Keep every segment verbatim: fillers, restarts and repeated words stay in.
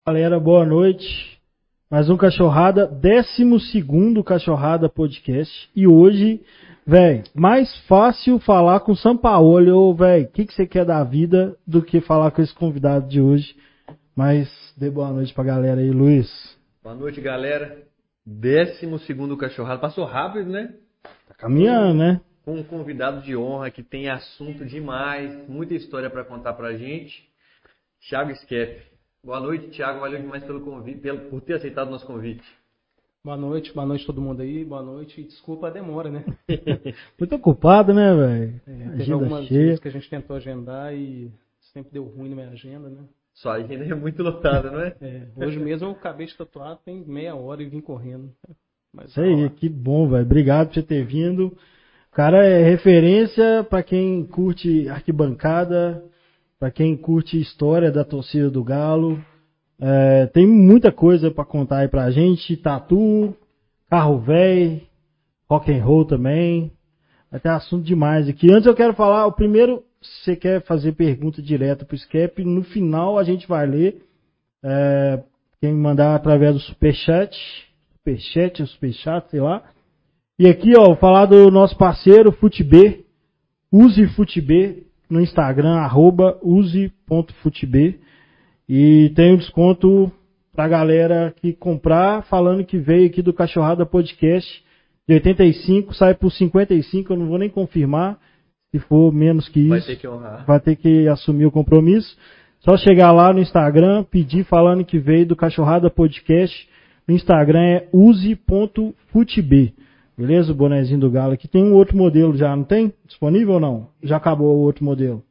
Galera, boa noite. Mais um Cachorrada, décimo segundo Cachorrada Podcast. E hoje, velho, mais fácil falar com o Sampaoli, ô, velho, o que, que você quer da vida do que falar com esse convidado de hoje. Mas dê boa noite pra galera aí, Luiz. Boa noite, galera. Décimo segundo Cachorrada. Passou rápido, né? Tá caminhando, né? Com um convidado de honra que tem assunto demais, muita história pra contar pra gente. Thiago Skepp. Boa noite, Thiago. Valeu demais pelo convite, pelo, por ter aceitado o nosso convite. Boa noite, boa noite todo mundo aí, boa noite. Desculpa a demora, né? Muito ocupado, né, velho? É, teve Agenda algumas cheia. vezes que a gente tentou agendar e sempre deu ruim na minha agenda, né? Sua agenda é muito lotada, não é? É, hoje mesmo eu acabei de tatuar, tem meia hora e vim correndo. Mas Isso aí, que bom, velho. Obrigado por você ter vindo. O cara é referência pra quem curte arquibancada, pra quem curte história da torcida do Galo. É, tem muita coisa pra contar aí pra gente. Tatu, carro velho, rock and roll também. Vai ter assunto demais aqui. Antes eu quero falar, o primeiro, se você quer fazer pergunta direta pro Skepp, no final a gente vai ler. É, quem mandar através do Superchat, Superchat, Superchat, sei lá. E aqui, ó, vou falar do nosso parceiro, Futb. Use Futb no Instagram, arroba use ponto futb. E tem um desconto pra galera que comprar, falando que veio aqui do Cachorrada Podcast. De oitenta e cinco, sai por cinquenta e cinco, eu não vou nem confirmar. Se for menos que isso, Vai ter que honrar. Vai ter que assumir o compromisso. Só chegar lá no Instagram, pedir falando que veio do Cachorrada Podcast. No Instagram é use ponto futb. Beleza? O bonezinho do Galo aqui. Tem um outro modelo já, não tem? Disponível ou não? Já acabou o outro modelo.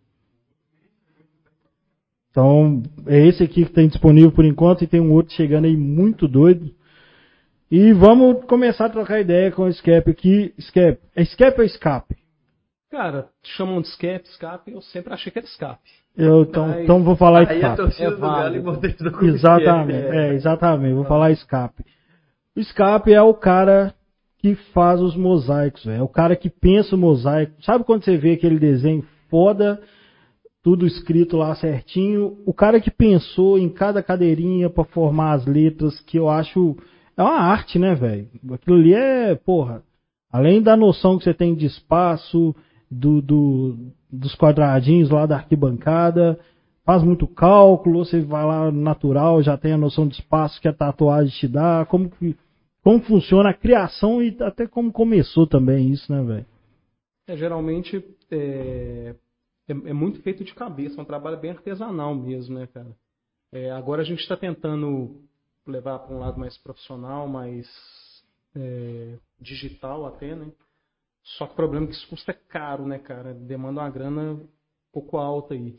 Então, é esse aqui que tem disponível por enquanto e tem um outro chegando aí muito doido. E vamos começar a trocar ideia com o Skepp aqui. Skepp, é Skepp ou Escape? Cara, chamam de escape, escape, eu sempre achei que era escape. Eu, então, Mas- então vou falar Aí a Escape. torcida É do Galo válido. botou isso no Exatamente, Skepp. é, exatamente. Vou falar Escape. O Escape é o cara que faz os mosaicos, véio. É o cara que pensa o mosaico. Sabe quando você vê aquele desenho foda, tudo escrito lá certinho? O cara que pensou em cada cadeirinha pra formar as letras, que eu acho... É uma arte, né, velho? Aquilo ali é, porra... Além da noção que você tem de espaço, do, do, dos quadradinhos lá da arquibancada, faz muito cálculo, você vai lá no natural, já tem a noção de espaço que a tatuagem te dá, como, que, como funciona a criação e até como começou também isso, né, velho? É, geralmente é, é, é muito feito de cabeça, é um trabalho bem artesanal mesmo, né, cara? É, agora a gente está tentando levar para um lado mais profissional, mais é, digital até, né? Só que o problema é que isso custa caro, né, cara? Demanda uma grana um pouco alta aí.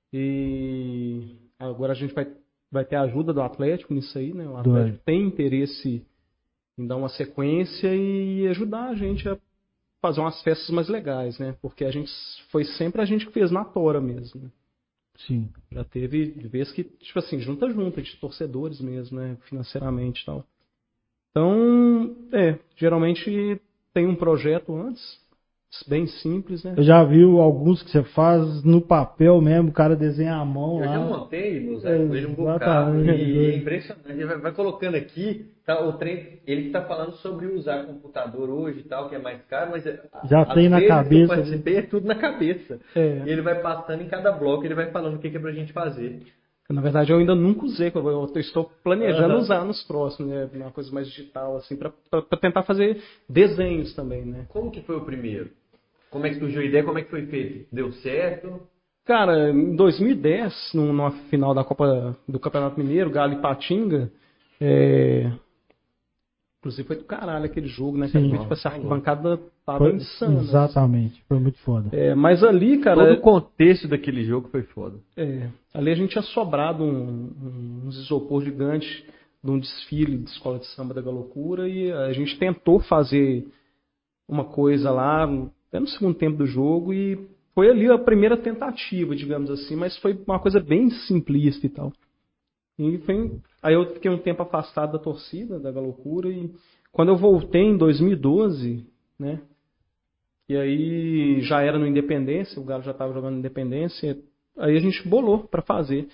E agora a gente vai, vai ter a ajuda do Atlético nisso aí, né? O Atlético Do- tem interesse em dar uma sequência e ajudar a gente a fazer umas festas mais legais, né? Porque a gente foi sempre a gente que fez na tora mesmo, né? Sim. Já teve vezes que, tipo assim, junta junta de torcedores mesmo, né? Financeiramente e tal. Então, é, geralmente tem um projeto antes, bem simples, né? Eu já vi alguns que você faz no papel mesmo, o cara desenha a mão Eu lá. já montei mosaico com ele um bocado Exatamente. e é impressionante. Ele vai, vai colocando aqui, tá, o trem, ele está falando sobre usar computador hoje e tal, que é mais caro, mas Já as tem na vezes que cabeça, eu participei é tudo na cabeça. É. E ele vai passando em cada bloco, ele vai falando o que, que é pra gente fazer. Na verdade, eu ainda nunca usei, eu eu estou planejando Aham. usar nos próximos, né? Uma coisa mais digital, assim, para tentar fazer desenhos também, né? Como que foi o primeiro? Como é que surgiu a ideia? Como é que foi feito? Deu certo? Cara, em dois mil e dez, num- numa final da Copa do Campeonato Mineiro, Galo e Patinga, é... inclusive foi do caralho aquele jogo, né? Sim. Cara? Tipo, essa arquibancada tava Foi- insana. exatamente, foi muito foda. É, mas ali, cara, Todo o contexto daquele jogo foi foda. é, ali a gente tinha sobrado um, um, uns isopor gigante de um desfile de escola de samba da Galocura e a gente tentou fazer uma coisa lá até no segundo tempo do jogo e foi ali a primeira tentativa, digamos assim, mas foi uma coisa bem simplista e tal. E foi, aí eu fiquei um tempo afastado da torcida, da Galocura, e quando eu voltei em dois mil e doze, né, e aí já era no Independência, o Galo já estava jogando no Independência, aí a gente bolou para fazer.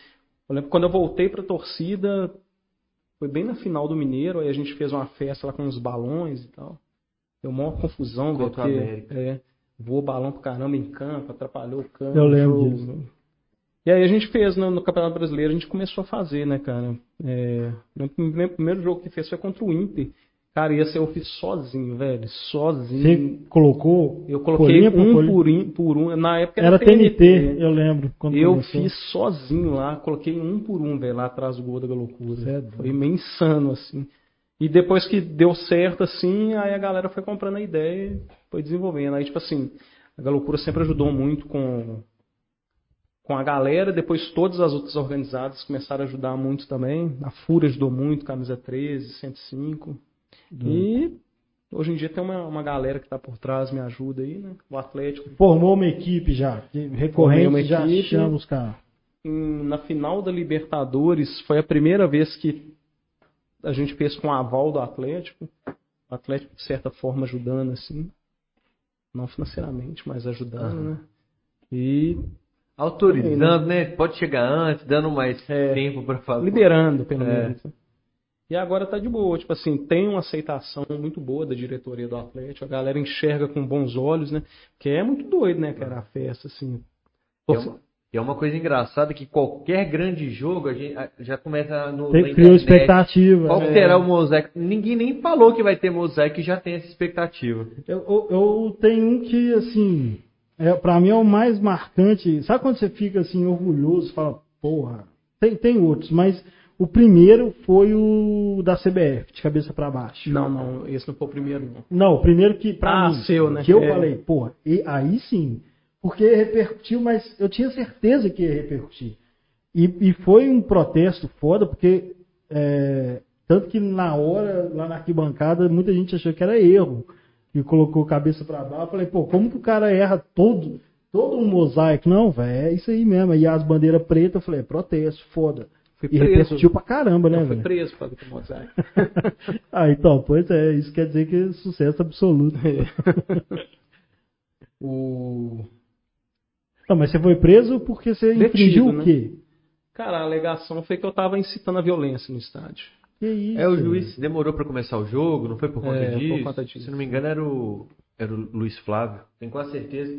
Eu lembro quando eu voltei pra torcida, foi bem na final do Mineiro, aí a gente fez uma festa lá com uns balões e tal. Deu maior confusão, velho, Contra o porque América. é, voou balão pra caramba em campo, atrapalhou o campo. Eu lembro jogo. disso. E aí a gente fez no, no Campeonato Brasileiro, a gente começou a fazer, né, cara? É, meu primeiro, primeiro jogo que fez foi contra o Inter. Cara, esse eu fiz sozinho, velho, sozinho. Você colocou? Eu coloquei Colinha um por por, in, por um, na época era, Era T N T, eu lembro. Quando Eu começou. fiz sozinho lá, coloquei um por um, velho, lá atrás do gol da Galocura. Cê é doido. Foi meio insano, assim. E depois que deu certo, assim, aí a galera foi comprando a ideia e foi desenvolvendo. Aí, tipo assim, a Galocura sempre ajudou muito com, com a galera, depois todas as outras organizadas começaram a ajudar muito também. A Fúria ajudou muito, Camisa treze, cento e cinco. E hoje em dia tem uma, uma galera que tá por trás, me ajuda aí, né? O Atlético. Formou uma equipe já, de recorrente, uma já equipe. chama os caras. Em- na final da Libertadores, foi a primeira vez que a gente fez com o aval do Atlético. O Atlético, de certa forma, ajudando, assim. Não financeiramente, mas ajudando, Aham. né? E Autorizando, né? Pode chegar antes, dando mais É. tempo pra fazer. liberando, pelo É. menos. E agora tá de boa. Tipo assim, tem uma aceitação muito boa da diretoria do Atlético. A galera enxerga com bons olhos, né? Que é muito doido, né, cara? A festa, assim. É uma, é uma coisa engraçada que qualquer grande jogo a gente a- já começa no. Tem, na criou internet. expectativa. Qual né? que será o mosaico? Ninguém nem falou que vai ter mosaico e já tem essa expectativa. Eu, eu, eu tenho um que, assim, é, pra mim é o mais marcante. Sabe quando você fica, assim, orgulhoso, fala, porra, tem, tem outros, mas o primeiro foi o da C B F, de cabeça pra baixo. Não, não, esse não foi o primeiro, não. Não, o primeiro que, pra Ah, mim, seu, né? que eu É. falei, porra, e aí sim, porque repercutiu, mas eu tinha certeza que ia repercutir. E, e foi um protesto foda, porque é, tanto que na hora, lá na arquibancada, muita gente achou que era erro, e colocou cabeça pra baixo. Eu falei, pô, como que o cara erra todo, todo um mosaico? Não, velho, é isso aí mesmo. E as bandeiras pretas, eu falei, é protesto, foda. Foi E preso. repercutiu pra caramba, né, Não, foi velho? preso por causa do mosaico. Ah, então, pois é, isso quer dizer que é sucesso absoluto. O... Não, mas você foi preso porque você Detido, infringiu né? o quê? Cara, a alegação foi que eu tava incitando a violência no estádio. Que isso? É, o juiz demorou pra começar o jogo, não foi por conta É, por disso? conta disso. Se não me engano, era o, era o Luiz Flávio, tenho quase certeza.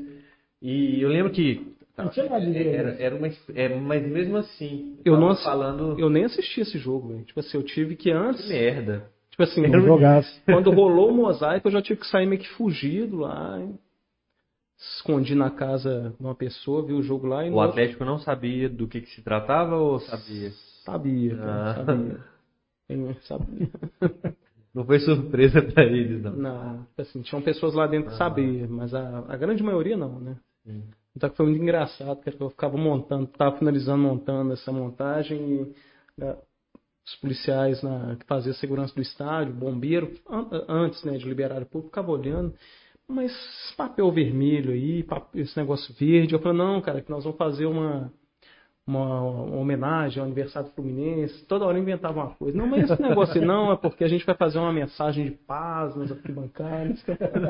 E eu lembro que. Não tinha nada de ver era, isso. era uma, é, mas mesmo assim, Eu tava não, falando. eu nem assisti esse jogo, velho. Tipo assim, eu tive que antes. Que merda. Tipo assim, Não jogasse. quando rolou o mosaico, eu já tive que sair meio que fugido lá. hein? Escondi na casa de uma pessoa, vi o jogo lá e O Atlético não sabia do que, que se tratava ou sabia? Sabia, cara, Ah. sabia. Eu sabia. Não foi surpresa pra eles, não. Não, tipo assim, tinham pessoas lá dentro que sabiam, mas a, a grande maioria não, né? Sim. Então foi muito engraçado, porque eu ficava montando, tava finalizando montando essa montagem e né, os policiais na, que faziam a segurança do estádio, bombeiro, an- antes né, de liberar o público, ficava olhando, mas esse papel vermelho aí, pap- esse negócio verde, eu falei, não, cara, que nós vamos fazer uma, uma, uma homenagem ao aniversário do Fluminense, toda hora eu inventava uma coisa. Não, mas esse negócio aí não, é porque a gente vai fazer uma mensagem de paz nas arquibancadas.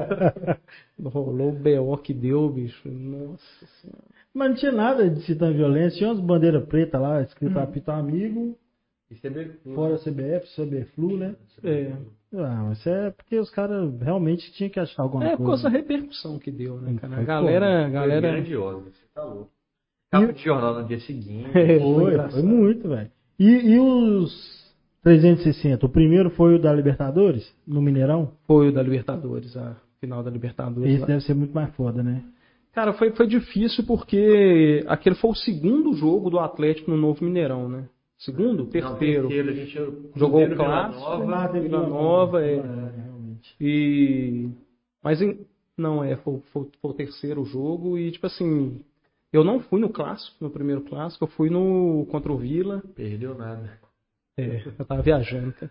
Rolou o B O que deu, bicho. Nossa Senhora. Mas não tinha nada de citando violência, tinha umas bandeiras pretas lá, escrito apito amigo, E C B fora C B F, C B Flu, né? É, Ah, mas isso é porque os caras realmente tinham que achar alguma é por coisa. causa da repercussão que deu, né, cara? A Foi galera, a Foi galera... grandiosa, você tá louco. Capa de jornal no dia seguinte. É, Foi, engraçado. foi muito, velho. E, e os trezentos e sessenta? O primeiro foi o da Libertadores, no Mineirão? Foi o da Libertadores, a final da Libertadores. Esse lá. deve ser muito mais foda, né? Cara, foi, foi difícil porque aquele foi o segundo jogo do Atlético no novo Mineirão, né? Segundo? Não, Terceiro. terceiro, a gente Jogou o Cruzeiro, Vila clássico, Nova. Vila Vila Nova, é. realmente. E... Mas em- não, é, foi, foi- foi o terceiro jogo e, tipo assim, eu não fui no clássico, no primeiro clássico, eu fui no contra o Vila. Perdeu nada. É, eu tava viajando, cara.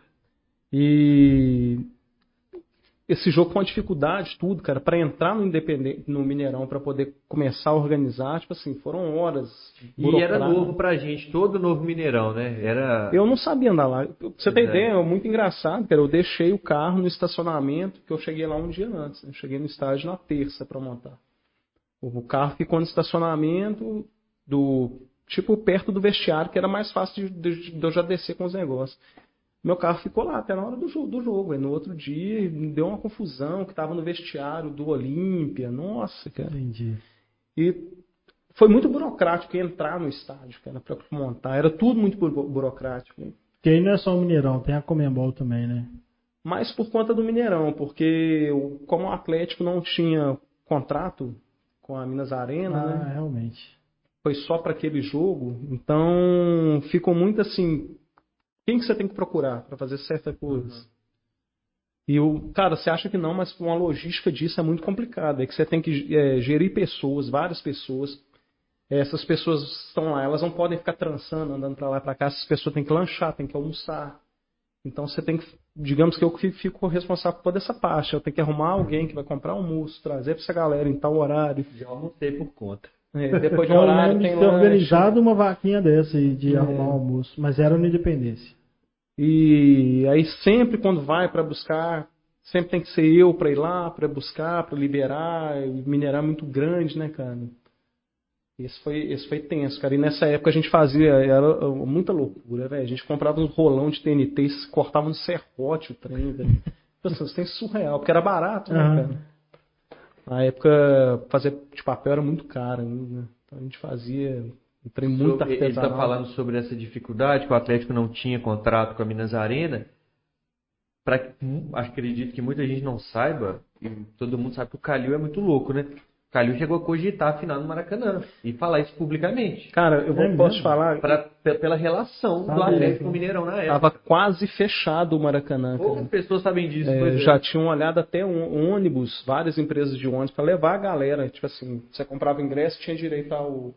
E esse jogo foi uma dificuldade, tudo, cara, pra entrar no Independente, no Mineirão, pra poder começar a organizar, tipo assim, foram horas. E era burocráticas. novo pra gente, todo novo Mineirão, né? Era. Eu não sabia andar lá. Pra você ter Pois é. ideia, é muito engraçado, cara. Eu deixei o carro no estacionamento, que eu cheguei lá um dia antes. Né? Eu cheguei no estádio na terça pra montar. O carro ficou no estacionamento do tipo, perto do vestiário, que era mais fácil de, de, de eu já descer com os negócios. Meu carro ficou lá até na hora do jogo. Do jogo. Aí no outro dia, me deu uma confusão, que tava no vestiário do Olímpia. Nossa, cara. Entendi. E foi muito burocrático entrar no estádio, cara, pra montar. Era tudo muito bu- burocrático. Né? Porque aí não é só o Mineirão, tem a Comembol também, né? Mas por conta do Mineirão, porque o- como o Atlético não tinha contrato com a Minas Arena, Ah, né? realmente. Foi só para aquele jogo, então ficou muito assim, quem que você tem que procurar para fazer certa coisa? Uhum. E o cara, você acha que não, mas uma logística disso é muito complicada, é que você tem que é, gerir pessoas, várias pessoas. Essas pessoas estão lá, elas não podem ficar trançando, andando para lá e para cá, essas pessoas têm que lanchar, têm que almoçar. Então você tem que, digamos que eu que fico responsável por toda essa parte. Eu tenho que arrumar alguém que vai comprar almoço, trazer para essa galera em tal horário. Já almocei por conta. É, depois de Eu horário lembro tem de ter lanche. organizado uma vaquinha dessa aí, de É. arrumar o almoço, mas era no Independência. E aí sempre quando vai para buscar, sempre tem que ser eu para ir lá, para buscar, para liberar. E Mineirão é muito grande, né, cara? Esse foi, esse foi tenso, cara. E nessa época a gente fazia, era muita loucura, velho. A gente comprava um rolão de T N T e cortava no serrote o trem, velho. Nossa, isso tem surreal, porque era barato, né, Aham. cara? Na época, fazer de papel era muito caro ainda, né? Então a gente fazia um trem muito Sobre- ele artesanal. está falando sobre essa dificuldade, que o Atlético não tinha contrato com a Minas Arena. Pra, acredito que muita gente não saiba, e todo mundo sabe que o Calil é muito louco, né? O Calil chegou a cogitar a final no Maracanã e falar isso publicamente. Cara, eu vou, É posso mesmo? falar, Pra, pe- pela relação do Sabe, Atlético com é. o Mineirão na tava época. quase fechado o Maracanã, cara. Poucas pessoas sabem disso. É, pois é. já tinham olhado até um ônibus, várias empresas de ônibus, para levar a galera. Tipo assim, você comprava ingresso, tinha direito ao,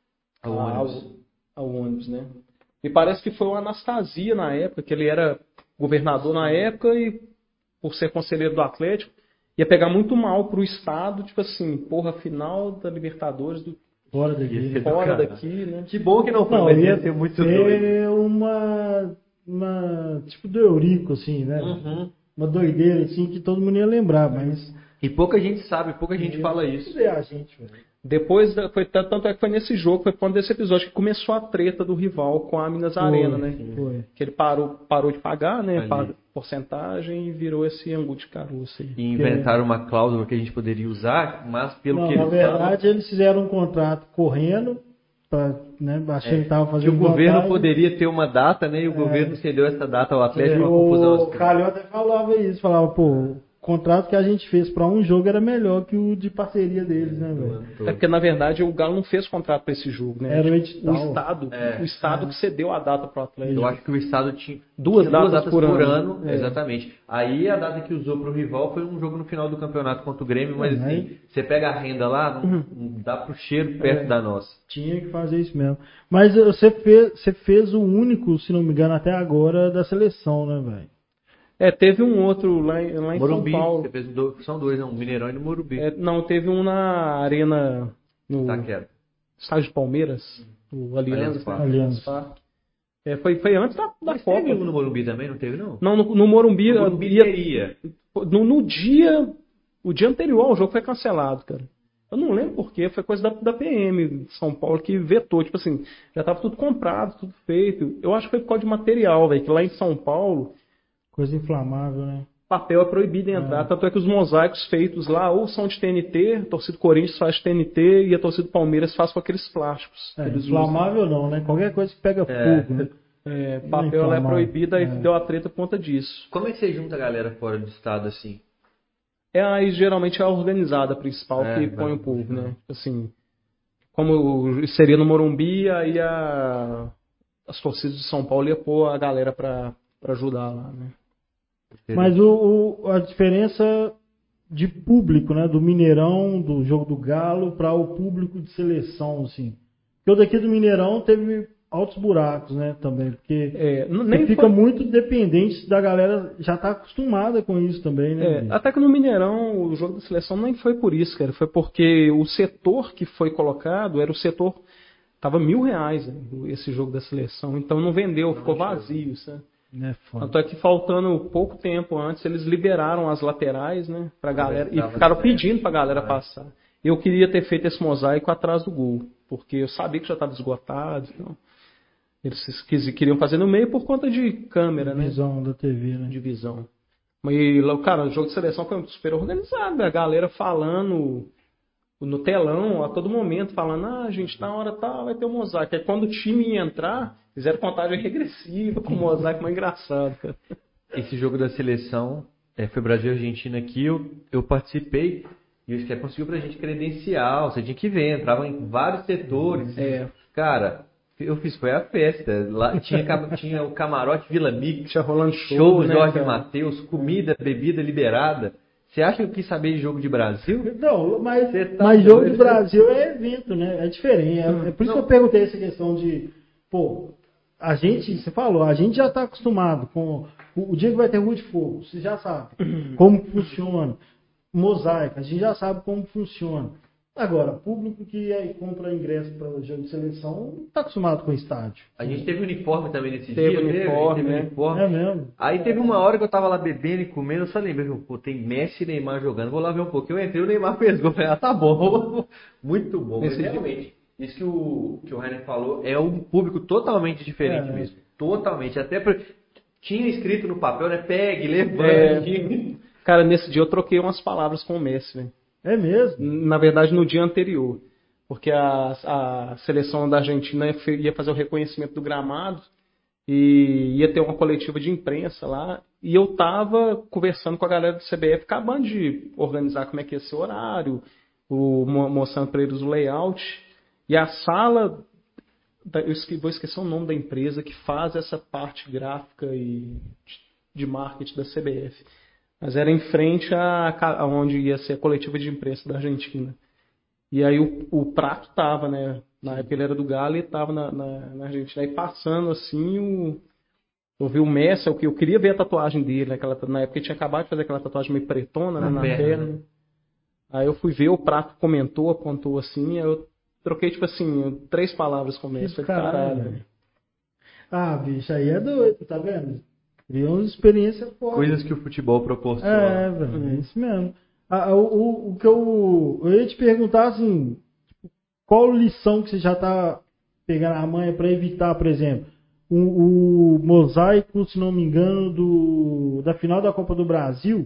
Ao ao, ônibus. ao ônibus, né? E parece que foi o Anastasia na época, que ele era governador na época e, por ser conselheiro do Atlético, ia pegar muito mal pro Estado, tipo assim, porra, final da Libertadores, do, Fora daqui. Ia ser do fora caralho. daqui, né? Que bom que não foi, Não, mas ia ia ser muito doido. ser uma, uma. Tipo do Eurico, assim, né? Uhum. Uma doideira, assim, que todo mundo ia lembrar, mas. E pouca gente sabe, pouca gente fala isso. É a gente, velho. Depois, da- foi, tanto é que foi nesse jogo, foi quando desse episódio que começou a treta do rival com a Minas Arena, né? Foi. Que ele parou, parou de pagar, né? Ali. Pagou porcentagem e virou esse angu de caroço aí. E inventaram uma cláusula que a gente poderia usar, mas pelo Não, que na eles verdade, eles fizeram um contrato correndo, pra, né, achando que estavam falam, que fazendo o governo vantagem. poderia ter uma data, né? E o governo cedeu essa data ao Atlético, É, uma confusão. o assim. Calil até falava isso, falava, pô, o contrato que a gente fez pra um jogo era melhor que o de parceria deles, né, velho? É porque, na verdade, o Galo não fez contrato para esse jogo, né? Era o o edital. Estado, É. o Estado que cedeu a data para o Atlético. Eu acho que o Estado tinha Duas tinha datas por ano. É. Exatamente. Aí a data que usou para o rival foi um jogo no final do campeonato contra o Grêmio, mas Uhum. assim, você pega a renda lá, não, não dá pro cheiro perto É. da nossa. Tinha que fazer isso mesmo. Mas uh, você fez, você fez o único, se não me engano, até agora, da seleção, né, velho? É, teve um outro lá em, lá em Morumbi, São Paulo. você fez dois, são dois, não, Mineirão e no Morumbi. É, não, teve um na Arena, no Taquera. estádio de Palmeiras, o Aliança. Allianz Parque. Aliança. É, foi, foi antes da, da Mas Copa. teve um no Morumbi também, não teve não? Não, no, no Morumbi, No Morumbi ia- teria. no, no dia, o dia anterior ao jogo foi cancelado, cara. Eu não lembro porquê, foi coisa da, da P M de São Paulo que vetou. Tipo assim, já tava tudo comprado, tudo feito. Eu acho que foi por causa de material, velho, que lá em São Paulo, Coisa inflamável, né? papel é proibido de entrar. É. Tanto é que os mosaicos feitos lá ou são de T N T, a torcida do Corinthians faz de T N T e a torcida do Palmeiras faz com aqueles plásticos. É, que eles usam. inflamável não, né? Qualquer coisa que pega É. fogo, né? É, Não é papel lá é inflamável. proibido, aí É. deu a treta por conta disso. Como é que você junta a galera fora do estado assim? É aí geralmente é a organizada principal É, que vai põe o puxando. povo, né? Assim, como seria no Morumbi, aí a, as torcidas de São Paulo ia pôr a galera pra, pra ajudar lá, né? Mas o, o- a diferença de público, né? Do Mineirão, do jogo do Galo, para o público de seleção, assim. Porque o daqui do Mineirão teve altos buracos, né? Também, porque É, n- você nem fica foi- muito dependente da galera, já tá acostumada com isso também, né? É, bicho? até que no Mineirão, o jogo da seleção nem foi por isso, cara. Foi porque o setor que foi colocado era o setor. Tava mil reais, né, esse jogo da seleção. Então não vendeu, ficou vazio, sabe? É foda. Tanto é que faltando pouco tempo antes, eles liberaram as laterais, né? Pra galera. E Tava ficaram certo. pedindo pra galera É. passar. Eu queria ter feito esse mosaico atrás do gol, porque eu sabia que já estava esgotado. Então, eles quis- queriam fazer no meio por conta de câmera, né? Visão da T V, né? De visão. Mas, cara, o jogo de seleção foi super organizado. A galera falando no telão, a todo momento, falando, ah, gente, na hora tal, vai ter um mosaico. Aí quando o time ia entrar, fizeram contagem regressiva com o mosaico, mais engraçado, cara. Esse jogo da seleção é, foi Brasil e Argentina aqui, eu, eu participei e o Sky conseguiu pra gente credencial, você tinha que ver, entrava em vários setores. É. Cara, eu fiz, foi a festa. Lá tinha, cam- tinha o camarote Vila Mix, Tinha rolando show, show do né, Jorge cara? Mateus, comida, bebida liberada. Você acha que eu quis saber de jogo de Brasil? Não, mas, Você tá mas jogo doido. do Brasil é evento, né? É diferente. É, é por isso Não. que eu perguntei essa questão de, pô, a gente, você falou, a gente já está acostumado com o, o dia que vai ter rua de fogo, você já sabe como funciona. Mosaico, a gente já sabe como funciona. Agora, público que aí compra ingresso para o jogo de seleção não está acostumado com o estádio. A gente teve uniforme também nesse Teve dia, uniforme, teve né? uniforme. É mesmo. Aí teve uma hora que eu tava lá bebendo e comendo, eu só lembrei, pô, tem Messi e Neymar jogando, vou lá ver um pouquinho. Eu entrei, o Neymar fez gol, falei, ah, tá bom, muito bom. Mas Nesse dia- realmente, isso que o, que o Rainer falou é um público totalmente diferente É. mesmo. Totalmente. Até pra, tinha escrito no papel, né? Pegue, levante. É. Cara, nesse dia eu troquei umas palavras com o Messi, velho. É mesmo. Na verdade, no dia anterior. Porque a, a seleção da Argentina ia fazer o reconhecimento do gramado e ia ter uma coletiva de imprensa lá. E eu tava conversando com a galera do C B F, acabando de organizar como é que ia ser o horário, o, mo- mostrando para eles o layout. E a sala, da- eu esque- vou esquecer o nome da empresa que faz essa parte gráfica e de marketing da C B F. Mas era em frente a, ca- a onde ia ser a coletiva de imprensa da Argentina. E aí o, o prato tava, né? Na época ele era do Galo e tava na, na, na Argentina. Aí passando assim, o, eu vi o Messi, eu, eu queria ver a tatuagem dele. né, Aquela, na época ele tinha acabado de fazer aquela tatuagem meio pretona, né? Na Na perna, perna. né? Aí eu fui ver, o prato comentou, apontou assim, aí eu troquei, tipo assim, três palavras com o Messi. Que Falei, caralho, caralho. velho. Ah, bicho, aí é doido, tá vendo? Criou uma experiência forte. Coisas que o futebol proporciona. É, velho, é isso mesmo. Ah, o, o, o que eu, eu ia te perguntar, assim, qual lição que você já tá pegando a manha para evitar, por exemplo, o, o mosaico, se não me engano, do, da final da Copa do Brasil,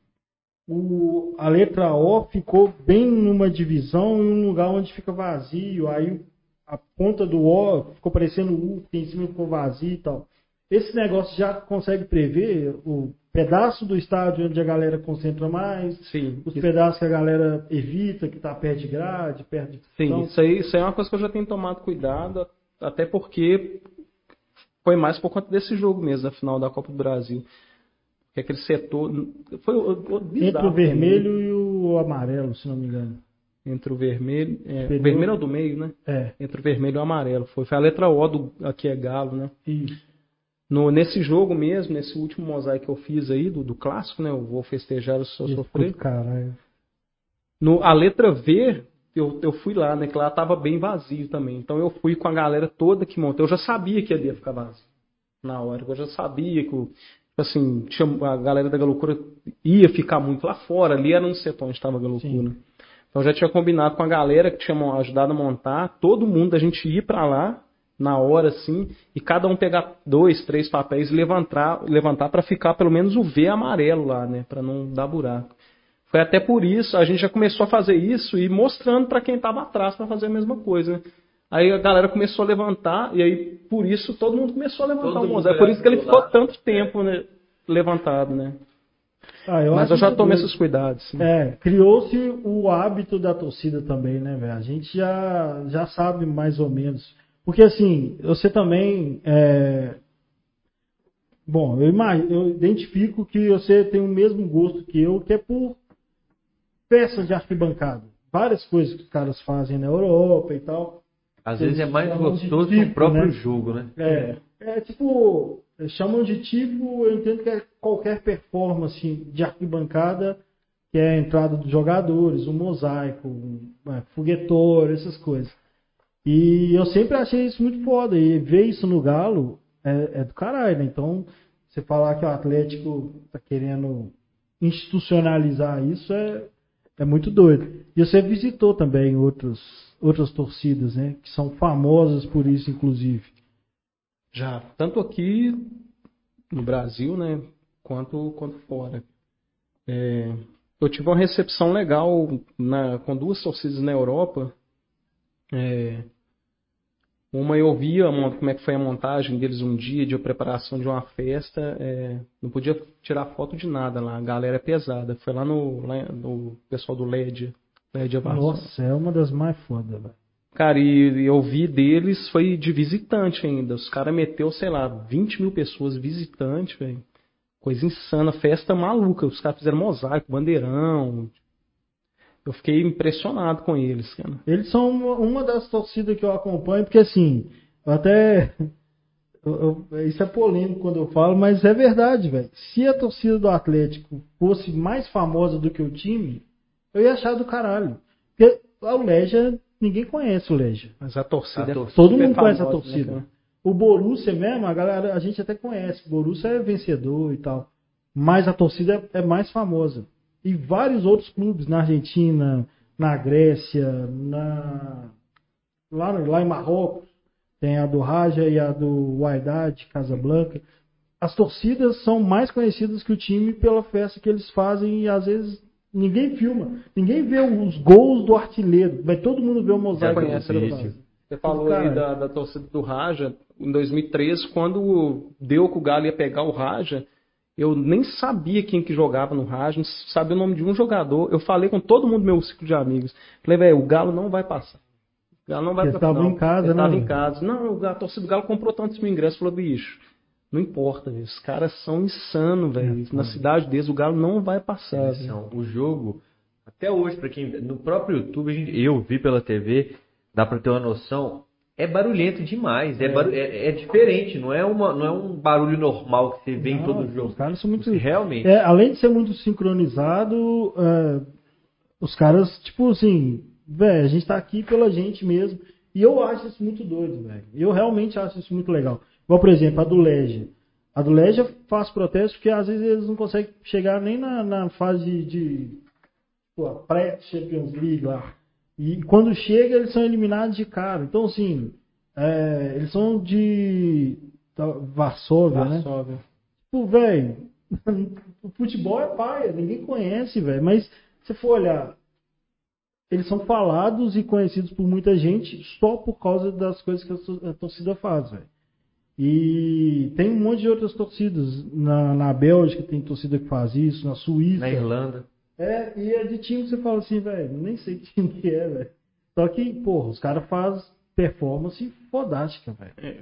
o, a letra O ficou bem numa divisão, em um lugar onde fica vazio, aí a ponta do O ficou parecendo U, porque em cima ficou vazio e tal. Esse negócio já consegue prever o pedaço do estádio onde a galera concentra mais, Sim, os isso- pedaços que a galera evita, que está perto de grade, perto de... Sim, Então, isso aí, isso aí é uma coisa que eu já tenho tomado cuidado, até porque foi mais por conta desse jogo mesmo, da final da Copa do Brasil. Que aquele setor. Foi o, o bizarro entre o também. vermelho e o amarelo, se não me engano. Entre o vermelho. É, o Pegou- vermelho é o do meio, né? É, Entre o vermelho e o amarelo. Foi, foi a letra O do. Aqui é Galo, né? isso. No, nesse jogo mesmo, nesse último mosaico que eu fiz aí, do, do clássico, né? Eu vou festejar o seu Isso, sofrer. caralho. No, a letra V, eu, eu fui lá, né? Que lá tava bem vazio também. Então eu fui com a galera toda que montou. Eu já sabia que ali ia ficar vazio. Na hora. Eu já sabia que o. Tipo assim, tinha, a galera da Galocura ia ficar muito lá fora. Ali era um setor onde estava a Galocura. Sim. Então eu já tinha combinado com a galera que tinha ajudado a montar. Todo mundo, a gente ir pra lá na hora, assim, e cada um pegar dois, três papéis e levantar, levantar para ficar pelo menos o V amarelo lá, né? Para não dar buraco. Foi até por isso, a gente já começou a fazer isso e mostrando para quem estava atrás para fazer a mesma coisa, né? Aí a galera começou a levantar, e aí por isso todo mundo começou a levantar Todo o mundo mosaico. É por isso que ele olhava pro ficou lado. tanto tempo, né, levantado, né? Ah, eu Mas acho eu já muito tomei doido. esses cuidados. Sim. É, criou-se o hábito da torcida também, né, velho? A gente já, já sabe mais ou menos. Porque assim, você também. É... Bom, eu, imagino, eu identifico que você tem o mesmo gosto que eu, que é por peças de arquibancada. Várias coisas que os caras fazem na Europa e tal. Às Eles vezes é mais chamam de gostoso que o tipo, próprio né? jogo, né? É, é tipo, chamam de tipo, eu entendo que é qualquer performance de arquibancada, que é a entrada dos jogadores, um mosaico, um é, foguetor, essas coisas. E eu sempre achei isso muito foda, e ver isso no Galo é, é do caralho, né? Então, você falar que o Atlético tá querendo institucionalizar isso é, É muito doido. E você visitou também outros, outras torcidas, né? Que são famosas por isso, inclusive. Já, tanto aqui no Brasil, né? Quanto, quanto fora. É, eu tive uma recepção legal na, com duas torcidas na Europa. É, uma eu via como é que foi a montagem deles um dia de preparação de uma festa. É, não podia tirar foto de nada lá. A galera é pesada. Foi lá no, lá no pessoal do L E D. L E D Nossa, é uma das mais fodas, velho. Cara, e eu vi deles, foi de visitante ainda. Os caras meteu, sei lá, vinte mil pessoas visitante, velho. Coisa insana, festa maluca. Os caras fizeram mosaico, bandeirão. Eu fiquei impressionado com eles, cara. Eles são uma, uma das torcidas que eu acompanho, porque assim, eu até. Eu, eu, isso é polêmico quando eu falo, mas é verdade, velho. Se a torcida do Atlético fosse mais famosa do que o time, eu ia achar do caralho. Porque o Legia, ninguém conhece o Legia. Mas a torcida, a é torcida todo mundo conhece a famosa, torcida. Né, o Borussia mesmo, a galera, a gente até conhece. O Borussia é vencedor e tal. Mas a torcida é, é mais famosa. E vários outros clubes na Argentina, na Grécia, na, lá, lá em Marrocos, tem a do Raja e a do Wydad, Casablanca. As torcidas são mais conhecidas que o time pela festa que eles fazem e às vezes ninguém filma. Ninguém vê os gols do artilheiro. Vai todo mundo ver o mosaico. Conhece o vídeo. Você falou aí da, da torcida do Raja em dois mil e treze, quando deu que o Galo ia pegar o Raja, eu nem sabia quem que jogava no Raja, não sabia o nome de um jogador. Eu falei com todo mundo do meu ciclo de amigos. Falei, velho, o Galo não vai passar. O Galo não vai Porque estava em casa, Ele né? Estava em casa. Não, a torcida do Galo comprou tantos mil ingressos. Falou, bicho, não importa, véio. Os caras são insanos, velho. É, Na cidade deles, o Galo não vai passar. São, o jogo, até hoje, para quem no próprio YouTube, a gente, eu vi pela T V, dá para ter uma noção. É barulhento demais, é, é. Baru é, é diferente, não é, uma, não é um barulho normal que você vê não, em todo jogo. Os caras são muito. Realmente. É, além de ser muito sincronizado, é, os caras, tipo assim, velho, a gente tá aqui pela gente mesmo. E eu acho isso muito doido, velho. Eu realmente acho isso muito legal. Igual, por exemplo, a do Legia. A do Legia faz protesto porque às vezes eles não conseguem chegar nem na, na fase de, de pré-Champions League lá. E quando chega, eles são eliminados de cara. Então, assim, é, eles são de Varsóvia, Varsóvia. né? Tipo, velho, o futebol é paia, ninguém conhece, velho. Mas, se for olhar, eles são falados e conhecidos por muita gente só por causa das coisas que a torcida faz, velho. E tem um monte de outras torcidas. Na, na Bélgica tem torcida que faz isso, na Suíça. Na Irlanda. É, e é de time que você fala assim, velho, nem sei que time que é, velho. Só que, porra, os caras fazem performance fodástica, velho. É.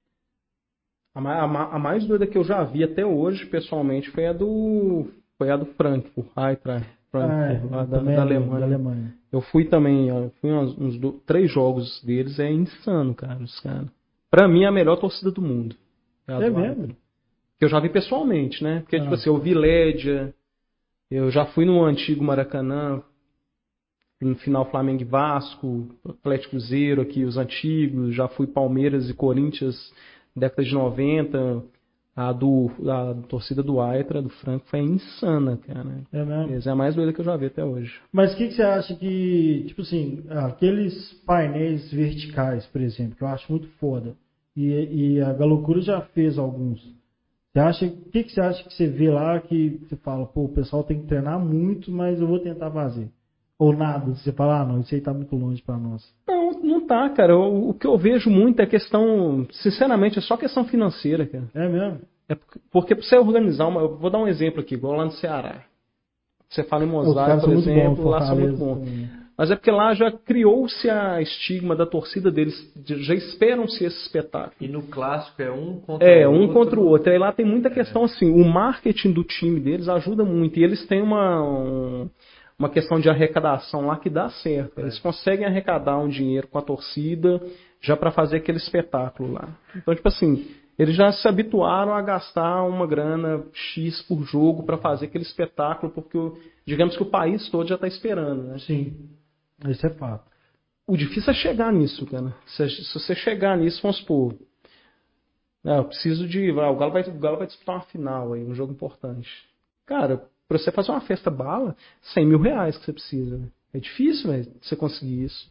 A, a, a mais doida que eu já vi até hoje, pessoalmente, foi a do foi a do Frankfurt, Eintracht Frankfurt, ah, é, lá da, da, Alemanha. da Alemanha. Eu fui também, eu fui uns, uns do, três jogos deles, é insano, cara, os caras. Pra mim, é a melhor torcida do mundo. É, é mesmo? Que eu já vi pessoalmente, né? Porque, ah, tipo assim, eu vi Lédia, eu já fui no antigo Maracanã, no final Flamengo e Vasco, Atlético Cruzeiro aqui, os antigos, já fui Palmeiras e Corinthians, década de noventa, a do a torcida do Eintracht, do Franco, foi insana, cara. É mesmo? Essa é a mais doida que eu já vi até hoje. Mas o que, que você acha que, tipo assim, aqueles painéis verticais, por exemplo, que eu acho muito foda, e, e a Galocura já fez alguns. Você acha, o que, que você acha que você vê lá que você fala, pô, o pessoal tem que treinar muito, mas eu vou tentar fazer? Ou nada, você fala, ah, não, isso aí tá muito longe pra nós. Não, não tá, cara. O, o que eu vejo muito é questão, sinceramente, é só questão financeira, cara. É mesmo? É porque, porque pra você organizar uma, eu vou dar um exemplo aqui, igual lá no Ceará. Você fala em mosaico, por exemplo, lá são muito bons. Mas é porque lá já criou-se a estigma da torcida deles, já esperam-se esse espetáculo. E no clássico é um contra é, o outro. É, um contra o outro. Aí lá tem muita questão é. assim, o marketing do time deles ajuda muito. E eles têm uma, um, uma questão de arrecadação lá que dá certo. Eles é. conseguem arrecadar um dinheiro com a torcida já para fazer aquele espetáculo lá. Então, tipo assim, eles já se habituaram a gastar uma grana X por jogo para fazer aquele espetáculo, porque digamos que o país todo já está esperando, né? Sim. Isso é fato. O difícil é chegar nisso, cara. Se, se você chegar nisso, vamos supor. Ah, eu preciso de. Ah, o, Galo vai, o Galo vai disputar uma final aí, um jogo importante. Cara, Pra você fazer uma festa bala, cem mil reais que você precisa. Né? É difícil, velho, você conseguir isso.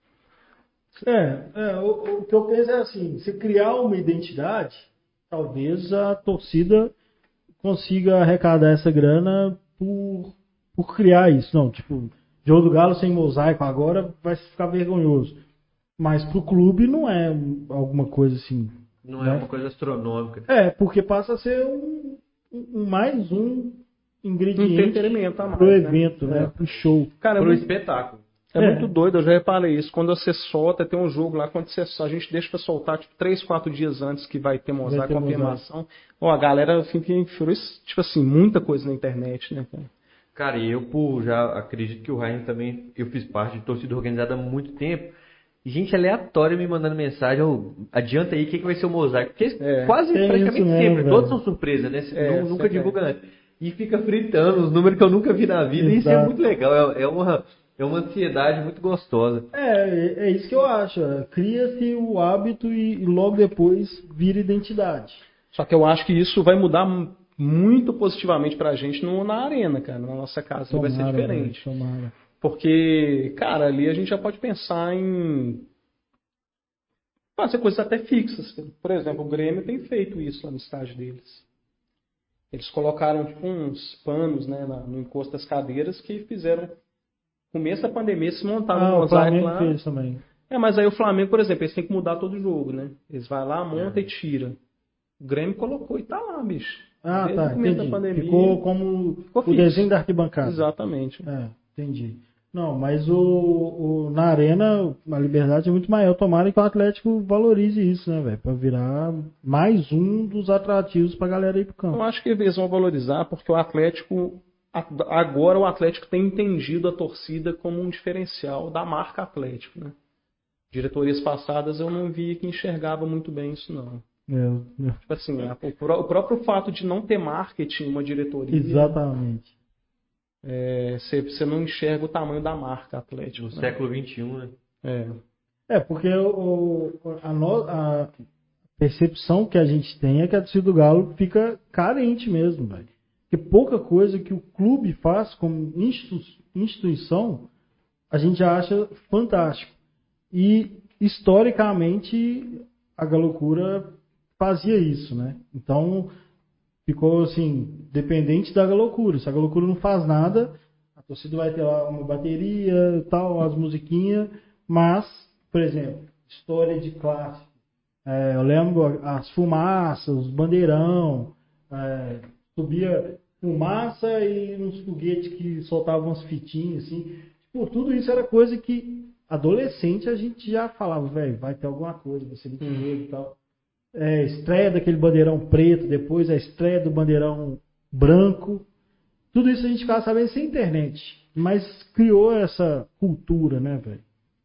É, é o, o que eu penso é assim, se criar uma identidade, talvez a torcida consiga arrecadar essa grana por, por criar isso. Não, tipo, Jogo do Galo sem mosaico agora vai ficar vergonhoso. Mas pro clube não é alguma coisa assim. Não né? é uma coisa astronômica. É, porque passa a ser um, um mais um ingrediente Entretenimento a mais, pro né? evento, né? É. Pro show. Cara, é Pro muito, espetáculo. é É. muito doido, eu já reparei isso. Quando você solta, tem um jogo lá, quando você, a gente deixa pra soltar, tipo, três, quatro dias antes que vai ter mosaico, Vai ter confirmação. Ó, a galera fica enfiou, tipo assim, muita coisa na internet, né, cara? Cara, e eu por já acredito que o Ryan também, eu fiz parte de torcida organizada há muito tempo. E gente aleatória me mandando mensagem, oh, adianta aí, o que, que vai ser o mosaico? Porque É, quase tem praticamente isso mesmo, sempre, velho. todos são surpresa, né? Você É, nu- nunca sempre divulga antes. E fica fritando os números que eu nunca vi na vida, e isso é Exato. muito legal, é, é uma, é uma ansiedade muito gostosa. É, é isso que eu acho. é. Cria-se o hábito e, e logo depois vira identidade. Só que eu acho que isso vai mudar m- muito positivamente pra gente no, na arena, cara. Na nossa casa ali vai ser Tomara, diferente. velho, tomara. Porque, cara, ali a gente já pode pensar em fazer coisas até fixas. Por exemplo, o Grêmio tem feito isso lá no estádio deles. Eles colocaram tipo, uns panos, né, na- no encosto das cadeiras que fizeram, no começo da pandemia, se montaram um Ah, o mosaico Flamengo lá. fez também. É, mas aí o Flamengo, por exemplo, eles têm que mudar todo o jogo, né? Eles vão lá, monta e tira. O Grêmio colocou e tá lá, bicho. Ah, Desde o tá, começo da entendi. pandemia. Ficou como ficou o fixo. desenho da arquibancada. Exatamente. É, entendi. Não, mas o, o- na arena a liberdade é muito maior. Tomara que o Atlético valorize isso, né, velho? Pra virar mais um dos atrativos pra galera ir pro campo. Eu acho que eles vão valorizar porque o Atlético, a- agora o Atlético tem entendido a torcida como um diferencial da marca Atlético, né? Diretorias passadas eu não via que enxergava muito bem isso, não. É, é, Tipo assim, a- o, pró- o próprio fato de não ter marketing uma diretoria, exatamente. é, você, você não enxerga o tamanho da marca Atlético. No né? século vinte e um, né? É. É, porque o, o- a, no- a percepção que a gente tem é que a torcida do Galo fica carente mesmo, velho. Porque pouca coisa que o clube faz como institu- instituição, a gente já acha fantástico. E, historicamente, a Galocura fazia isso, né? Então, ficou assim, dependente da Galocura. Se a Galocura não faz nada, a torcida vai ter lá uma bateria e tal, as musiquinhas, mas, por exemplo, história de classe. É, eu lembro as fumaças, os bandeirão, é, subia fumaça e uns foguetes que soltavam umas fitinhas, assim. Tipo, tudo isso era coisa que, adolescente, a gente já falava, velho, vai ter alguma coisa, vai ser muito medo e tal. É, estreia daquele bandeirão preto, depois a estreia do bandeirão branco. Tudo isso a gente ficava sabendo sem internet. Mas criou essa cultura, né, velho?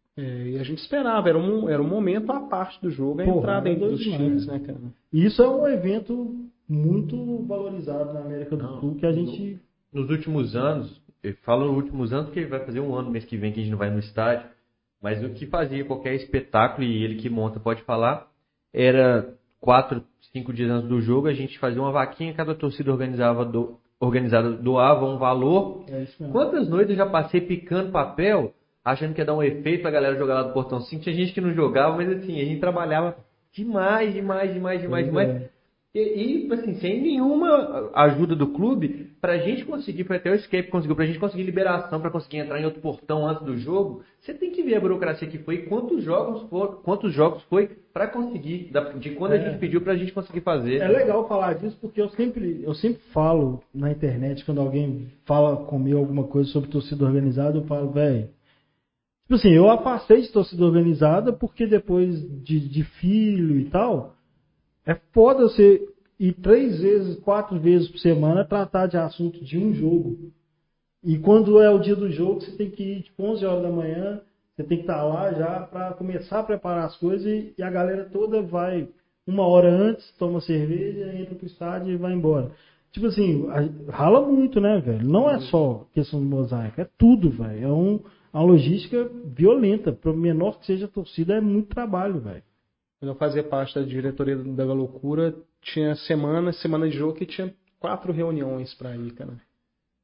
É, e a gente esperava, era um, era um momento à parte do jogo, a Porra, entrada era dentro dos demais. times, né, cara? E isso é um evento muito valorizado na América do Não, Sul, que a gente... Nos últimos anos, eu falo nos últimos anos porque vai fazer um ano mês que vem que a gente não vai no estádio, mas o que fazia qualquer espetáculo, e ele que monta pode falar, era quatro, cinco dias antes do jogo, a gente fazia uma vaquinha, cada torcida organizava do, organizada doava um valor. É isso mesmo. Quantas noites eu já passei picando papel, achando que ia dar um efeito pra galera jogar lá do Portão cinco, tinha gente que não jogava, mas assim, a gente trabalhava demais, demais, demais, demais, Pois demais. é. E, e, assim, sem nenhuma ajuda do clube, pra gente conseguir, foi até o Escape conseguiu, pra gente conseguir liberação, pra conseguir entrar em outro portão antes do jogo, você tem que ver a burocracia que foi e quantos jogos, for, quantos jogos foi pra conseguir, da- de quando a É. gente pediu pra gente conseguir fazer. É legal falar disso porque eu sempre, eu sempre falo na internet, quando alguém fala comigo alguma coisa sobre torcida organizada, eu falo, velho. Tipo assim, eu afastei de torcida organizada porque depois de, de filho e tal, é foda você ir três vezes, quatro vezes por semana tratar de assunto de um jogo. E quando é o dia do jogo, você tem que ir tipo onze horas da manhã, você tem que estar lá já para começar a preparar as coisas e, e a galera toda vai uma hora antes, toma cerveja, entra pro estádio e vai embora. Tipo assim, a- rala muito, né, velho? Não é só questão do mosaico, é tudo, velho. É um, uma logística violenta. Pro menor que seja a torcida, é muito trabalho, velho. Quando eu fazia parte da diretoria da Galocura, tinha semana, semana de jogo que tinha quatro reuniões pra ir, cara.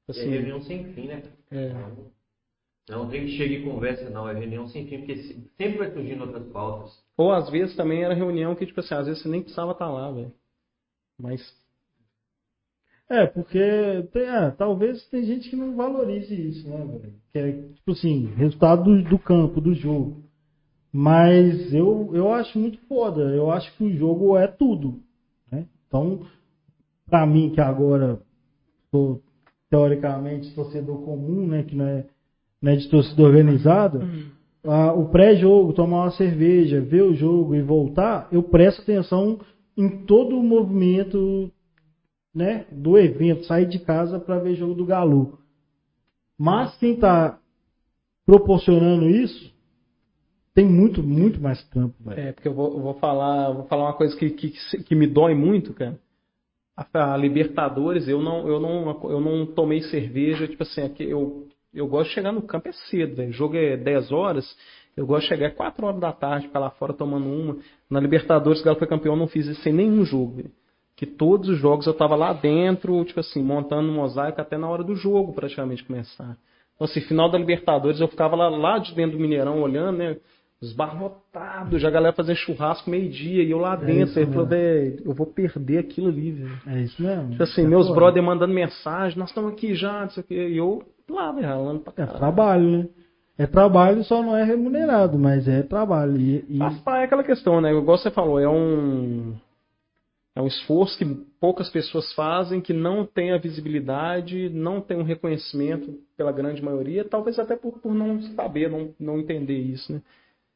Assim, é reunião sem fim, né? É. Não, não tem que chegar e conversa, não. É reunião sem fim, porque sempre vai surgindo outras pautas. Ou às vezes também era reunião que, tipo assim, às vezes você nem precisava estar lá, velho. Mas. É, porque tem, é, talvez tem gente que não valorize isso, né, velho? Que é, tipo assim, resultado do, do campo, do jogo. Mas eu, eu acho muito foda. Eu acho que o jogo é tudo, né? Então, pra mim, que agora sou, teoricamente, torcedor comum, né? Que não é, não é de torcida organizada, ah, o pré-jogo, tomar uma cerveja, ver o jogo e voltar, eu presto atenção em todo o movimento, né, do evento, sair de casa para ver jogo do Galo. Mas quem está proporcionando isso tem muito, muito mais campo, velho. É, porque eu vou, eu vou falar, vou falar uma coisa que, que, que me dói muito, cara. A, a Libertadores, eu não, eu não, eu não tomei cerveja, tipo assim, aqui, eu, eu gosto de chegar no campo é cedo, velho. O jogo é dez horas, eu gosto de chegar quatro horas da tarde, ficar lá fora tomando uma. Na Libertadores, o Galo foi campeão, eu não fiz isso em nenhum jogo, velho. Que todos os jogos eu tava lá dentro, tipo assim, montando um mosaico até na hora do jogo praticamente começar. Então, assim, final da Libertadores eu ficava lá, lá de dentro do Mineirão olhando, né? Os bar lotados, já a galera fazendo churrasco meio-dia e eu lá É dentro. isso Aí falou, mesmo. velho, eu vou perder aquilo ali, velho. É isso mesmo. Tipo assim, É meus foda. brother mandando mensagem, nós estamos aqui já, não sei o quê. E eu lá, velho, ralando pra É caralho. trabalho, né? É trabalho, só não é remunerado, mas é trabalho. E, e- Mas pá, é aquela questão, né? Igual você falou, é um. É um esforço que poucas pessoas fazem, que não tem a visibilidade, não tem um reconhecimento pela grande maioria, talvez até por, por não saber, não, não entender isso, né?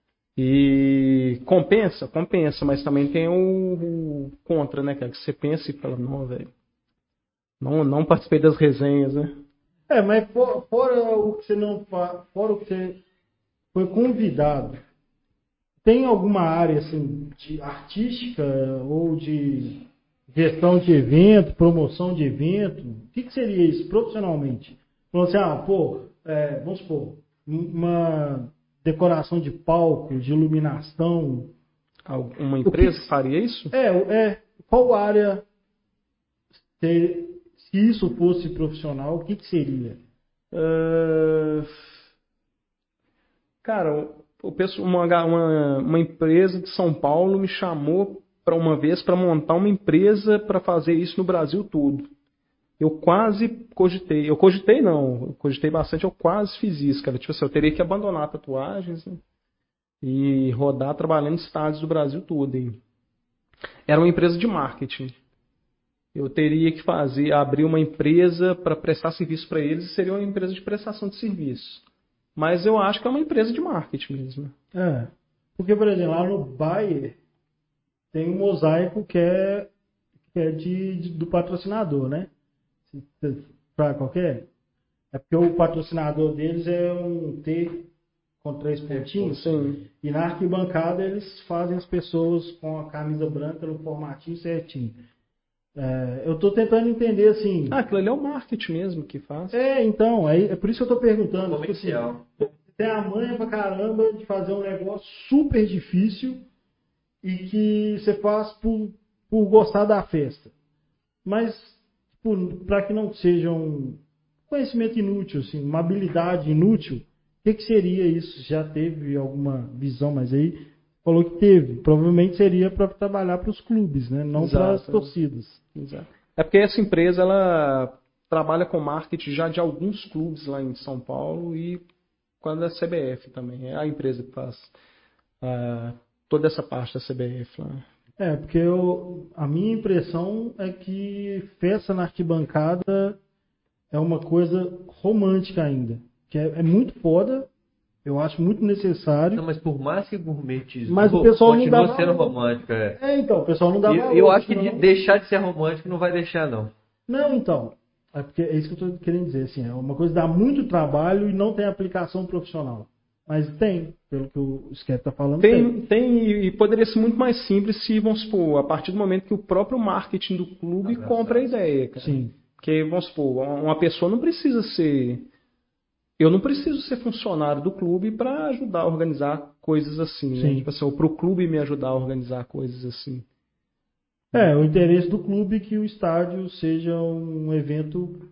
E compensa, compensa, mas também tem o, o contra, né, cara? Que você pensa e fala, não, velho, não, não participei das resenhas, né? É, mas for- fora o que você não fa- fora o que você foi convidado, tem alguma área assim de artística ou de gestão de evento, promoção de evento? O que, que seria isso profissionalmente? Falou assim, ah, pô, é, vamos supor, uma decoração de palco, de iluminação. Uma O que empresa que faria isso? é, é qual área, se, se isso fosse profissional, o que, que seria? Ah, cara, o pessoal, uma, uma, uma empresa de São Paulo me chamou para uma vez para montar uma empresa para fazer isso no Brasil todo. Eu quase cogitei, eu cogitei não, eu cogitei bastante, eu quase fiz isso, cara. Tipo assim, eu teria que abandonar tatuagens, né? E rodar trabalhando em estádios do Brasil todo, hein? Era uma empresa de marketing. Eu teria que fazer, abrir uma empresa para prestar serviço para eles e seria uma empresa de prestação de serviço. Mas eu acho que é uma empresa de marketing mesmo. É, porque, por exemplo, lá no Bayer tem um mosaico que é, que é de, de- do patrocinador, né? Para qualquer. É porque o patrocinador deles é um T com três pontinhos. Sim. E na arquibancada eles fazem as pessoas com a camisa branca no formatinho certinho. É, eu estou tentando entender assim. Ah, aquilo ali é o marketing mesmo que faz. É, então, é, é por isso que eu estou perguntando. Tipo assim, Comercial. tem a manha pra caramba de fazer um negócio super difícil e que você faz por, por gostar da festa. Mas, para que não seja um conhecimento inútil, assim, uma habilidade inútil, o que, que seria isso? Já teve alguma visão, mas aí falou que teve. Provavelmente seria para trabalhar para os clubes, né? Não para as Exato. torcidas. Exato. É porque essa empresa ela trabalha com marketing já de alguns clubes lá em São Paulo e quando é C B F também. É a empresa que faz ah, toda essa parte da C B F lá. É, porque eu, a minha impressão é que festa na arquibancada é uma coisa romântica ainda. Que é, é muito foda, eu acho muito necessário. Não, mas por mais que gourmetizou, Mas o pessoal não continua dá sendo valor. romântico. É. É, então, o pessoal não dá E valor. eu acho que senão- de deixar de ser romântico não vai deixar, não. Não, então. É porque é isso que eu estou querendo dizer. Assim, é uma coisa que dá muito trabalho e não tem aplicação profissional. Mas tem, pelo que o Skep está falando. Tem, tem e poderia ser muito mais simples se, vamos supor, a partir do momento que o próprio marketing do clube Abraçado. compra a ideia, cara. Sim. Porque, vamos supor, uma pessoa não precisa ser. Eu não preciso ser funcionário do clube para ajudar a organizar coisas assim, né? Sim. Tipo assim, ou para o clube me ajudar a organizar coisas assim. É, o interesse do clube é que o estádio seja um evento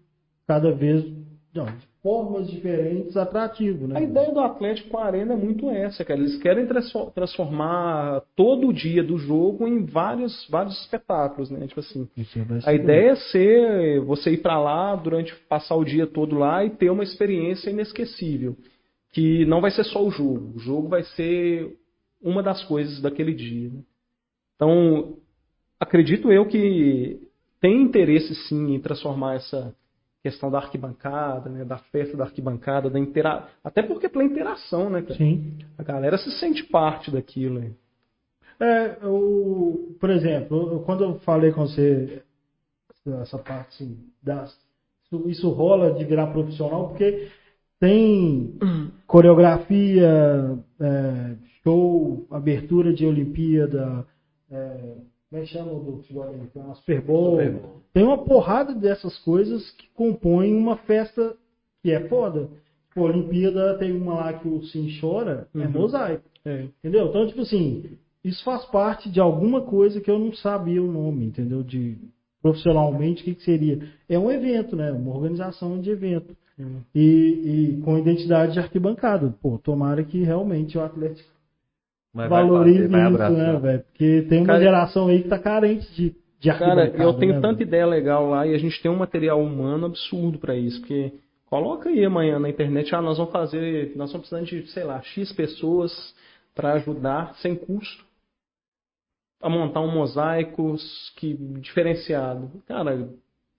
cada vez, não, de formas diferentes, atrativo, né? A ideia do Atlético com a Arena é muito essa, cara. Eles querem transformar todo o dia do jogo em vários, vários espetáculos, né? Tipo assim, a ideia é ser você ir para lá durante passar o dia todo lá e ter uma experiência inesquecível, que não vai ser só o jogo. O jogo vai ser uma das coisas daquele dia, né? Então, acredito eu que tem interesse sim em transformar essa questão da arquibancada, né, da festa da arquibancada, da intera... até porque pela interação, né, cara? Sim. A galera se sente parte daquilo. Né? É, eu, por exemplo, eu, quando eu falei com você essa parte assim, das, isso, isso rola de virar profissional, porque tem coreografia, é, show, abertura de Olimpíada, é, como é que chama do futebol americano? Super Bowl. Super Bowl. Tem uma porrada dessas coisas que compõem uma festa que é foda. Tipo, a Olimpíada tem uma lá que o Sim chora, uhum. É mosaico. É. Entendeu? Então, tipo assim, isso faz parte de alguma coisa que eu não sabia o nome, entendeu? De profissionalmente, o que, que seria? É um evento, né? Uma organização de evento. Uhum. E, e com identidade de arquibancada. Pô, tomara que realmente o Atlético Mas valorize vai fazer, vai isso, né, velho? Porque tem uma cara, geração aí que tá carente de, de arquibancada. Cara, eu tenho né, tanta véio? ideia legal lá e a gente tem um material humano absurdo para isso, porque coloca aí amanhã na internet, ah, nós vamos fazer, nós estamos precisando de, sei lá, X pessoas para ajudar sem custo a montar um mosaico que, diferenciado. Cara,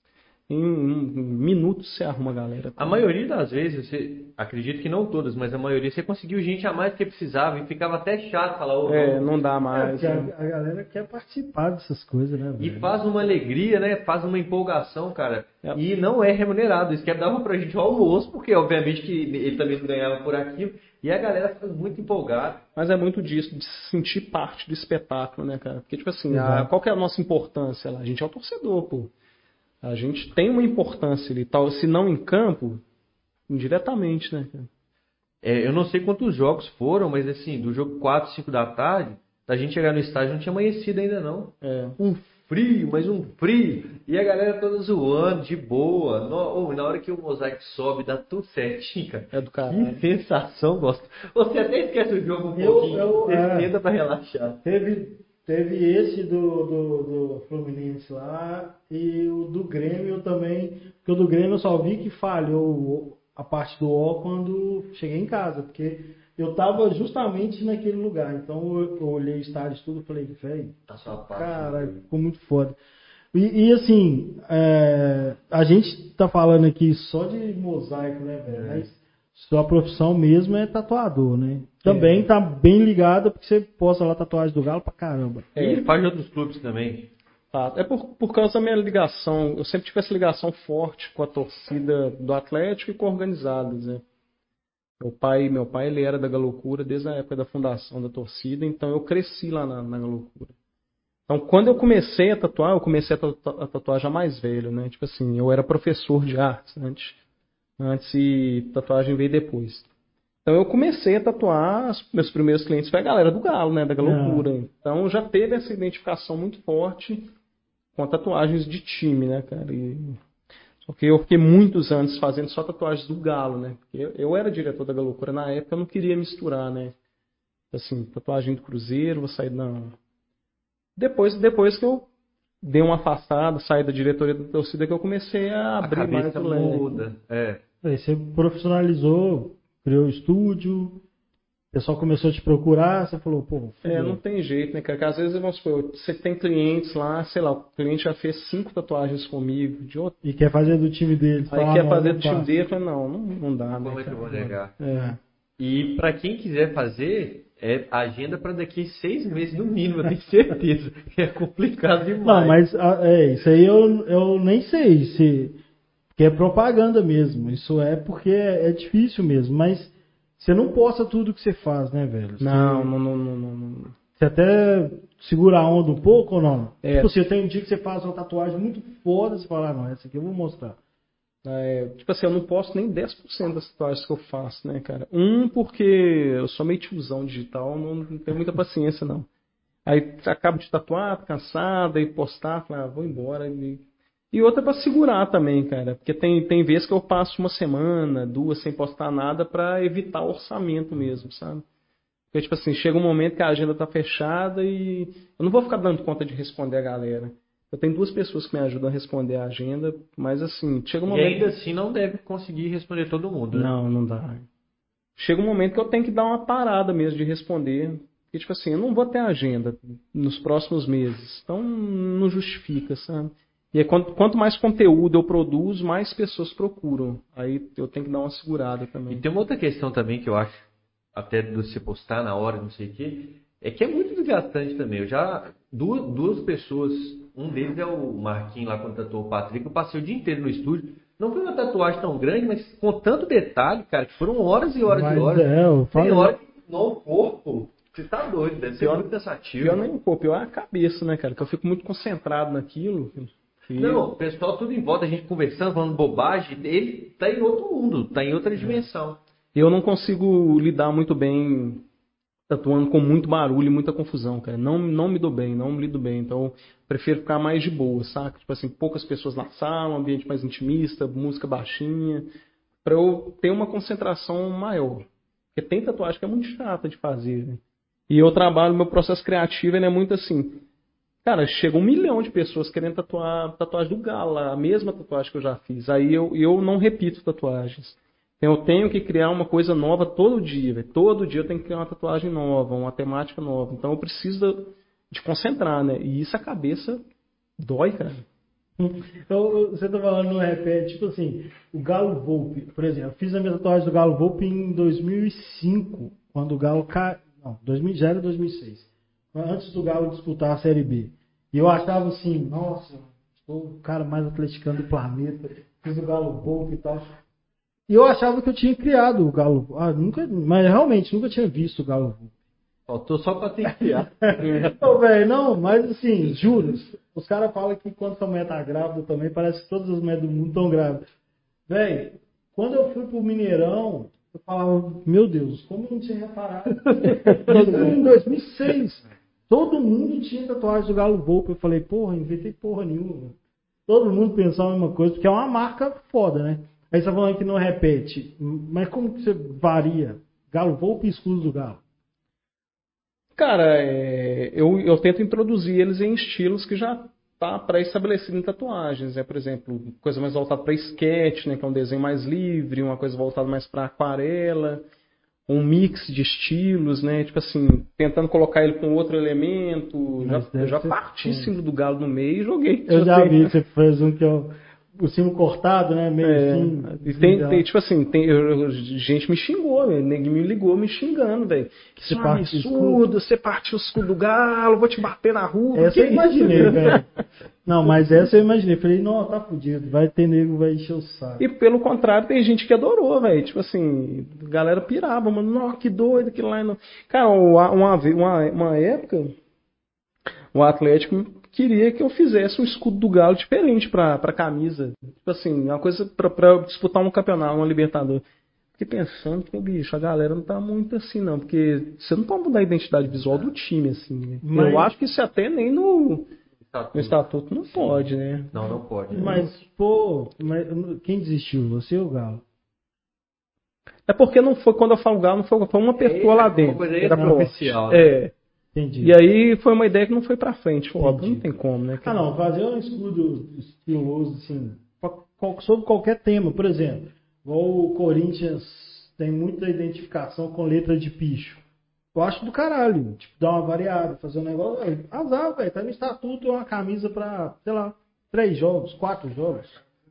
em minutos você arruma a galera. A maioria das vezes, você, acredito que não todas, mas a maioria, você conseguiu gente a mais do que precisava e ficava até chato falar, ô, é, não, não dá mais. É, né? a, a galera quer participar dessas coisas, né? E velho? faz uma alegria, né? Faz uma empolgação, cara. É. E não é remunerado. Isso quer dar pra gente o almoço, porque obviamente que ele também não ganhava por aquilo. E a galera fica muito empolgada. Mas é muito disso, de se sentir parte do espetáculo, né, cara? Porque, tipo assim, a, qual que é a nossa importância lá? A gente é o torcedor, pô. A gente tem uma importância ali, tal, se não em campo, indiretamente, né? É, eu não sei quantos jogos foram, mas assim, do jogo quatro, cinco da tarde, da gente chegar no estádio não tinha amanhecido ainda não. É. Um frio, mas um frio. E a galera toda zoando, de boa. No, oh, na hora que o mosaico sobe, dá tudo certinho, cara. É do caralho. Que sensação, gosto. Você até esquece o jogo um Eu- pouquinho, eu, você é. senta pra relaxar. Teve, teve esse do, do, do Fluminense lá e o do Grêmio também. Porque o do Grêmio eu só vi que falhou a parte do O quando cheguei em casa. Porque eu tava justamente naquele lugar. Então eu, eu olhei o estádio e tudo e falei, velho, Tá sua parte. caralho, ficou muito foda. E, e assim, é, a gente tá falando aqui só de mosaico, né, velho? É. Mas sua profissão mesmo é tatuador, né? Também tá bem ligada porque você posta lá tatuagem do Galo pra caramba. E ele faz de outros clubes também. Tá. É por, por causa da minha ligação. Eu sempre tive essa ligação forte com a torcida do Atlético e com organizadas, né? Meu pai, meu pai ele era da Galocura desde a época da fundação da torcida, então eu cresci lá na, na Galocura. Então, quando eu comecei a tatuar, eu comecei a, tatu a tatuar já mais velho, né? Tipo assim, eu era professor de artes antes, antes e tatuagem veio depois. Então, eu comecei a tatuar, os meus primeiros clientes foi a galera do Galo, né? Da Galocura. Ah. Então, já teve essa identificação muito forte com tatuagens de time, né, cara? E... Porque eu fiquei muitos anos fazendo só tatuagens do Galo, né? Porque eu, eu era diretor da Galocura na época, eu não queria misturar, né? Assim, tatuagem do Cruzeiro, vou sair da... Depois, depois que eu dei uma afastada, saí da diretoria da torcida, que eu comecei a abrir A mais cabeça o leque. muda. É. Aí você profissionalizou, criou estúdio, o pessoal começou a te procurar, você falou, pô, É, fudeu. não tem jeito, né, cara? Porque às vezes, vamos supor, você tem clientes lá, sei lá, o cliente já fez cinco tatuagens comigo, de outro. E quer fazer do time dele. Aí fala, quer não, fazer não do time faço. dele, eu falei, não, não, não dá, Como né, é que eu cara? vou negar? É. E para quem quiser fazer, é agenda para daqui seis meses no mínimo, eu tenho certeza. É complicado demais. Não, mas ah, é, isso aí eu, eu nem sei se que é propaganda mesmo. Isso é porque é, é difícil mesmo, mas você não posta tudo que você faz, né, velho? Você, Não, não, não, não, não, não. você até segura a onda um pouco ou não? É. Tipo, você tem um dia que você faz uma tatuagem muito foda, você fala, ah, não, essa aqui eu vou mostrar. É, tipo assim, eu não posto nem dez por cento das tatuagens que eu faço, né, cara? Um, porque eu sou meio tiozão digital, não, não tenho muita paciência, não. Aí acabo de tatuar, cansado, aí postar, falar, ah, vou embora. E E outra para segurar também, cara. Porque tem, tem vezes que eu passo uma semana, duas sem postar nada para evitar o orçamento mesmo, sabe? Porque, tipo assim, chega um momento que a agenda tá fechada e eu não vou ficar dando conta de responder a galera. Eu tenho duas pessoas que me ajudam a responder a agenda, mas assim, chega um E momento... ainda assim não deve conseguir responder todo mundo, né? Não, não dá. Chega um momento que eu tenho que dar uma parada mesmo de responder. Porque, tipo assim, eu não vou ter agenda nos próximos meses. Então, não justifica, sabe? E aí, quanto, quanto mais conteúdo eu produzo, mais pessoas procuram. Aí eu tenho que dar uma segurada E também. tem uma outra questão também que eu acho, até de você postar na hora, não sei o quê, é que é muito desgastante também. Eu já, duas, duas pessoas, um deles é o Marquinhos lá, quando tatuou o Patrick, eu passei o dia inteiro no estúdio. Não foi uma tatuagem tão grande, mas com tanto detalhe, cara, que foram horas e horas Mas e horas. é, eu Tem falei. hora que no corpo, você tá doido, deve ser Pior- muito cansativo. Pior nem um pouco, pior é a cabeça, né, cara? Que eu fico muito concentrado naquilo. E- Não, o pessoal tudo em volta, a gente conversando, falando bobagem, ele tá em outro mundo, tá em outra dimensão. Eu não consigo lidar muito bem tatuando com muito barulho e muita confusão, cara. Não, não me dou bem, não me lido bem. Então, prefiro ficar mais de boa, saca? Tipo assim, poucas pessoas na sala, um ambiente mais intimista, música baixinha, pra eu ter uma concentração maior. Porque tem tatuagem que é muito chata de fazer, né? E eu trabalho, meu processo criativo, ele é muito assim. Cara, chega um milhão de pessoas querendo tatuar tatuagem do Galo, a mesma tatuagem que eu já fiz. Aí eu, eu não repito tatuagens. Eu tenho que criar uma coisa nova todo dia, velho. Todo dia eu tenho que criar uma tatuagem nova, uma temática nova. Então eu preciso de concentrar, né? E isso a cabeça dói, cara. Então, você tá falando no repete, tipo assim, o Galo Volpe, por exemplo, eu fiz a minha tatuagem do Galo Volpe em dois mil e cinco, quando o Galo caiu. Não, dois mil, já era dois mil e seis. Antes do Galo disputar a Série B. E eu achava assim, nossa, sou o cara mais atleticano do planeta, fiz o Galo Volpe e tal. E eu achava que eu tinha criado o Galo. Ah, nunca, mas realmente nunca tinha visto o Galo Volpe. Faltou só pra ter criar. Não, velho, não, mas assim, juro, os caras falam que quando a mulher tá grávida também, parece que todas as mulheres do mundo estão grávidas. Velho, quando eu fui pro Mineirão, eu falava, meu Deus, como eu não tinha reparado? Isso em dois mil e seis, todo mundo tinha tatuagem do Galo Volpe. Eu falei, porra, inventei porra nenhuma. Todo mundo pensava a mesma coisa, porque é uma marca foda, né? Aí você tá falando que não repete, mas como que você varia? Galo Volpe e escudo do Galo. Cara, é, eu, eu tento introduzir eles em estilos que já tá pré-estabelecido em tatuagens, né? Por exemplo, coisa mais voltada para sketch, né? Que é um desenho mais livre, uma coisa voltada mais para aquarela, um mix de estilos, né? Tipo assim, tentando colocar ele com outro elemento. Já, Mas deve eu já ser parti foda. símbolo do galo no meio e joguei. Eu já sei. vi, você fez um que é o, o cimo cortado, né? Meio É, assim. e tem, tem, tipo assim, tem, eu- eu- gente me xingou, velho. Ninguém me ligou me xingando, velho. Que isso é um parte o absurdo, você partiu o escudo do galo, vou te bater na rua. Essa que eu isso? imaginei, velho. Não, mas essa eu imaginei. Falei, não, tá fudido. Vai ter nego, vai encher o saco. E pelo contrário, tem gente que adorou, velho. Tipo assim, a galera pirava, mano. Nossa, que doido aquilo lá. Não... Cara, uma, uma, ve- uma, uma época, o Atlético queria que eu fizesse um escudo do Galo diferente pra, pra camisa. Tipo assim, uma coisa pra, pra eu disputar um campeonato, uma Libertadores. Fiquei pensando que, bicho, a galera não tá muito assim, não. Porque você não pode mudar a identidade visual do time, assim, né? Mas- Eu acho que isso até nem no, Tá no estatuto não pode, né? Não, não pode. né? Mas, pô, mas quem desistiu? Você ou o Galo? É porque não foi, quando eu falo Galo, não foi, foi uma pessoa lá uma dentro. coisa Era extraoficial, forte. né? É. Entendi. E aí foi uma ideia que não foi pra frente. Óbvio, Entendi. não tem como, né? Ah, não, fazer um escudo estiloso, assim, qual- qual- sobre qualquer tema. Por exemplo, igual o Corinthians tem muita identificação com letra de picho. Eu acho do caralho, tipo, dar uma variada, fazer um negócio. Ué, azar, velho, tá no estatuto, é uma camisa pra, sei lá, três jogos, quatro jogos.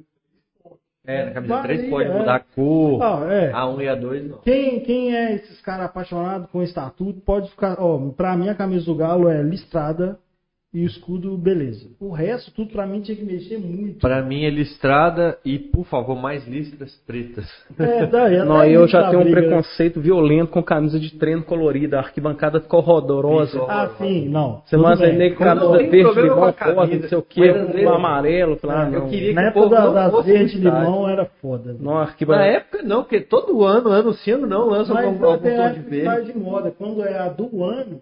É, na camisa Varia, três pode é. mudar a cor, Ah, é. a um e a dois não. Quem, quem é esses caras apaixonados com o estatuto pode ficar. Ó, pra mim a camisa do Galo é listrada e o escudo, beleza. O resto, tudo pra mim tinha que mexer muito. Pra mim é listrada e, por favor, mais listras pretas. É, daí, Não, até eu isso já dá tenho um briga. preconceito violento com camisa de treino colorida. A arquibancada ficou rodorosa. Isso. Ah, sim, não. Você tudo mais bem. nem Eu não camisa tenho verde, problema limão, com a camisa, rosa, não sei o que, mas às vezes- amarelo. Falei, ah, Eu não. queria que Na o época povo da, não das fosse verdes de no estádio. limão era foda. velho. Não, Na arquibancada. época não, porque todo ano, ano sim, ano não, lança Mas algum, não algum tem tom época de que sai verde. de moda. Quando é a do ano,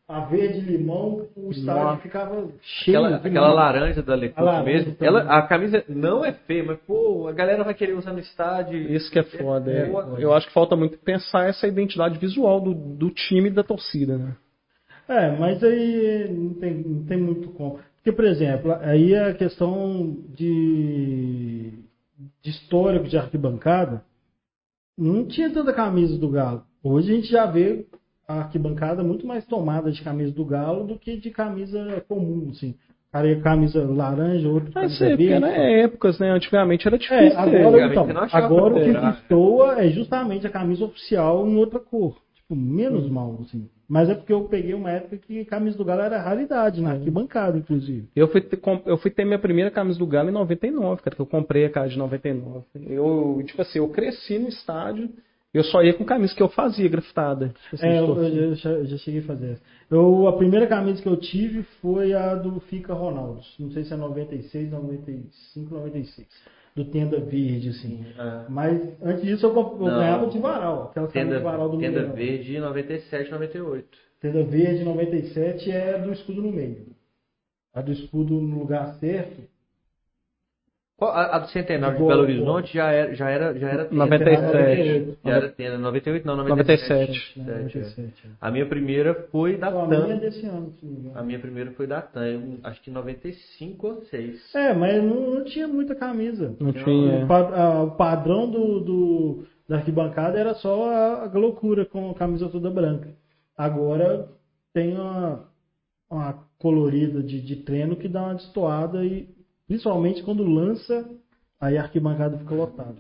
a verde limão, o estádio Nossa. ficava cheio. Aquela, de aquela limão. laranja da A Lecoq laranja mesmo. também. Ela, a camisa não é feia, mas pô, a galera vai querer usar no estádio. Isso que é foda. É, é. foda. Eu acho que falta muito pensar essa identidade visual do, do time e da torcida, né? É, mas aí não tem, não tem muito como. Porque, por exemplo, aí a questão de, de histórico de arquibancada, não tinha tanta camisa do Galo. Hoje a gente já vê a arquibancada muito mais tomada de camisa do Galo do que de camisa comum, assim. Cara, ia camisa laranja, outro Ah, camisa sei, porque verde. né, épocas, né? Antigamente era É, difícil. agora, Antigamente então, você não achava agora o que comprar, né? destoa é justamente a camisa oficial em outra cor. Tipo, menos Hum. mal, assim. Mas é porque eu peguei uma época que a camisa do Galo era raridade, na arquibancada, inclusive. Eu fui, ter, com- eu fui ter minha primeira camisa do Galo em noventa e nove, cara, que eu comprei a cara de noventa e nove. Eu, tipo assim, eu cresci no estádio, eu só ia com camisa que eu fazia grafitada. Tipo assim, É, de eu, torcida. eu já, já cheguei a fazer essa. Eu, a primeira camisa que eu tive foi a do Fica Ronaldo. Não sei se é noventa e seis, noventa e cinco, noventa e seis. Do Tenda Verde, assim. É. Mas antes disso eu, comp- eu Não. ganhava de varal. Aquelas camisas Tenda, de varal do tenda Mineirão. verde noventa e sete, noventa e oito. Tenda Verde noventa e sete é do escudo no meio. A do escudo no lugar certo. Qual- A, a do Centenário de De Belo boa, Horizonte já era, já era, já era tenda. noventa e sete. Já era tenda. noventa e oito não, noventa e noventa e sete. sete. Né, noventa e sete, é. A minha primeira foi da Então, a minha é TAM. desse ano, se não me engano. A minha primeira foi da TAM, eu acho que noventa e cinco ou seis. É, mas não, não tinha muita camisa. Não O, tinha. pa- a- o padrão do, do- da arquibancada era só a, a loucura com a camisa toda branca. Agora tem uma, uma colorida de, de treino que dá uma destoada e principalmente quando lança, aí a arquibancada fica lotada.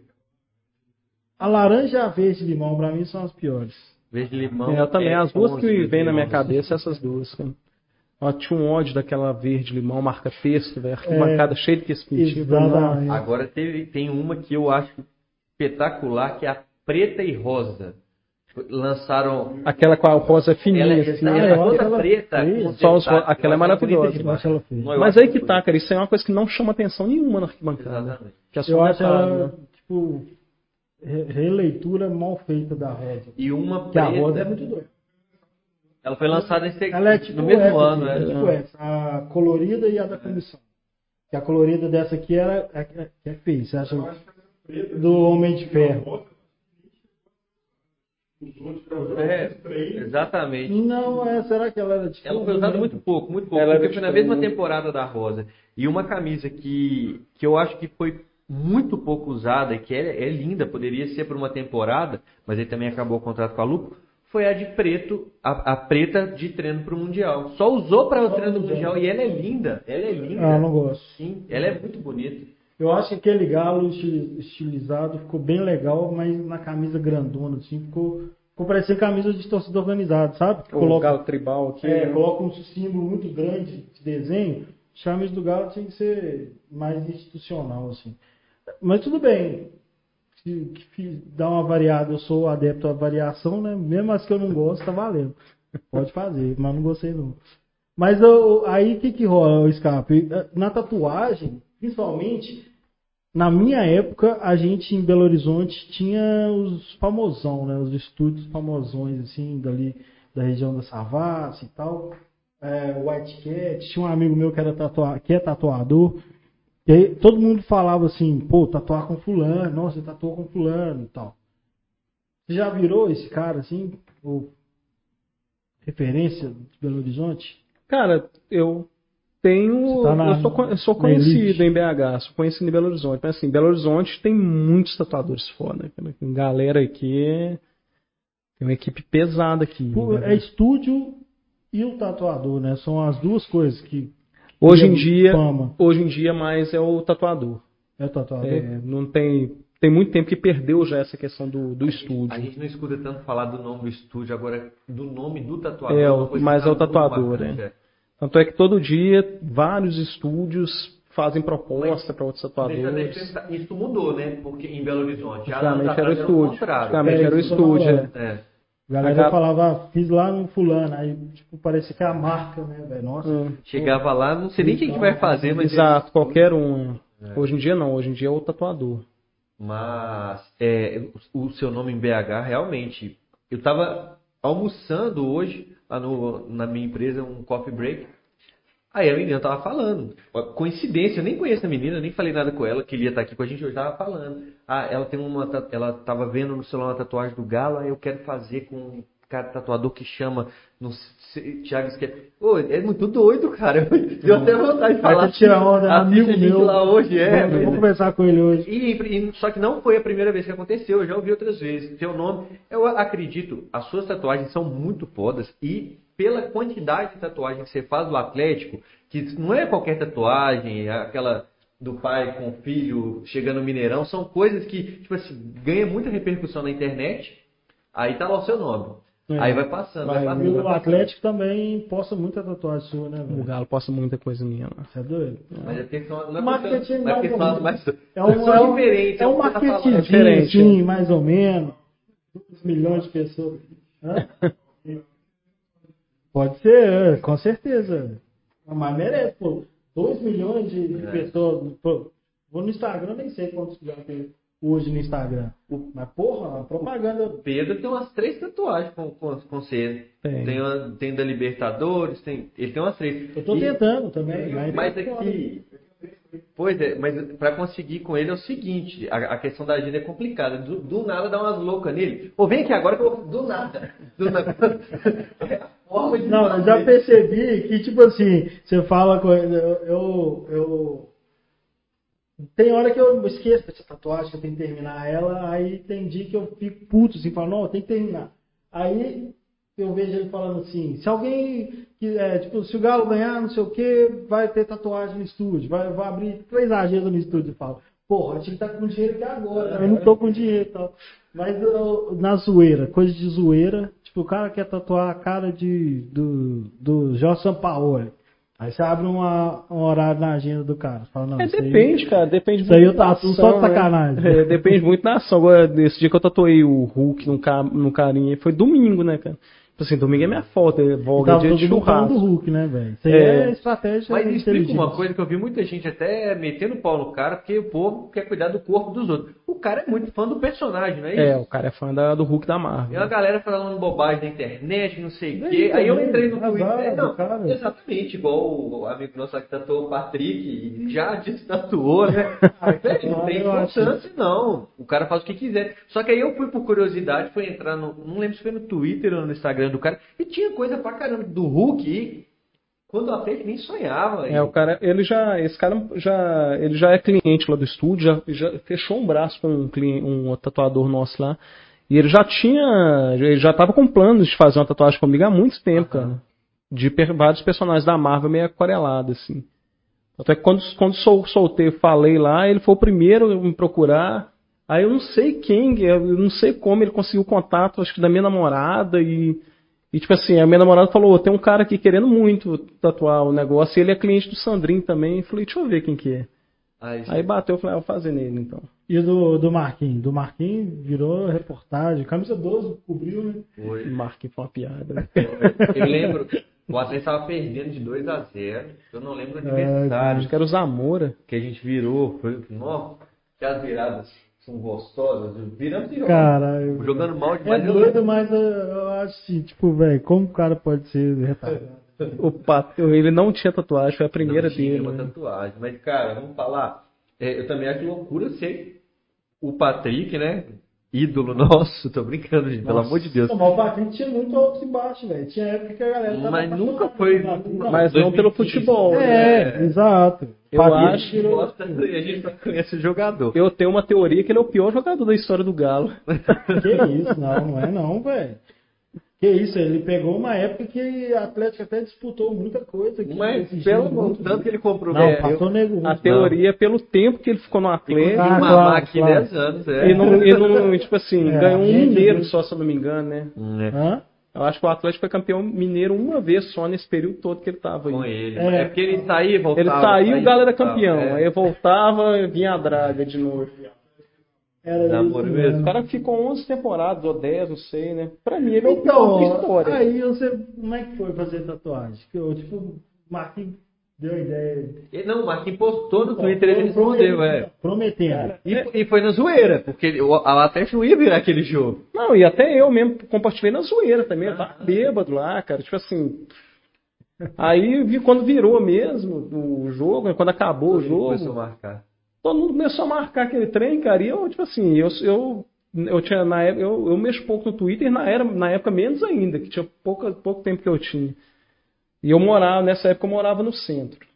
A laranja e a verde limão pra mim são as piores. Verde limão. É, eu também, é as duas onze, que me verde vêm na minha limão. cabeça, essas duas, cara. Eu tinha um ódio daquela verde limão, marca texto, velho, arquibancada cheia de quespintinho. Exatamente. Agora teve, tem uma que eu acho espetacular, que é a preta e rosa. Lançaram. Aquela com a rosa fininha, Ela é, assim. ela né? é toda aquela- preta. Sim. com Só os- detalhes. aquela é Eu acho maravilhosa. bonita demais. Essa ela fez. Não, eu Mas acho aí que bonita. tá, cara, isso aí é uma coisa que não chama atenção nenhuma na arquibancada. Exatamente. Que é só Eu um acho detalhe, ela, né? tipo, re- releitura mal feita da rosa. E uma Que a rosa é preta. muito doida. Ela foi lançada esse, Ela é tipo no mesmo essa, ano, aqui, né? é tipo essa, a colorida e a da comissão. Que a colorida dessa aqui era é, é, é feia, você acha? Do Homem de Ferro. É, exatamente. Não, é, será que ela era de Ela cor? foi usada Não muito pouco, muito pouco, Ela era porque foi na diferente. mesma temporada da Rosa. E uma camisa que, que eu acho que foi muito pouco usada, e que é, é linda, poderia ser por uma temporada, mas ele também acabou o contrato com a Lupo, foi a de preto, a, a preta de treino para o Mundial. Só usou para o Só treino do usou. Mundial e ela é linda, ela é linda. Ah, eu não gosto. Sim, ela é muito bonita. Eu acho que aquele galo estili- estilizado ficou bem legal, mas na camisa grandona, assim, ficou, ficou parecendo camisa de torcida organizada, sabe? Que O coloca, galo tribal aqui. é, né? coloca um símbolo muito grande de desenho. Os camisas do galo tinha que ser mais institucional, assim. Mas tudo bem. Se que fi- dá uma variada, eu sou adepto à variação, né? Mesmo as que eu não gosto, tá valendo. Pode fazer, mas não gostei não. Mas eu- aí o que, que rola, o Scarpe? Na tatuagem, principalmente, na minha época, a gente em Belo Horizonte tinha os famosão, né? Os estúdios famosões, assim, dali da região da Savassi e tal. É, White Cat, tinha um amigo meu que, era tatua que é tatuador. E aí todo mundo falava assim, pô, tatuar com fulano, nossa, você tatuou com fulano e tal. Você já virou esse cara, assim, ou referência de Belo Horizonte? Cara, eu tenho. Você tá na- eu sou, co- eu sou na conhecido elite. em B H, sou conhecido em Belo Horizonte. Mas assim, Belo Horizonte tem muitos tatuadores foda. Cara. Tem galera aqui. Tem uma equipe pesada aqui. Pô, né? é estúdio e o tatuador, né? São as duas coisas que. Hoje em que dia, fama. hoje em dia mais é o tatuador. É o tatuador? É, não tem, tem muito tempo que perdeu já essa questão do, do A estúdio. gente não escuta tanto falar do nome do estúdio, agora do nome do tatuador. É, uma coisa mas que é o tá muito tatuador, marcante, né? é. Tanto é que todo dia vários estúdios fazem proposta para outros Deixa eu até tatuadores. pensar, isso mudou, né? Porque em Belo Horizonte, há Antigamente anos era o atrás estúdio. contrário. Antigamente É, era o isso que eu tô estúdio. falando. é. É. A galera Acaba- falava, ah, fiz lá no fulano, aí tipo, parecia que é a marca, né, velho? Nossa. Hum. Chegava lá, não sei nem quem que vai fazer, mas... Exato, qualquer um. Hoje em dia não, hoje em dia é o tatuador. Mas é, o o seu nome em B H, realmente... Eu tava almoçando hoje, lá no, na minha empresa, um coffee break. Aí a menina tava falando, coincidência, eu nem conheço a menina, nem falei nada com ela, que ele ia estar aqui com a gente, hoje tava falando. Ah, ela tem uma, ela tava vendo no celular uma tatuagem do Galo, aí eu quero fazer com um cara tatuador que chama, não sei, Thiago Esquer. Pô, é muito doido, cara. Deu até vontade de falar. Vai tirar onda, amigo a gente meu. lá hoje, é. Vou, vou conversar com ele hoje. E, e, só que não foi a primeira vez que aconteceu, eu já ouvi outras vezes. Seu nome, eu acredito, as suas tatuagens são muito fodas e pela quantidade de tatuagem que você faz do Atlético, que não é qualquer tatuagem, é aquela do pai com o filho chegando no Mineirão, são coisas que, tipo assim, ganha muita repercussão na internet, aí tá lá o seu nome. É. Aí vai passando, vai, vai passando. E o Atlético também posta muita tatuagem sua, né, velho? O Galo posta muita coisa minha lá. Você é doido? Mas é porque são, não é marketing porque, mais ou menos. Mais, é um, são é um, diferentes. É um marketing tá diferente, sim, mais ou menos. dois milhões de pessoas. Hã? Pode ser, com certeza. Mas merece, pô. dois milhões de é. pessoas. Pô, vou no Instagram, nem sei quantos já tem hoje no Instagram. Mas, porra, a propaganda. O Pedro tem umas três tatuagens com, com, com C. Tem. Tem, uma, tem da Libertadores, tem, ele tem umas três. Eu tô e, tentando também. Mas, mas aqui. Pois é, mas para conseguir com ele é o seguinte, a, a questão da agenda é complicada. Do, do nada dá umas loucas nele. Pô, vem aqui agora que eu vou. Do nada. Do nada. Não, eu já percebi que, tipo assim, você fala com ele, eu, eu, eu. Tem hora que eu esqueço dessa tatuagem, que eu tenho que terminar ela, aí tem dia que eu fico puto, assim, falo, não, eu tenho que terminar. Aí eu vejo ele falando assim, se alguém, que, é, tipo, se o Galo ganhar, não sei o que, vai ter tatuagem no estúdio, vai, vai abrir três agendas no estúdio e falo, porra, eu tinha que estar com dinheiro aqui agora, eu não tô com dinheiro e tal. Mas eu, na zoeira, coisa de zoeira, tipo, o cara quer tatuar a cara de, do, do Jorge Sampaoli. Aí você abre uma, um horário na agenda do cara. Fala, não, é, depende, aí, cara. Depende muito aí eu da ação, só de sacanagem. Né? É, depende muito da ação. Agora, desse dia que eu tatuei o Hulk no, no carinha, foi domingo, né, cara? Tipo assim, domingo é minha falta, volga então, dia de churrasco. do Hulk, né, velho? Isso aí é, é estratégia. Mas explica uma coisa que eu vi muita gente até metendo pau no cara, porque o povo quer cuidar do corpo dos outros. O cara é muito fã do personagem, não é isso? É, o cara é fã da, do Hulk da Marvel. E a galera falando bobagem na internet, não sei o quê. Aí eu entrei no Twitter. Não, cara. Exatamente, igual o amigo nosso que tatuou o Patrick, já tatuou, né? Não tem importância, não. O cara faz o que quiser. Só que aí eu fui por curiosidade, fui entrar no. Não lembro se foi no Twitter ou no Instagram do cara, e tinha coisa pra caramba do Hulk, e quando o Atlético nem sonhava. É, o cara, ele já, esse cara já, ele já é cliente lá do estúdio, já, já fechou um braço com um, cliente, um tatuador nosso lá, e ele já tinha, ele já tava com planos de fazer uma tatuagem comigo há muito tempo, uhum. cara, de per, vários personagens da Marvel meio aquarelados, assim. Até que quando, quando sol, soltei, falei lá, ele foi o primeiro a me procurar. Aí eu não sei quem, eu não sei como ele conseguiu o contato, acho que da minha namorada, e E, tipo assim, a minha namorada falou, tem um cara aqui querendo muito tatuar o negócio, e ele é cliente do Sandrinho também. Eu falei, deixa eu ver quem que é. Ah, Aí bateu, eu falei, ah, vou fazer nele, então. E do, do Marquinhos? Do Marquinhos virou reportagem, camisa doze, cobriu, né? Foi. Marquinhos foi uma piada. Eu lembro, o Atlético estava perdendo de dois a zero, eu não lembro do adversário. Acho que era o Zamora. Que a gente virou, foi, nossa, que as viradas são gostosas, viramos e jogando. Jogando mal demais. É doido, mas eu, eu acho assim, tipo, velho, como o cara pode ser retardado? O Pat... Ele não tinha tatuagem, foi a primeira não tinha dele. Uma né? tatuagem. Mas, cara, vamos falar. É, eu também acho loucura ser o Patrick, né? Ídolo nosso, tô brincando, gente, Nossa. Pelo amor de Deus. Não, mas o Patrick tinha muito altos e baixos, velho. Tinha época que a galera tava. Mas nunca foi. Não, mas não pelo futebol. É, né? Exato. Eu Patrick acho que gosta, a gente só conhece o jogador. Eu tenho uma teoria que ele é o pior jogador da história do Galo. Que isso, não, não é não, velho. Que isso, ele pegou uma época que o Atlético até disputou muita coisa. Aqui, mas pelo tanto que ele comprou. Não, é, passou nego. A teoria é pelo tempo que ele ficou no Atlético. Ah, uma claro, aqui claro. dez anos, é. E não, e não tipo assim, é, ganhou um mineiro só, se eu não me engano, né? É. Hã? Eu acho que o Atlético foi campeão mineiro uma vez só nesse período todo que ele tava aí. Com ele. É, é porque ele saía e voltava. Ele saiu, o Galo era campeão. É. Aí voltava, vinha a draga de novo. Era Namoro isso, mesmo. O cara ficou onze temporadas, ou dez, não sei, né? Pra mim ele é o então, pior da história. Aí você, como é que foi fazer tatuagem? Que eu, tipo, Marquinhos deu ideia. Não, o Marquinhos postou no Twitter, ele respondeu, é. Prometendo. E, e foi na zoeira, porque o Atlético não ia virar aquele jogo. Não, e até eu mesmo compartilhei na zoeira também. Eu tava bêbado lá, cara. Tipo assim. Aí vi quando virou mesmo o jogo, quando acabou Todo o jogo. começou a marcar. Todo mundo começou a marcar aquele trem, cara. E eu, tipo assim, eu, eu, eu tinha na época, eu, eu mexo pouco no Twitter, na, era, na época menos ainda, que tinha pouca, pouco tempo que eu tinha. E eu morava, nessa época eu morava no centro.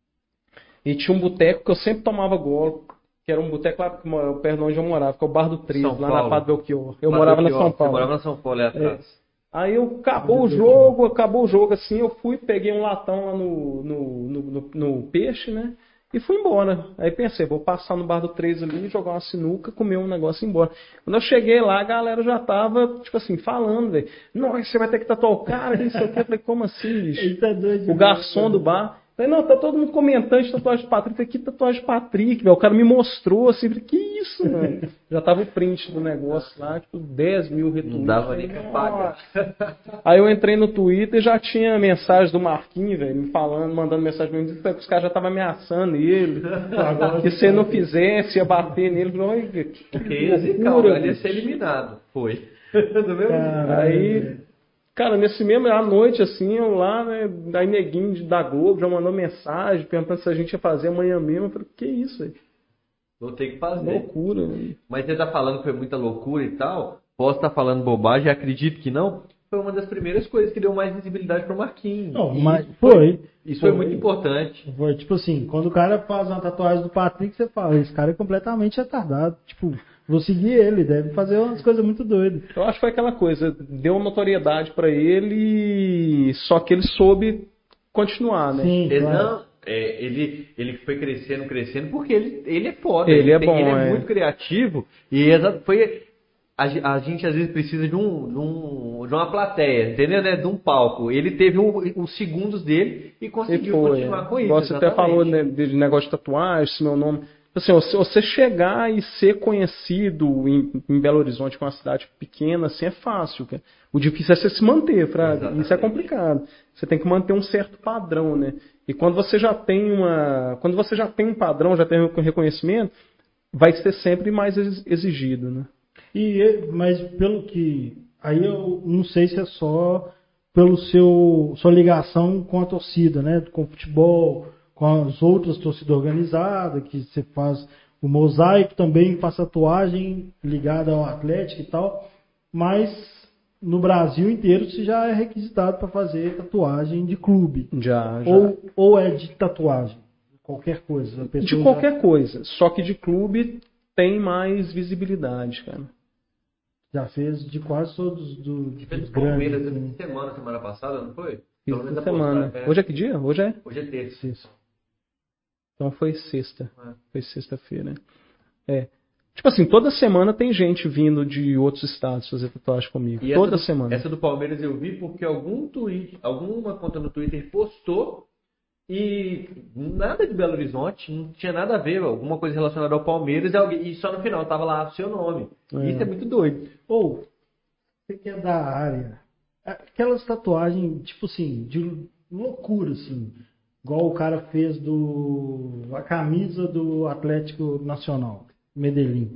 E tinha um boteco que eu sempre tomava golo, que era um boteco lá perto de onde eu morava, que é o Bar do treze, lá Paulo. na Padre Belchior. Eu Padre morava Belchior. na São Paulo. Você morava na São Paulo, é atrás. É. Aí eu, acabou o jogo, acabou o jogo assim, eu fui, peguei um latão lá no, no, no, no, no peixe, né? E fui embora. Aí pensei, vou passar no Bar do treze ali, jogar uma sinuca, comer um negócio e ir embora. Quando eu cheguei lá, a galera já tava, tipo assim, falando, velho. Nossa, você vai ter que tatuar o cara, isso aqui. Eu falei, como assim, bicho? Tá doido, O garçom do bar. Falei, não, tá todo mundo comentando de tatuagem de Patrick. Falei, que tatuagem de Patrick, velho? O cara me mostrou assim, falei, que isso, mano? Já tava o print do negócio lá, tipo, dez mil retweets. Não dava nem pra pagar. Aí eu entrei no Twitter e já tinha mensagem do Marquinhos, velho, me falando, mandando mensagem pra mim, dizendo que os caras já estavam ameaçando ele. Que se ele não fizesse, ia bater nele. Falei, que, que, que isso, calma, ele ia ser eliminado. Foi. Do mesmo Aí, cara, nesse mesmo, à noite, assim, eu lá, né, aí neguinho da Globo já mandou mensagem, perguntando se a gente ia fazer amanhã mesmo. Eu falei, que isso, velho? Vou ter que fazer. Loucura, velho. Mas você tá falando que foi muita loucura e tal, posso estar falando bobagem, acredito que não. Foi uma das primeiras coisas que deu mais visibilidade pro Marquinhos. Não, E mas isso foi. foi. Isso foi, foi muito importante. Foi, tipo assim, quando o cara faz uma tatuagem do Patrick, você fala, esse cara é completamente retardado. Tipo, vou seguir ele, deve fazer umas coisas muito doidas. Eu acho que foi aquela coisa, deu notoriedade pra ele, só que ele soube continuar, né? Sim, Ele, claro. não, é, ele, ele foi crescendo, crescendo, porque ele, ele é foda. Ele é tem- bom, ele é, é. muito criativo. E exa- foi. A, ge- a gente às vezes precisa de, um, de, um, de uma plateia, entendeu? Né? De um palco. Ele teve um- os segundos dele e E conseguiu foi, continuar é. com isso. Você até exatamente. falou, né, de negócio de tatuagem, se meu nome. Assim, você você chegar e ser conhecido em, em Belo Horizonte, que é uma cidade pequena, assim, é fácil. Cara. O difícil é você se manter, Fraga. Exatamente. Isso é complicado. Você tem que manter um certo padrão, né? E quando você já tem uma. Quando você já tem um padrão, já tem um reconhecimento, vai ser sempre mais ex- exigido, né? E, mas pelo que. Aí eu não sei se é só pelo seu sua ligação com a torcida, né? Com o futebol, com as outras torcidas organizadas, que você faz o mosaico também, faz tatuagem ligada ao Atlético e tal. Mas no Brasil inteiro você já é requisitado para fazer tatuagem de clube. Já, já. Ou, ou é de tatuagem. Qualquer coisa. A De pessoa qualquer já, coisa. Só que de clube tem mais visibilidade, cara. já fez de quase todos do, Ele fez dos o Palmeiras grandes. esse Né? semana, semana passada, não foi? Fiz Pelo menos essa a semana. postagem, é. Hoje é que dia? Hoje é? Hoje é terça. Isso. Então foi sexta. É. Foi sexta-feira. É. Tipo assim, toda semana tem gente vindo de outros estados fazer tatuagem comigo. E Toda essa do, semana. Essa do Palmeiras eu vi porque algum tweet, alguma conta no Twitter postou e nada de Belo Horizonte, não tinha nada a ver, alguma coisa relacionada ao Palmeiras e, alguém, e só no final tava lá o seu nome. É. Isso é muito doido. Ou, você que é da área, aquelas tatuagens, tipo assim, de loucura, assim. Igual o cara fez do a camisa do Atlético Nacional, Medellín.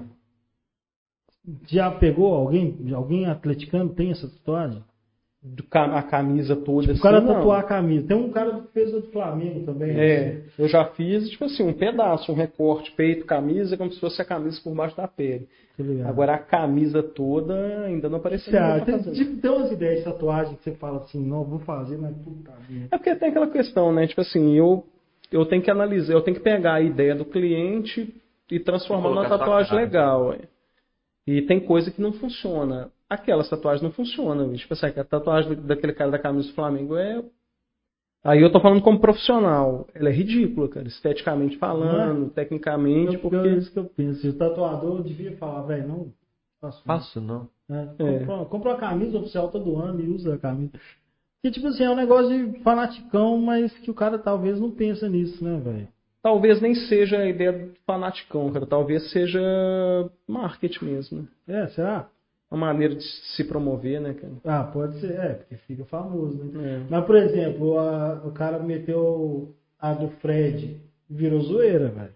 Já pegou alguém? Alguém atleticano tem essa tatuagem? Do ca- a camisa toda Tipo, assim. o cara não. tatuar a camisa. Tem um cara que fez a do Flamengo também. É, eu já fiz, tipo assim, um pedaço, um recorte, peito, camisa, como se fosse a camisa por baixo da pele. Tá ligado? Agora a camisa toda ainda não apareceu. Você ninguém acha? pra Tem, fazer. tipo, tem umas ideias de tatuagem que você fala assim, não, vou fazer, mas puta vida. É porque tem aquela questão, né? Tipo assim, eu, eu tenho que analisar, eu tenho que pegar a ideia do cliente e transformar numa Colocar sua tatuagem cara. legal. Ué. E tem coisa que não funciona. Aquelas tatuagens não funcionam. Tipo assim, a tatuagem daquele cara da camisa do Flamengo é. Aí eu tô falando como profissional. Ela é ridícula, cara. Esteticamente falando, tecnicamente, Eu, porque. É isso que eu penso. O tatuador devia falar, velho, não faço isso. Faço não. É, É. compra, compra uma camisa oficial todo ano e usa a camisa. Que tipo assim, é um negócio de fanaticão, mas que o cara talvez não pensa nisso, né, velho? Talvez nem seja a ideia do fanaticão, cara. Talvez seja marketing mesmo. Né? É, será? Uma maneira de se promover, né, cara? Ah, pode ser, é, porque fica famoso, né? É. Mas, por exemplo, a- o cara meteu a do Fred virou zoeira, velho.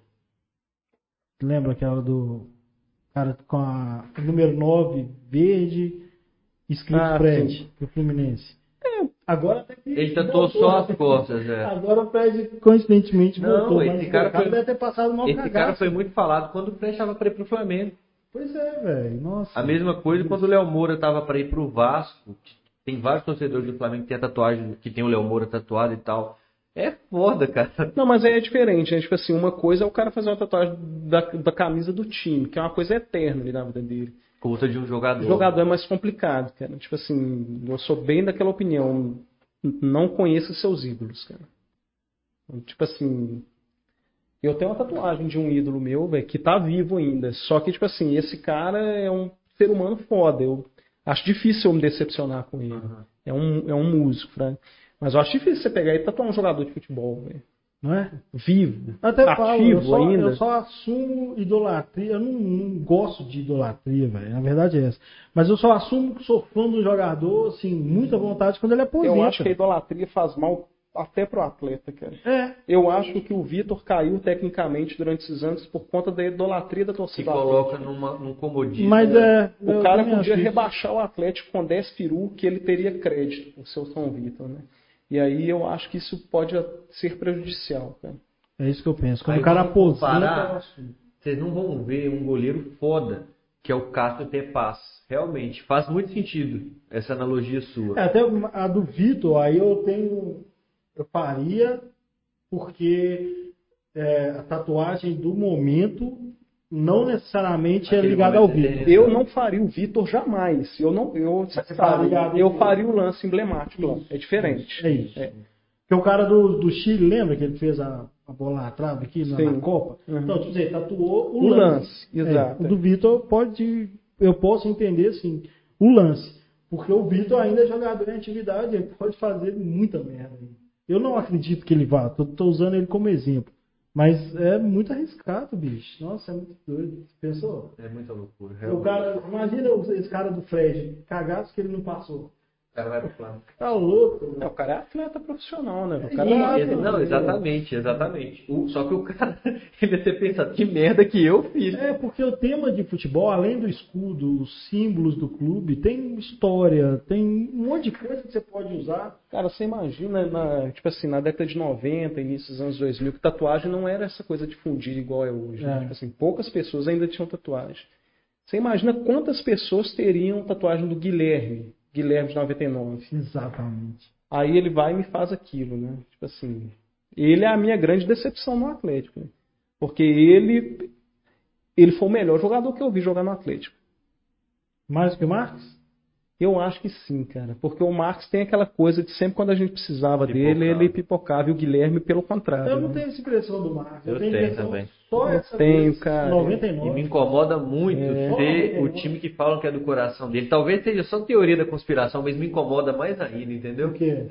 Lembra aquela do cara com a o número nove verde, escrito Ah, Fred, sim. pro Fluminense. É, agora até que Ele tatuou voltou. só as costas, é. Agora o Fred, coincidentemente, Não, voltou. esse Mas cara o cara foi- deve ter passado mal Esse cagaço. cara foi muito falado quando o Fred estava para ir pro Flamengo. Pois é, velho. Nossa. A mesma coisa quando o Léo Moura estava para ir pro Vasco. Tem vários torcedores do Flamengo que tem a tatuagem, que tem o Léo Moura tatuado e tal. É foda, cara. Não, mas aí é diferente, né? Tipo assim, uma coisa é o cara fazer uma tatuagem da, da camisa do time, que é uma coisa eterna ali na vida dele. Conta de um jogador. O jogador é mais complicado, cara. Tipo assim, eu sou bem daquela opinião. Não conheça seus ídolos, cara. Tipo assim, eu tenho uma tatuagem de um ídolo meu, velho, que tá vivo ainda. Só que, tipo assim, esse cara é um ser humano foda. Eu acho difícil eu me decepcionar com ele. Uhum. É um, é um músico, Frank. Mas eu acho difícil você pegar e tatuar um jogador de futebol, velho. Não é? Vivo, Até falo, eu ativo só, ainda. eu só assumo idolatria. Eu não, não gosto de idolatria, velho. Na verdade é essa. Mas eu só assumo que sou fã do jogador, assim, muita vontade quando ele aposenta. Eu acho que a idolatria faz mal até pro atleta, cara. É. Eu acho que o Vitor caiu tecnicamente durante esses anos por conta da idolatria da Se torcida coloca atlética. numa, num comodismo. Mas né? é. O eu cara também podia acho isso. rebaixar o Atlético com dez peru que ele teria crédito por seu São Vitor, né? E aí eu acho que isso pode ser prejudicial, cara. É isso que eu penso. Quando Aí o cara vamos aposenta, comparar, eu assumo. vocês não vão ver um goleiro foda, que é o Cássio Tepaz. Realmente, faz muito sentido essa analogia sua. É, até a do Vitor, aí eu tenho. Eu faria, porque é, a tatuagem do momento não necessariamente é Aquele ligada ao momento é Vitor. eternizado. Eu não faria o Vitor jamais. Eu não, eu, Mas você sabe, faria a do- eu faria o lance emblemático lá. É diferente. É isso. É. Porque o cara do, do Chile, lembra que ele fez a, a bola na trave aqui na, Sim. na Copa? Uhum. Então, tipo, ele tatuou o, O lance. lance, exato. É, o do Vitor pode. Eu posso entender assim, o lance. Porque o Vitor ainda é jogador em atividade, ele pode fazer muita merda. Eu não acredito que ele vá, tô, tô usando ele como exemplo. Mas é muito arriscado, bicho. Nossa, é muito doido. Você pensou? É muita loucura. O realmente. cara, imagina esse cara do Fred, cagaço que ele não passou. O cara vai pro Flamengo. Tá louco, É, o cara é atleta profissional, né? O cara Exato. Ex- Não, exatamente, exatamente. O- só que o cara, ele deve ter pensado, que merda que eu fiz. É, porque o tema de futebol, além do escudo, os símbolos do clube, tem história, tem um monte de coisa que você pode usar. Cara, você imagina, na, tipo assim, na década de noventa, início dos anos dois mil, que tatuagem não era essa coisa difundida igual é hoje. né? É. Tipo assim, poucas pessoas ainda tinham tatuagem. Você imagina quantas pessoas teriam tatuagem do Guilherme, Guilherme de noventa e nove. Exatamente. Aí ele vai e me faz aquilo, né? Tipo assim, ele é a minha grande decepção no Atlético. Né? Porque ele, ele foi o melhor jogador que eu vi jogar no Atlético. Mais que o Marcos? Eu acho que sim, cara. Porque o Marcos tem aquela coisa de sempre quando a gente precisava Pipocava. dele, ele pipocava. E o Guilherme, pelo contrário. Eu não né? tenho essa impressão do Marcos. Eu tenho tenho impressão também. só Eu essa tenho, vez, cara. noventa e E me nove. incomoda muito É. ser o time que falam que é do coração dele. Talvez seja só teoria da conspiração, mas me incomoda mais ainda, entendeu? Por quê?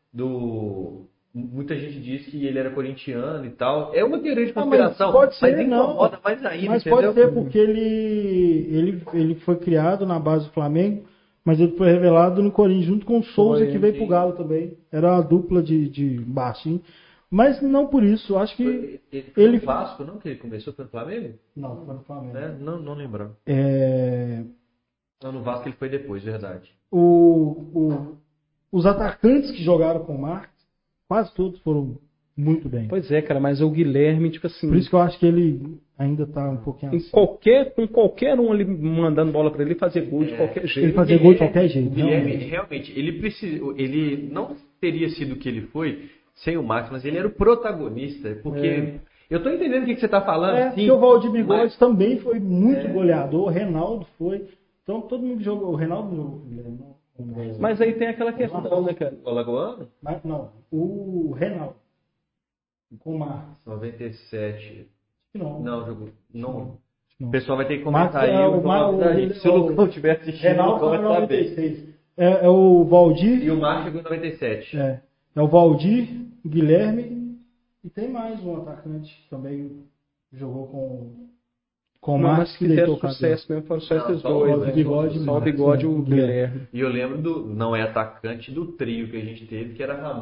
Do muita gente diz que ele era corintiano e tal. É uma teoria de Ah, mas conspiração, pode ser, mas não. incomoda mais ainda, Mas entendeu? pode ser porque ele, ele, ele foi criado na base do Flamengo, mas ele foi revelado no Corinthians junto com o Souza, Foi, que veio sim. pro Galo também. Era uma dupla de, de baixinho. Mas não por isso, acho que Ele, ele foi ele- no Vasco, não? Que ele começou pelo Flamengo? não, foi no Flamengo. Né? Não, não lembrava. É, Não, no Vasco ele foi depois, verdade. o, o- os atacantes que jogaram com o Marcos, quase todos foram muito bem. Pois é, cara, mas o Guilherme, tipo assim, Por isso que eu acho que ele ainda tá um pouquinho em assim. qualquer, com qualquer um ali mandando bola pra ele, ele fazia gol de É. qualquer Ele jeito. fazia gol de qualquer jeito. O Guilherme, realmente. realmente, ele precisou, ele não teria sido o que ele foi sem o Max, mas ele era o protagonista, porque É. eu tô entendendo o que, que você tá falando. É, sim, porque o Valdir Bigode mas- também foi muito É. goleador, o Reinaldo foi. Então todo mundo jogou. O Reinaldo jogou. com ele, não- com- Mas aí tem aquela questão, né, cara? O Alagoano? Mas não, o Reinaldo. Com o Marcos. noventa e sete. Não. Não, jogou. Não. Não. O pessoal vai ter que Marcos comentar aí é o o Mar- nome da o- gente. Se o o- Lucão tiver assistindo, o Reinaldo Lucão foi vai em noventa e saber. seis. É, é o Valdir. E o Marcos chegou em noventa e sete. É, é o Valdir, Guilherme e tem mais um atacante que também jogou com, com o Não, mas Marcos que que fizeram deitou o cabelo. sucesso mesmo, foram só Não, esses só o dois. Valdir né? Bigode e Só o Marcos, Bigode e é, o Guilherme. Guilherme. E eu lembro do. Não é atacante do trio que a gente teve, que era Ramon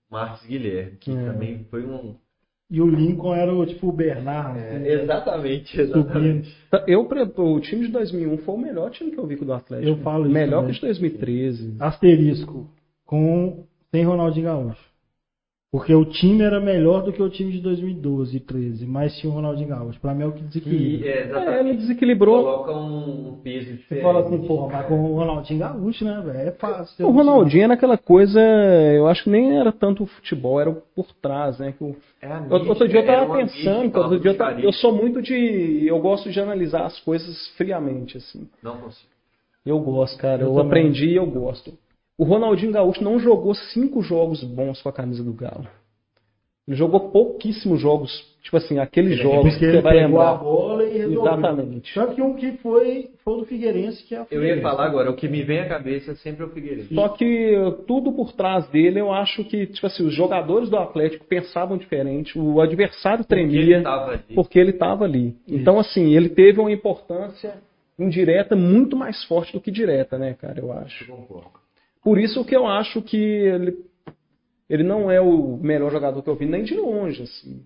Marcos Guilherme, que É. também foi um... E o Lincoln era o, tipo o Bernardo. É, assim, exatamente, subindo. exatamente. Eu, o time de dois mil e um foi o melhor time que eu vi com o do Atlético. Eu falo isso Melhor também. que o de dois mil e treze. Asterisco. Com, sem Ronaldinho Gaúcho. Porque o time era melhor do que o time de dois mil e doze e treze, mas tinha o Ronaldinho Gaúcho. Pra mim é o que E, desequilibra. é, É, exatamente. ele desequilibrou. Coloca um peso diferente. Você fala assim, porra, mas com o Ronaldinho Gaúcho, né, velho? É fácil. ter O um Ronaldinho era aquela coisa, eu acho que nem era tanto o futebol, era o por trás, né? Que o... É a Outro mística, dia eu era tava uma pensando, mística, uma outro dia eu, tava- bruxaria. eu sou muito de. Eu gosto de analisar as coisas friamente, assim. Não consigo. Eu gosto, cara. Eu Eu, também. aprendi e eu gosto. O Ronaldinho Gaúcho não jogou cinco jogos bons com a camisa do Galo. Ele jogou pouquíssimos jogos, tipo assim, aqueles Ele jogos Porque que ele você vai pegou a lembrar. bola e resolveu. Exatamente. Tanto que um que foi, foi o do Figueirense, que é a Eu Figueirense. ia falar agora, o que me vem à cabeça é sempre o Figueiredo. Só que tudo por trás dele, eu acho que, tipo assim, os jogadores do Atlético pensavam diferente, o adversário tremia ele tava ali. porque ele estava ali. Então, assim, ele teve uma importância indireta muito mais forte do que direta, né, cara, eu acho. Eu concordo. Por isso que eu acho que ele, ele não é o melhor jogador que eu vi, nem de longe, assim.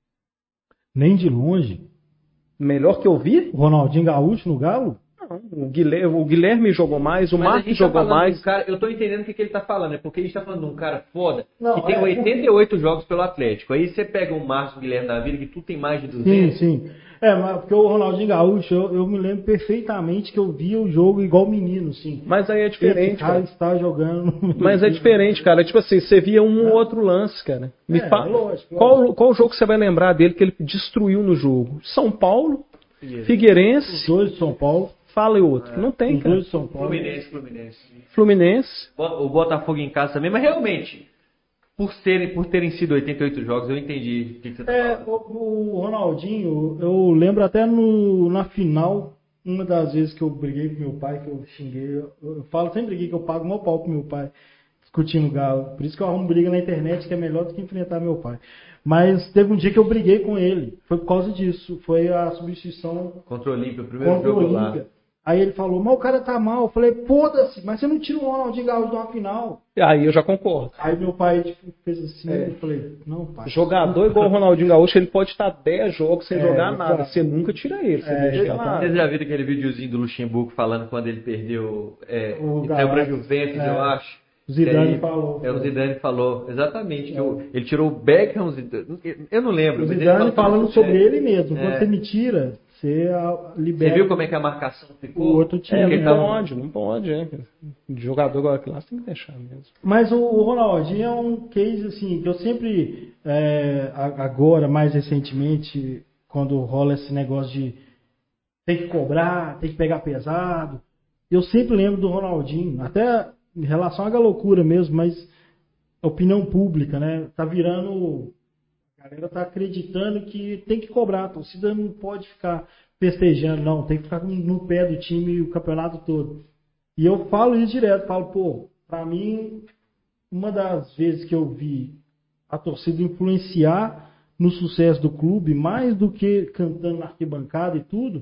Nem de longe. Melhor que eu vi? O Ronaldinho Gaúcho no Galo? Não, o Guilherme, o Guilherme jogou mais, o Mas a Marcos gente tá jogou falando mais. de um cara, eu tô entendendo o que, que ele tá falando, é porque a gente tá falando de um cara foda Não, que tem é- oitenta e oito jogos pelo Atlético. Aí você pega o Márcio Guilherme da vida, que tu tem mais de Sim, duzentos. sim. É, mas porque o Ronaldinho Gaúcho, eu, eu me lembro perfeitamente que eu via o jogo igual menino, sim. Mas aí é diferente, Esse cara cara. está jogando. no- Mas é diferente, cara. Tipo assim, você via um ou outro lance, cara. Me É, fala. lógico, Qual, qual jogo que você vai lembrar dele que ele destruiu no jogo? São Paulo, Figueirense, Os dois de São Paulo. fala e outro. Não tem, Os cara. dois de São Paulo. Fluminense, Fluminense. Fluminense. Bo- O Botafogo em casa também, mas realmente, por, serem, por terem sido oitenta e oito jogos, eu entendi o que, que você tá É, falando. o, o Ronaldinho, eu lembro até no, na final, uma das vezes que eu briguei com meu pai, que eu xinguei, eu, eu falo sempre aqui que eu pago meu pau com meu pai, discutindo galo. Por isso que eu arrumo briga na internet, que é melhor do que enfrentar meu pai. Mas teve um dia que eu briguei com ele, foi por causa disso, foi a substituição Contra o Olímpia, o primeiro contra o jogo lá. Olímpia. Aí ele falou, mas o cara tá mal. Eu falei, foda-se, mas você não tira o Ronaldinho Gaúcho de uma final. Aí eu já concordo. Aí meu pai tipo, fez assim, É. eu falei, não, pai. Jogador igual o Ronaldinho Gaúcho, ele pode estar dez jogos sem É, jogar nada. exato. Você nunca tira ele. Você É, deixa ele lá. Vocês já viram aquele videozinho do Luxemburgo falando quando ele perdeu, é, O ele saiu pra Galatasaray. Juventus, É. eu acho. O Zidane E aí, falou. É, o Zidane falou, exatamente. Que É. o- ele tirou o Beckham, o Zidane, eu não lembro. O mas ele Zidane falou- falando sobre é, ele mesmo. É. Quando você me tira, você ah, Você libera viu como é que a marcação ficou? o outro time. É, Ele não tava- pode, não pode. É. Jogador igual aquele lá, você tem que deixar mesmo. Mas o, o Ronaldinho é um case assim, que eu sempre, é, a- agora, mais recentemente, quando rola esse negócio de tem que cobrar, tem que pegar pesado, eu sempre lembro do Ronaldinho, até em relação à loucura mesmo, mas opinião pública, né? Tá virando. A galera tá acreditando que tem que cobrar, a torcida não pode ficar festejando, não, tem que ficar no pé do time o campeonato todo. E eu falo isso direto, falo, pô, pra mim, uma das vezes que eu vi a torcida influenciar no sucesso do clube, mais do que cantando na arquibancada e tudo,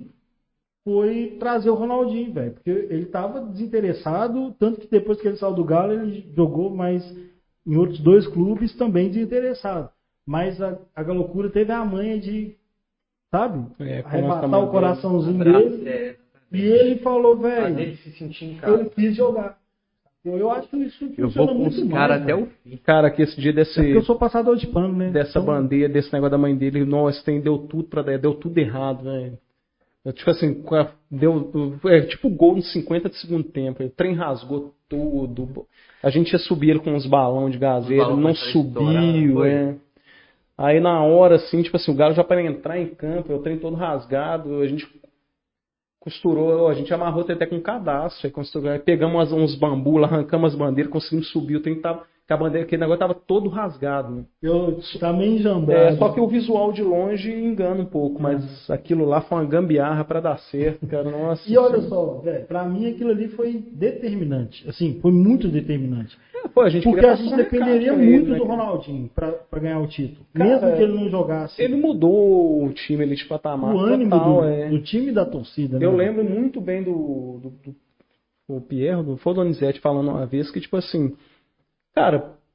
foi trazer o Ronaldinho, velho. Porque ele tava desinteressado, tanto que depois que ele saiu do Galo, ele jogou mais em outros dois clubes também desinteressado. Mas a, a Galocura teve a manha de, sabe, É, com arrebatar essa o coraçãozinho Abraço, dele. é, E ele falou, fazer velho, ele se sentir em casa. ele quis jogar. Eu acho que isso Eu funciona vou com muito os mais, caras até velho. o fim. Cara, que esse dia desse, É porque eu sou passador de pano, né? dessa Então, bandeira, desse negócio da mãe dele, nossa, tem, deu tudo pra dar, deu tudo errado, velho. Eu, Tipo assim, deu. É tipo gol nos cinquenta de segundo tempo. O trem rasgou tudo. A gente ia subir ele com uns balões de gazeira, Os balões não começaram a subiu, estourar, foi? é. Aí na hora, assim, tipo assim, o Galo já para entrar em campo, o trem todo rasgado, a gente costurou, a gente amarrou até com um cadastro, aí, costurou, aí pegamos uns bambu lá, arrancamos as bandeiras, conseguimos subir, o trem tava, que a bandeira, aquele negócio tava todo rasgado, né? eu também jambado. É, só que o visual de longe engana um pouco, mas aquilo lá foi uma gambiarra pra dar certo, cara, nossa. E olha só, velho, pra mim aquilo ali foi determinante. Assim, foi muito determinante. É, pô, a gente Porque queria a gente passar um dependeria recado pra ele, muito né, do cara? Ronaldinho pra, pra ganhar o título. Cara, Mesmo que ele não jogasse. Ele mudou o time ali de patamar o ânimo total, do, é. do time e da torcida, né? Eu lembro muito bem do, do, do o Pierre, do foi o Donizete falando uma vez que, tipo assim, cara,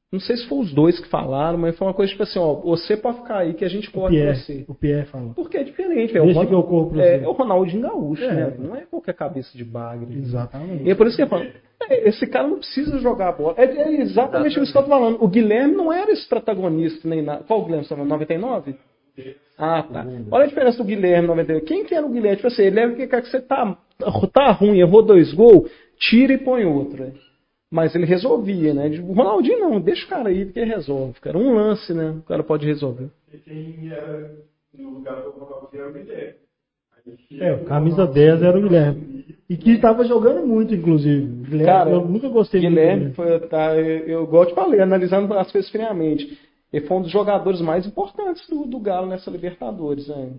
Não sei se foi os dois que falaram, mas foi uma coisa tipo assim, ó, você pode ficar aí que a gente corre pra você. O Pierre falou. Porque é diferente, velho. Deixa que eu corro pra é, você. é o Ronaldinho Gaúcho, É, né? pô. Não é qualquer cabeça de bagre. Exatamente. E é por isso que eu falo, é, esse cara não precisa jogar bola. É, é exatamente, exatamente isso que eu tô falando. O Guilherme não era esse protagonista nem nada. Qual o Guilherme você tá falando? noventa e nove? Ah, tá. Olha a diferença do Guilherme noventa e nove. Quem que era o Guilherme? Tipo assim, ele é que você tá, tá ruim, errou dois gols, tira e põe outro. Né? Mas ele resolvia, né? O Ronaldinho não, deixa o cara aí, porque ele resolve. Cara. Um lance, né? O cara pode resolver. E quem era no lugar do Ronaldinho era o Guilherme. É, o camisa dez era o Guilherme. E que estava jogando muito, inclusive. Guilherme, Cara, eu nunca gostei Guilherme muito. Foi, tá, eu, eu gosto de falar, analisando as coisas friamente. Ele foi um dos jogadores mais importantes do, do Galo nessa Libertadores. Né?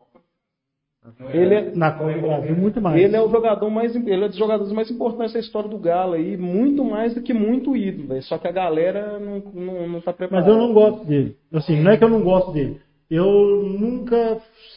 Ele é, Na Copa do Brasil, muito mais. Ele é o jogador mais, ele é um dos jogadores mais importantes da história do Galo aí, muito mais do que muito ídolo, véio. Só que a galera não, não, não tá preparada. Mas eu não gosto dele. Assim, não é que eu não gosto dele. Eu nunca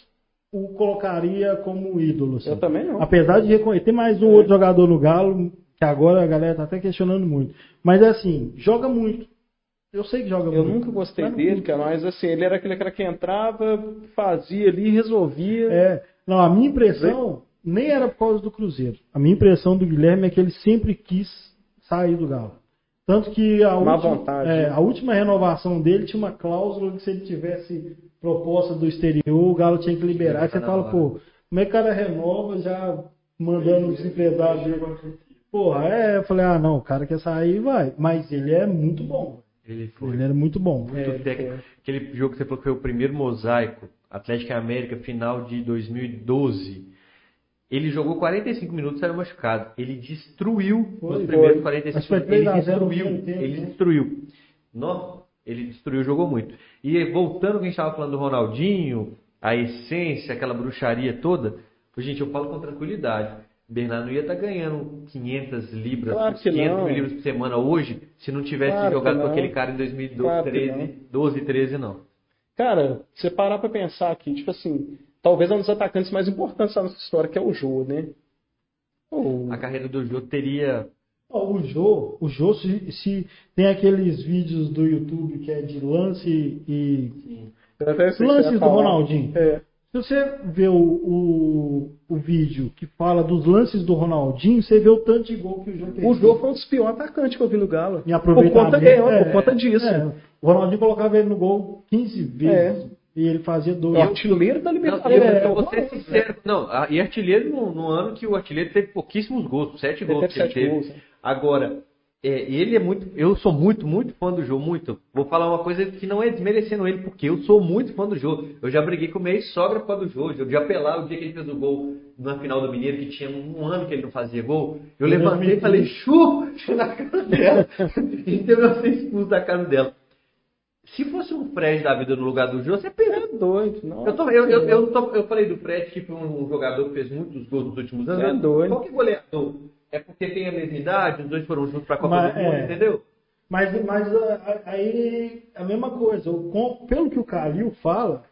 o colocaria como ídolo. Assim. Eu também não. Apesar de reconhecer, tem mais um é. outro jogador no Galo, que agora a galera tá até questionando muito. Mas assim, joga muito. Eu sei que joga eu muito. Eu nunca gostei mas dele, cara, mas assim, ele era aquele cara que entrava, fazia ali, resolvia. É. Não, a minha impressão nem era por causa do Cruzeiro. A minha impressão do Guilherme é que ele sempre quis sair do Galo. Tanto que a, Má última, vontade, é, né? a última renovação dele tinha uma cláusula que se ele tivesse proposta do exterior, o Galo tinha que liberar. Aí você fala, pô, como é que o cara renova já mandando os empresários dele? Porra, é, eu falei, ah, não, o cara quer sair, vai. Mas ele é muito bom. Ele foi. Ele era muito bom. Muito é, técnico. É. Aquele jogo que você falou que foi o primeiro mosaico, Atlético e América, final de dois mil e doze. Ele jogou quarenta e cinco minutos, era machucado. Ele destruiu foi, os primeiros foi. quarenta e cinco minutos. Ele destruiu. Tempo, ele né? destruiu. Não, ele destruiu, jogou muito. E voltando ao que a gente estava falando do Ronaldinho, a essência, aquela bruxaria toda, gente, eu falo com tranquilidade. Bernardo ia estar ganhando quinhentas libras, claro quinhentas mil libras por semana hoje, se não tivesse claro jogado com não. aquele cara em dois mil e doze, claro treze, doze, treze, não. Cara, você parar pra pensar aqui, tipo assim, talvez é um dos atacantes mais importantes da nossa história, que é o Jô, né? Oh. A carreira do Jô teria... Oh, o Jô, o Jô se, se tem aqueles vídeos do YouTube que é de lance e... Lances do Ronaldinho. É. Se você vê o, o, o vídeo que fala dos lances do Ronaldinho, você vê o tanto de gol que o Jô fez. O Jô foi um dos piores atacantes que eu vi no Galo. E por conta, é, é, por conta disso. É. O Ronaldinho colocava ele no gol quinze vezes. É. E ele fazia dois. É o artilheiro da Libertadores. É, eu vou ser sincero. Não, a, e artilheiro no, no ano que o artilheiro teve pouquíssimos gols. Sete gols que ele teve. Gols, né? Agora, é, ele é muito... Eu sou muito, muito fã do Jô. Muito. Vou falar uma coisa que não é desmerecendo ele, porque eu sou muito fã do Jô. Eu já briguei com o meu ex-sogra por causa do Jô. Eu já apelar o dia que ele fez o gol na final do Mineiro, que tinha um ano que ele não fazia gol. Eu levantei e falei, chu, na cara dela. E teve ser expulso da cara dela. Se fosse um Fred da vida no lugar do Jô, você é perado doido. Nossa, eu, tô, eu, eu, eu, tô, eu falei do Fred, que foi um jogador que fez muitos gols nos últimos anos. É doido. Qualquer goleador. É porque tem a mesma idade, os dois foram juntos para a Copa mas, do Mundo, é, entendeu? Mas, mas aí a mesma coisa. Eu, pelo que o Calil fala,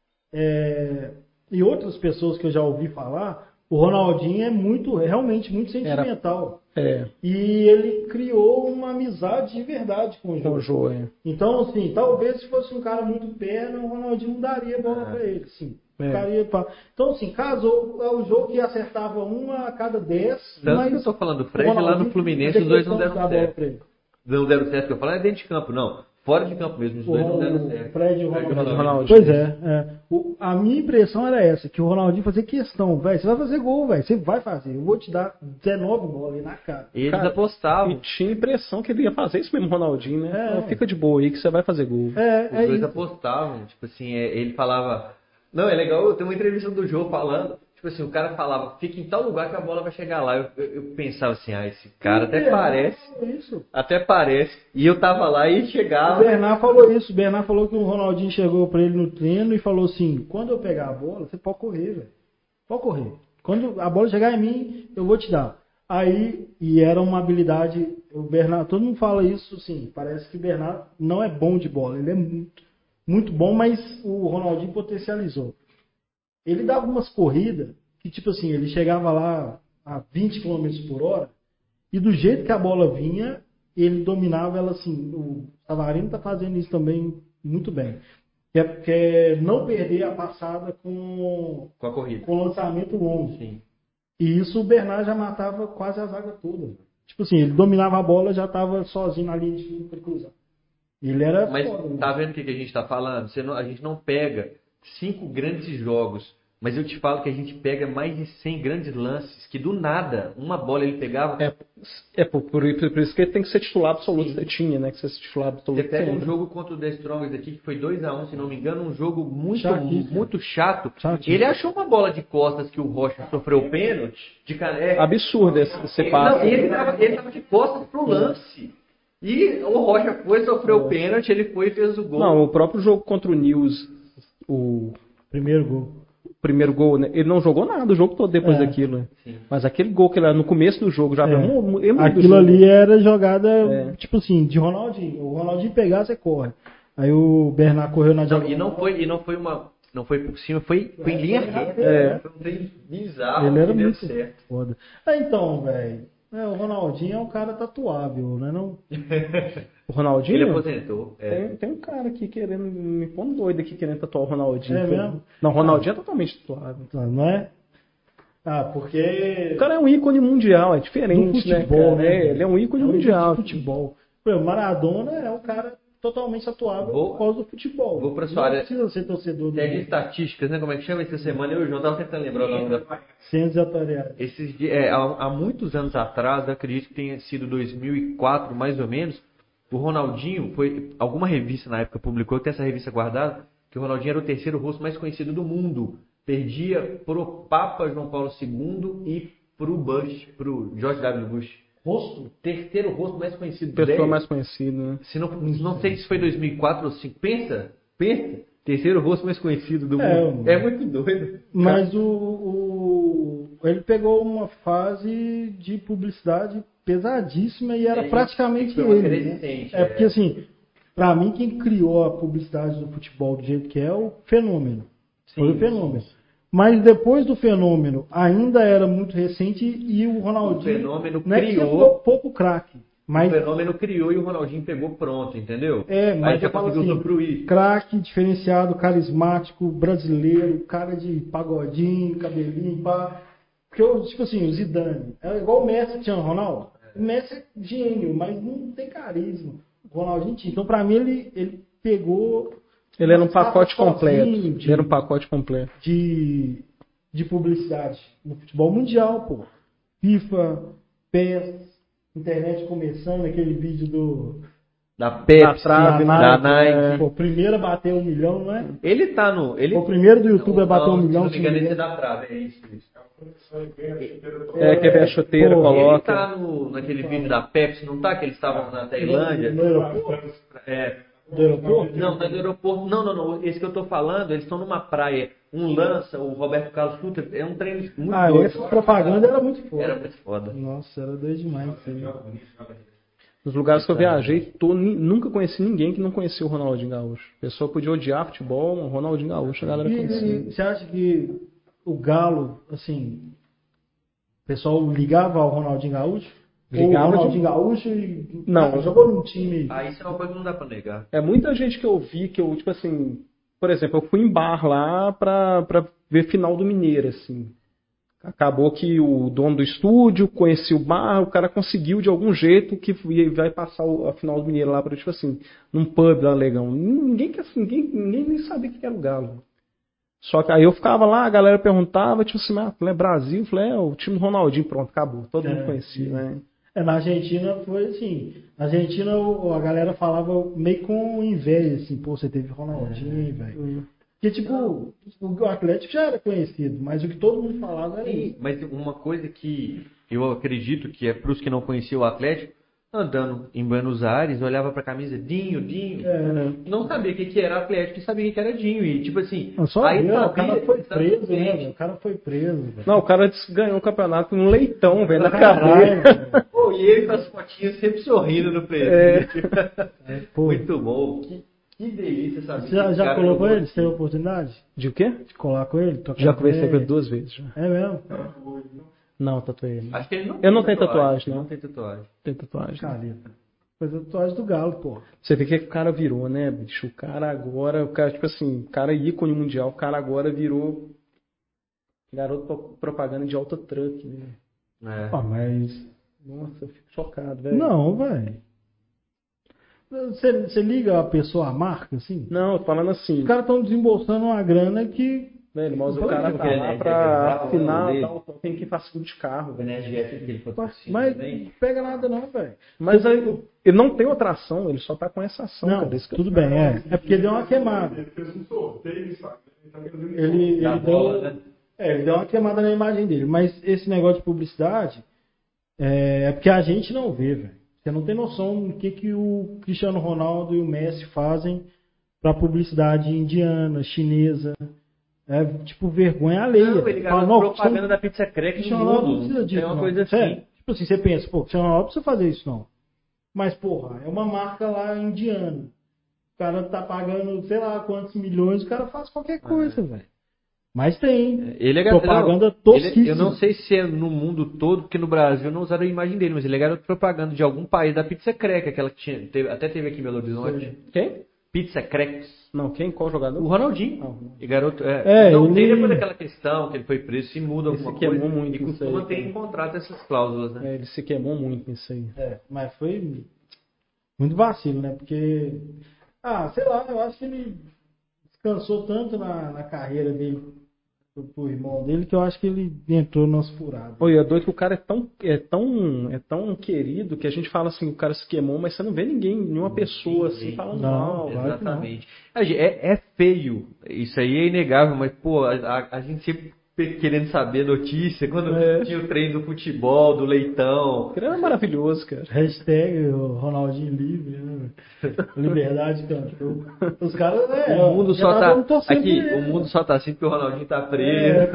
é, e outras pessoas que eu já ouvi falar, o Ronaldinho é muito, realmente muito sentimental. Era, é. E ele criou uma amizade de verdade com o Jô. Com o Jô, é. Então, assim, talvez se fosse um cara muito perna, o Ronaldinho não daria bola é. para ele, sim. É. Pra... Então, assim, casou, é o jogo que acertava uma a cada dez. Tanto mas que eu tô falando do Fred, lá no Fluminense os dois não deram certo. Não deram certo, que eu falo é dentro de campo, não. Fora de campo mesmo, os o dois não deram o certo. Fred e o Ronaldinho. Ronaldinho. Pois é. é. O, a minha impressão era essa, que o Ronaldinho fazia questão, velho, você vai fazer gol, velho, você vai fazer, eu vou te dar dezenove bolas aí na cara. Eles cara, apostavam. E tinha a impressão que ele ia fazer isso mesmo, Ronaldinho, né? É. Então, fica de boa aí que você vai fazer gol. É, os é dois isso. apostavam, tipo assim, ele falava... Não, é legal, tem uma entrevista do Jô falando, tipo assim, o cara falava, fica em tal lugar que a bola vai chegar lá. Eu, eu, eu pensava assim, ah, esse cara até é, parece, isso. até parece. E eu tava lá e chegava. O Bernard falou isso, o Bernard falou que o Ronaldinho chegou pra ele no treino e falou assim, quando eu pegar a bola, você pode correr, velho. Pode correr. Quando a bola chegar em mim, eu vou te dar. Aí, e era uma habilidade, o Bernard, todo mundo fala isso, sim, parece que o Bernard não é bom de bola, ele é muito, muito bom, mas o Ronaldinho potencializou. Ele dava umas corridas que, tipo assim, ele chegava lá a vinte quilômetros por hora e do jeito que a bola vinha, ele dominava ela assim. O Savarino tá fazendo isso também muito bem. Que é, que é não perder a passada com, Com a corrida. com lançamento longo. Sim. E isso o Bernard já matava quase a zaga toda. Tipo assim, ele dominava a bola, já tava sozinho na linha de fundo para cruzar. Ele era Mas foda, né? tá vendo o que, que a gente tá falando? Você não- a gente não pega cinco grandes jogos, mas eu te falo que a gente pega mais de cem grandes lances, que do nada, uma bola ele pegava. É, é por, por, por isso que ele tem que ser titular absoluto. Sim. Você tinha, né? Que ser titular absoluto. Você pega um sempre. jogo contra o The Strongest aqui, que foi dois a um, se não me engano, um jogo muito, Chatíssimo. muito chato. Chatíssimo. Ele achou uma bola de costas que o Rocha sofreu o pênalti, de caneca. Absurdo esse, esse Ele, passo. não, ele, tava, ele tava de costas pro lance. E o Rocha foi, sofreu o pênalti, ele foi e fez o gol. Não, o próprio jogo contra o News, o Primeiro gol. primeiro gol, né? Ele não jogou nada o jogo todo depois É. daquilo. Né? Sim. Mas aquele gol que ele era no começo do jogo já É. mu- ele mudou o Aquilo jogo. ali era jogada, É. tipo assim, de Ronaldinho. O Ronaldinho pegar, você corre. Aí o Bernard correu na Não, diagonal. e não foi, e não foi uma. Não foi por cima, foi, foi em linha reta. É. Foi um trem bizarro Ele era que deu muito certo. foda. Ah, então, velho. É, o Ronaldinho é um cara tatuável, né? Não? O Ronaldinho? Ele aposentou. É. Tem, tem um cara aqui querendo, me pondo doido aqui querendo tatuar o Ronaldinho. É mesmo? Não, o Ronaldinho é totalmente tatuável. Não é? Ah, porque. O cara é um ícone mundial, é do diferente, né? futebol, cara? né? É, ele é um ícone É um mundial. do futebol. Por exemplo, Maradona é um cara totalmente tatuável Vou- por causa do futebol. vou pra sua Não área- precisa ser torcedor do Tem de estatísticas, né? Como é que chama essa semana? Eu e o João tava tentando lembrar o nome da. Ciências atuariais. Esses dias, é, há, há muitos anos atrás, eu acredito que tenha sido dois mil e quatro, mais ou menos, o Ronaldinho, foi alguma revista na época publicou, eu tenho essa revista guardada, que o Ronaldinho era o terceiro rosto mais conhecido do mundo. Perdia pro Papa João Paulo segundo e pro Bush, pro George W. Bush. Rosto? Terceiro rosto mais conhecido. Pessoa velho. mais conhecida, né? Se não, não sei se foi dois mil e quatro ou dois mil e cinco. Pensa, pensa. Terceiro rosto mais conhecido do É, mundo. mano. É muito doido. Mas o, o- ele pegou uma fase de publicidade pesadíssima e era É, praticamente foi uma ele. Né? crescente, É é. porque assim, pra mim quem criou a publicidade do futebol do jeito que é o Fenômeno. Foi Sim. o Fenômeno. Mas depois do Fenômeno ainda era muito recente e o Ronaldinho O Fenômeno não é que criou- pouco, pouco craque, mas O Fenômeno criou e o Ronaldinho pegou pronto, entendeu? é, mas Aí já eu falo conseguiu assim, usufruir. craque, diferenciado, carismático, brasileiro, cara de pagodinho, cabelinho, pá. Porque, eu, tipo assim, o Zidane, é igual o Messi tinha o Ronaldo. O Messi é gênio, mas não tem carisma. O Ronaldinho tinha. Então, pra mim, ele, ele pegou... Ele era um uma safra pacote completo. sozinho de- Ele era um pacote completo. de, de publicidade no futebol mundial, pô. FIFA, P E S, internet começando, aquele vídeo do... Da Pepsi, Da trave, da né? Nike. Pô, primeiro a bater um milhão, não é? Ele tá no... Ele... O primeiro do YouTube é bater um Não, milhão. Se não me engano, se esse é não da trave. É isso, isso. É, que vem a chuteira, Pô, Ele coloca. tá no, naquele vídeo da Pepsi, não tá? Que eles estavam na me Tailândia. engano, no aeroporto? É. Do aeroporto? Não, não é do aeroporto. Não, não, não. Esse que eu tô falando, eles estão numa praia. Um lança, o Roberto Carlos Suter. É um trem muito Ah, doido. essa propaganda era muito foda. Era muito foda. Nossa, era doido demais isso aí. Nos lugares que eu viajei, tô, ni- nunca conheci ninguém que não conhecia o Ronaldinho Gaúcho. A pessoa podia odiar futebol, o Ronaldinho Gaúcho a galera E, conhecia. e você acha que o Galo, assim, o pessoal ligava ao Ronaldinho Gaúcho? Ligava Ou o de- Ronaldinho Gaúcho e Não. ah, jogou num time. Ah, isso é uma coisa que não dá pra negar. É muita gente que eu vi que eu, tipo assim, por exemplo, eu fui em bar lá pra, pra ver final do Mineiro, assim. Acabou que o dono do estúdio conhecia o bar, o cara conseguiu de algum jeito que ia- vai passar o- a final do Mineiro lá pra, tipo assim, num pub lá, Legão. Ninguém, que- ninguém, ninguém nem sabia o que era o Galo. Só que aí eu ficava lá, a galera perguntava, tipo assim, ah, é Brasil? Eu falei, é, o time do Ronaldinho, pronto, acabou. Todo mundo É, conhecia, né? É, na Argentina foi assim. Na Argentina o- a galera falava meio com inveja, assim, pô, você teve Ronaldinho, velho. Porque, tipo, o Atlético já era conhecido, mas o que todo mundo falava era Sim, isso. mas uma coisa que eu acredito que é pros que não conheciam o Atlético, andando em Buenos Aires, olhava pra camisa Dinho, Dinho. É, Não sabia o que, que era Atlético e sabia o que, que era Dinho. E tipo assim, não, só aí ver, o sabia cara foi preso, né? exatamente. velho? O cara foi preso, velho. Não, o cara disse- ganhou o campeonato com um leitão, velho, na Caralho, cadeia. velho. Pô, e ele com as fotinhas sempre sorrindo no presídio. Pô, Muito bom. Que, que delícia saber. Você já, que já cara colocou jogou ele? Você teve oportunidade De o quê? de colar com ele? Trocar Já conversei com ele ideia? duas vezes. Já. É mesmo? Não, tatuei ele. Acho que ele não Eu não tenho tatuagem, Não não. tem tatuagem. Tem tatuagem. Careta. Faz a tatuagem do Galo, pô. Você vê que o cara virou, né, bicho? O cara agora, o cara, tipo assim, o cara ícone mundial, o cara agora virou garoto propaganda de auto truck, né? É. Ah, mas... Nossa, eu fico chocado, velho. Não, velho. Você, você liga a pessoa à marca, assim? Não, eu tô falando assim, Os caras estão desembolsando uma grana que... velho, mas o Foi cara aquilo tá que lá ele- pra ele- afinar, ele- dar o tem que faz tudo de carro, O velho. N S G F que ele foi Mas também. não pega nada não, velho. Mas aí, ele não tem outra ação, ele só tá com essa ação, Não, cara. Isso que eu- tudo bem, é. É porque deu uma queimada. Ele fez um sorteio, sabe? Ele tá fazendo um Ele, Da ele bola, deu, né? é, ele deu uma queimada na imagem dele. Mas esse negócio de publicidade é, é porque a gente não vê, velho. Você não tem noção do que, que o Cristiano Ronaldo e o Messi fazem pra publicidade indiana, chinesa. É tipo vergonha alheia. Não, ele Fala, ganhou não, propaganda são- da Pizza Crack no Cristiano Ronaldo não mundo. precisa disso, É uma não. coisa assim. Sério. Tipo assim, você pensa, pô, Cristiano Ronaldo não precisa fazer isso, não. Mas, porra, é uma marca lá indiana. O cara tá pagando, sei lá, quantos milhões, o cara faz qualquer coisa, velho. Mas tem. Ele é propaganda não, tosquíssima. ele- Eu não sei se é no mundo todo, porque no Brasil não usaram a imagem dele, mas ele é garoto propaganda de algum país da Pizza Crack, aquela que tinha, teve- até teve aqui em Belo Horizonte. Quem? Pizza Cracks. Não, quem? Qual O jogador? Ronaldinho. Ah, E garoto, é, É, não ele- tem depois daquela questão que ele foi preso, se muda Ele alguma se queimou coisa. muito E nisso costuma aí, ter cara. em contrato essas cláusulas, né? É, ele se queimou muito nisso aí. É, mas foi muito vacilo, né? Porque, ah, sei lá, eu acho que ele descansou tanto na, na carreira dele pro, pro irmão dele que eu acho que ele entrou nas furadas. Oi, é doido que o cara é tão, é tão, é tão querido que a gente fala assim, o cara se queimou, mas você não vê ninguém, nenhuma pessoa assim Ninguém. falando Não, mal. claro que não. Exatamente. A gente- É, é feio, isso aí é inegável, mas, pô, a, a- a gente sempre pe- querendo saber notícia, quando É. tinha o treino do futebol, do leitão. Era maravilhoso, cara. Hashtag o Ronaldinho livre, né? Liberdade cantou. Os caras, é, O mundo já só tava tá. dando torcida Aqui, por ele. o mundo só tá assim porque o Ronaldinho tá preso.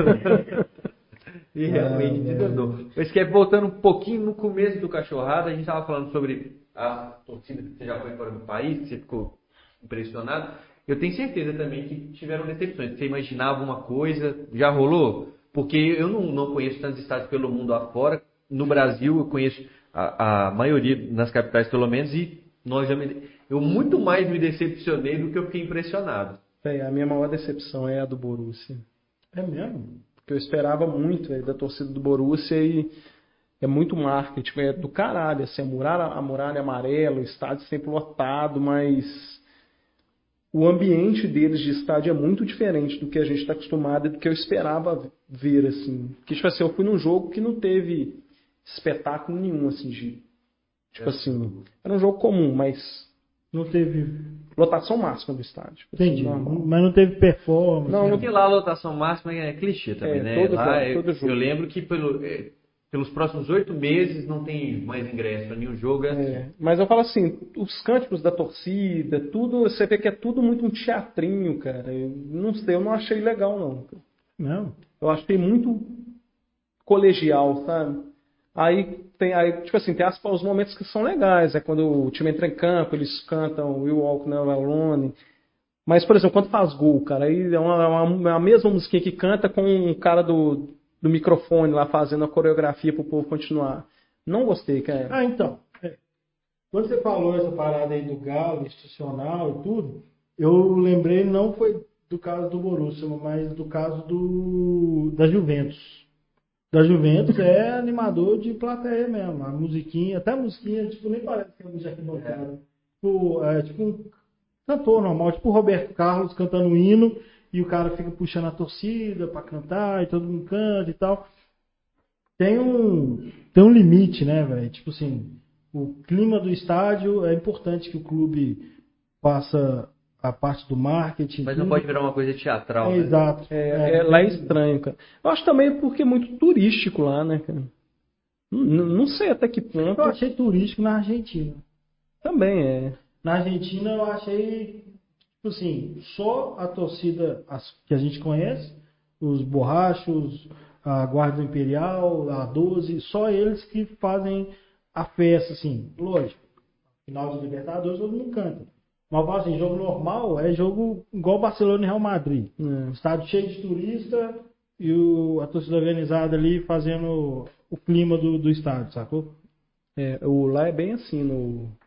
E realmente Ah, desandou. Mas que é, voltando um pouquinho no começo do Cachorrada, a gente tava falando sobre a torcida que você já foi fora do país, que você ficou impressionado. Eu tenho certeza também que tiveram decepções. Você imaginava uma coisa, já rolou? Porque eu não, não conheço tantos estados pelo mundo afora. No Brasil, eu conheço a, a maioria, nas capitais pelo menos, e nós já me, eu muito mais me decepcionei do que eu fiquei impressionado. Véi, a minha maior decepção é a do Borussia. É mesmo? Porque eu esperava muito véi, da torcida do Borussia e é muito marketing, é do caralho, assim, a muralha, a muralha amarela, o estádio sempre lotado, mas o ambiente deles de estádio é muito diferente do que a gente está acostumado e do que eu esperava ver, assim. Porque, tipo assim, eu fui num jogo que não teve espetáculo nenhum, assim, de... Tipo assim, era um jogo comum, mas Não teve. lotação máxima do estádio. Tipo assim, Entendi. normal. Mas não teve performance. Não, né? não Porque lá a lotação máxima é clichê também, É, né? todo Lá jogo, eu, todo jogo. eu lembro que pelo, é, pelos próximos oito meses não tem mais ingresso para nenhum jogo. É assim. É, mas eu falo assim, os cânticos da torcida, tudo, você vê que é tudo muito um teatrinho, cara. Eu não sei, eu não achei legal, não. Não. Eu achei muito colegial, sabe? Aí tem, aí, tipo assim, tem as, os momentos que são legais, é quando o time entra em campo, eles cantam We Walk Now Alone. Mas, por exemplo, quando faz gol, cara, aí é uma, uma, a mesma musiquinha que canta com um cara do, do microfone lá fazendo a coreografia pro povo continuar. Não gostei, cara. Ah, então. é. Quando você falou essa parada aí do Galo, institucional e tudo, eu lembrei, não foi do caso do Borussia, mas do caso do da Juventus. Da Juventus é animador de plateia mesmo. A musiquinha, até a musiquinha, tipo, nem parece que é música aqui bancada. Tipo, é, tipo um cantor normal, tipo o Roberto Carlos cantando um hino e o cara fica puxando a torcida pra cantar e todo mundo canta e tal. Tem um, tem um limite, né, velho? Tipo assim, o clima do estádio é importante que o clube faça a parte do marketing. Mas não tudo. pode virar uma coisa teatral, É, né? exato. É, é, lá é estranho, cara. Eu acho também porque é muito turístico lá, né, cara? Não, não sei até que ponto. Eu achei turístico na Argentina. Também é. Na Argentina eu achei, tipo assim, só a torcida as- que a gente conhece, os borrachos, a Guarda Imperial, a doze, só eles que fazem a festa, assim, lógico. Final de Libertadores todo mundo canta. Mas fala assim, jogo normal é jogo igual Barcelona e Real Madrid. É. Estádio cheio de turista e o, a torcida organizada ali fazendo o clima do, do estádio, sacou? É, o, lá é bem assim, no,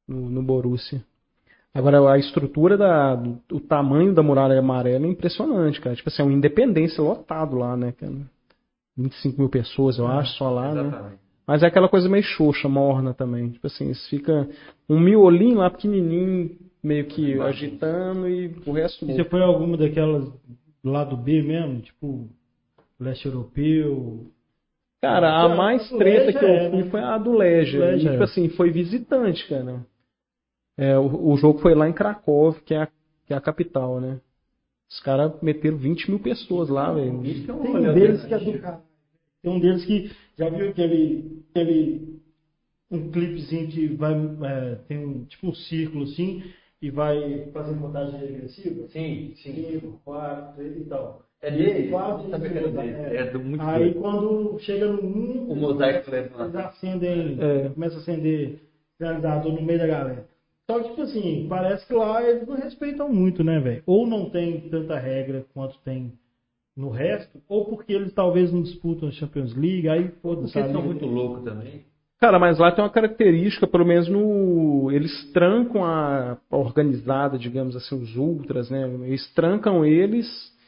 no, no Borussia. Agora, a estrutura, da, do, o tamanho da Muralha Amarela é impressionante, cara. Tipo assim, é um Independência lotado lá, né, cara? vinte e cinco mil pessoas, eu acho, só lá, Exatamente. né? Mas é aquela coisa meio xoxa, morna também. Tipo assim, fica um miolinho lá pequenininho, meio que agitando e o resto E morto. você foi alguma daquelas do lado B mesmo? Tipo, leste europeu? Cara, a Ah, mais a do treta Legia que eu é, fui né? foi a do Legia. Do Legia, E, tipo é. assim, foi visitante, cara. É, o, o jogo foi lá em Cracóvia, que é a, que é a capital, né? Os caras meteram vinte mil pessoas lá, velho. Isso é um Tem rolê um deles que é do alternativo. cara. Tem um deles que já viu aquele, aquele um clipezinho que vai é, tem um tipo um círculo assim e vai fazendo contagem regressiva. Sim, sim. cinco, quatro, três e tal. É E dele? quatro, Sabe aquele dele? É do muito Aí doido. quando chega no um, O mosaico eles leva. acendem, É. começa a acender sinalizador no meio da galera. Só que, tipo assim, parece que lá eles não respeitam muito, né, velho? Ou não tem tanta regra quanto tem no resto, ou porque eles talvez não disputam a Champions League, aí foda-se. Porque a eles são liga muito deles. loucos também. Cara, mas lá tem uma característica, pelo menos no. Eles trancam a, a organizada, digamos assim, os ultras, né? Eles trancam eles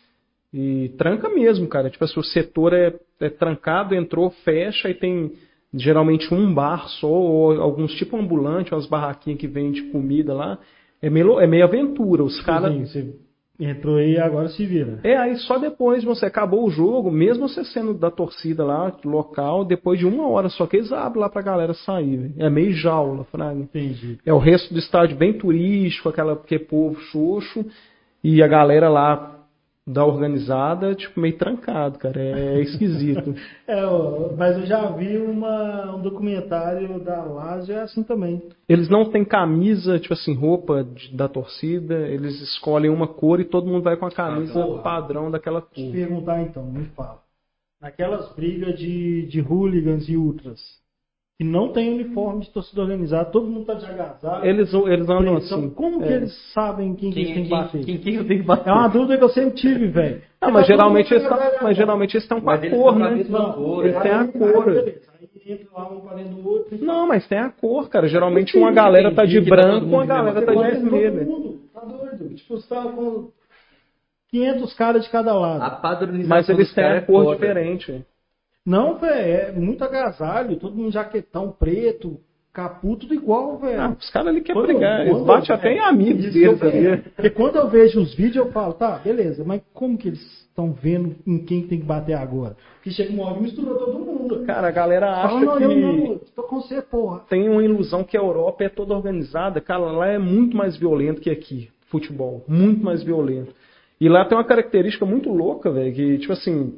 e tranca mesmo, cara. Tipo assim, o setor é, é trancado, entrou, fecha e tem geralmente um bar só, ou alguns tipo ambulante, umas barraquinhas que vendem comida lá. É meio, é meio aventura. Os Tipo caras. assim, você entrou aí e agora se vira. É, aí só depois você acabou o jogo, mesmo você sendo da torcida lá, local, depois de uma hora só que eles abrem lá pra galera sair. Véio. É meio jaula, Fraga. Entendi. É o resto do estádio bem turístico, aquela que é povo xoxo, e a galera lá da organizada, tipo, meio trancado, cara. É esquisito. É, ó, mas eu já vi uma, um documentário da Lazio, é assim também. Eles não têm camisa, tipo assim, roupa de- da torcida, eles escolhem uma cor e todo mundo vai com a camisa Porra. padrão daquela Te cor. perguntar então, me fala. Naquelas brigas de, de hooligans e ultras, que não tem uniforme de torcida organizada, todo mundo tá de agasalho. Eles, eles andam Então, assim. como é. que eles sabem quem, que Quem, eles têm que quem, bater? quem, quem eu tenho que bater? É uma dúvida que eu sempre tive, velho. Ah, mas Tá todo geralmente mundo eles estão, agasalhado. mas geralmente eles estão com a Mas eles cor, estão com a né? mesma Não, cor, eles é. têm a Aí, cor. Aí, beleza. Aí entra lá um parendo do outro. e Não, mas tem a cor, cara. Geralmente Sim, uma galera tá de entendi que tá todo branco, mundo uma de mesma galera tá Você de bota todo vermelho. mundo, tá doido. Tipo, você tá com quinhentos caras de cada lado. A padronização Mas eles dos têm caras a é cor foda. diferente. velho. Não, velho, é muito agasalho, todo mundo jaquetão preto, capuz, tudo igual, velho. Ah, os caras ali querem Quando- brigar. Eles quando- batem até em amigos Isso que eu deles ali. falei. Porque quando eu vejo os vídeos, eu falo, tá, beleza, mas como que eles estão vendo em quem tem que bater agora? Porque chega uma hora e mistura todo mundo. Cara, a galera Fala, acha não, que eu não, tô com você, porra. tem uma ilusão que a Europa é toda organizada. Cara, lá é muito mais violento que aqui, futebol. Muito mais violento. E lá tem uma característica muito louca, velho, que, tipo assim,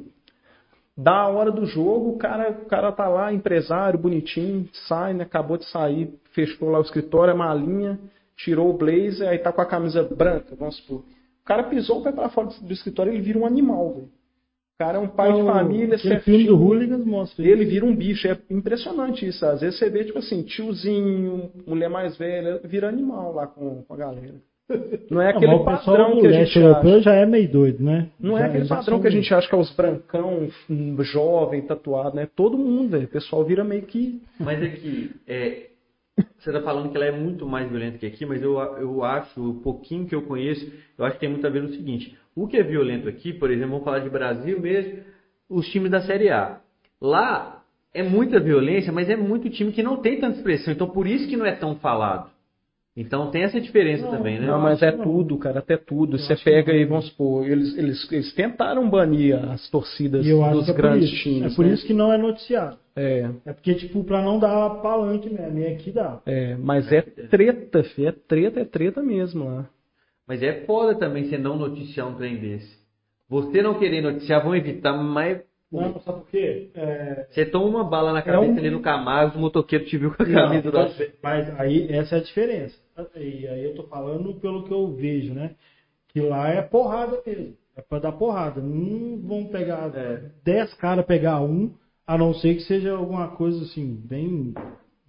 da hora do jogo, o cara, o cara tá lá, empresário, bonitinho, sai, né? Acabou de sair, fechou lá o escritório, a malinha, tirou o blazer, aí tá com a camisa branca, vamos supor. O cara pisou o pé pra fora do escritório, ele vira um animal, velho. O cara é um pai de Então, família, aquele filme do certinho. Hooligans mostra isso. Ele vira um bicho, é impressionante isso. Às vezes você vê, tipo assim, tiozinho, mulher mais velha, vira animal lá com, com a galera. Não é Não, aquele mas o pessoal padrão do que a leste gente europeu acha. já é meio doido, né? Não Já- é aquele já padrão são- que a gente acha que é os brancão, um jovem, tatuado, né? Todo mundo, velho. O pessoal vira meio que. Mas aqui, é, você está falando que ela é muito mais violenta que aqui, mas eu, eu acho, o pouquinho que eu conheço, eu acho que tem muito a ver no seguinte. O que é violento aqui, por exemplo, vamos falar de Brasil mesmo, os times da Série A. Lá é muita violência, mas é muito time que não tem tanta expressão, então por isso que não é tão falado. Então tem essa diferença Não, também, né? Não, mas é acho que não. tudo, cara, até tudo. Eu Você acho que pega não. aí, vamos supor, eles, eles, eles tentaram banir as torcidas E eu acho dos que é por grandes isso. times. É por né? isso que não é noticiado. É, É porque, tipo, pra não dar palanque mesmo. E aqui dá. é, mas é treta, fi, é treta, é treta mesmo lá. Mas é foda também você não noticiar um trem desse. Você não querer noticiar, vão evitar, mas Não, sabe por quê? É... você toma uma bala na cabeça um- ali no Camargo, o motoqueiro te viu com a Não, camisa da... mas aí essa é a diferença. E aí eu tô falando pelo que eu vejo, né? Que lá é porrada mesmo. É pra dar porrada. Não vão pegar É. dez caras pegar um, a não ser que seja alguma coisa assim, bem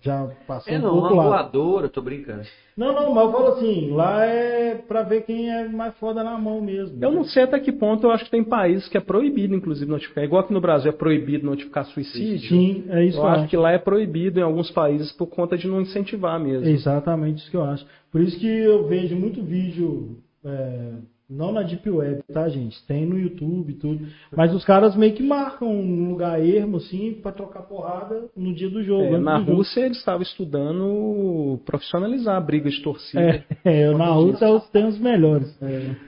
já passou É um não, pouco uma lá. voadora, tô brincando. Não, não, mas eu falo assim, lá é pra ver quem é mais foda na mão mesmo. Eu não sei até que ponto eu acho que tem países que é proibido, inclusive, notificar. Igual aqui no Brasil é proibido notificar suicídio. Sim, é isso eu que eu acho acho. que lá é proibido em alguns países por conta de não incentivar mesmo. É exatamente isso que eu acho. Por isso que eu vejo muito vídeo, é, não na Deep Web, tá, gente? Tem no YouTube e tudo. Mas os caras meio que marcam um lugar ermo, assim, pra trocar porrada no dia do jogo. É, antes na do jogo. Rússia eles estavam estudando profissionalizar a briga de torcida. É, é, na Rússia os tem os melhores.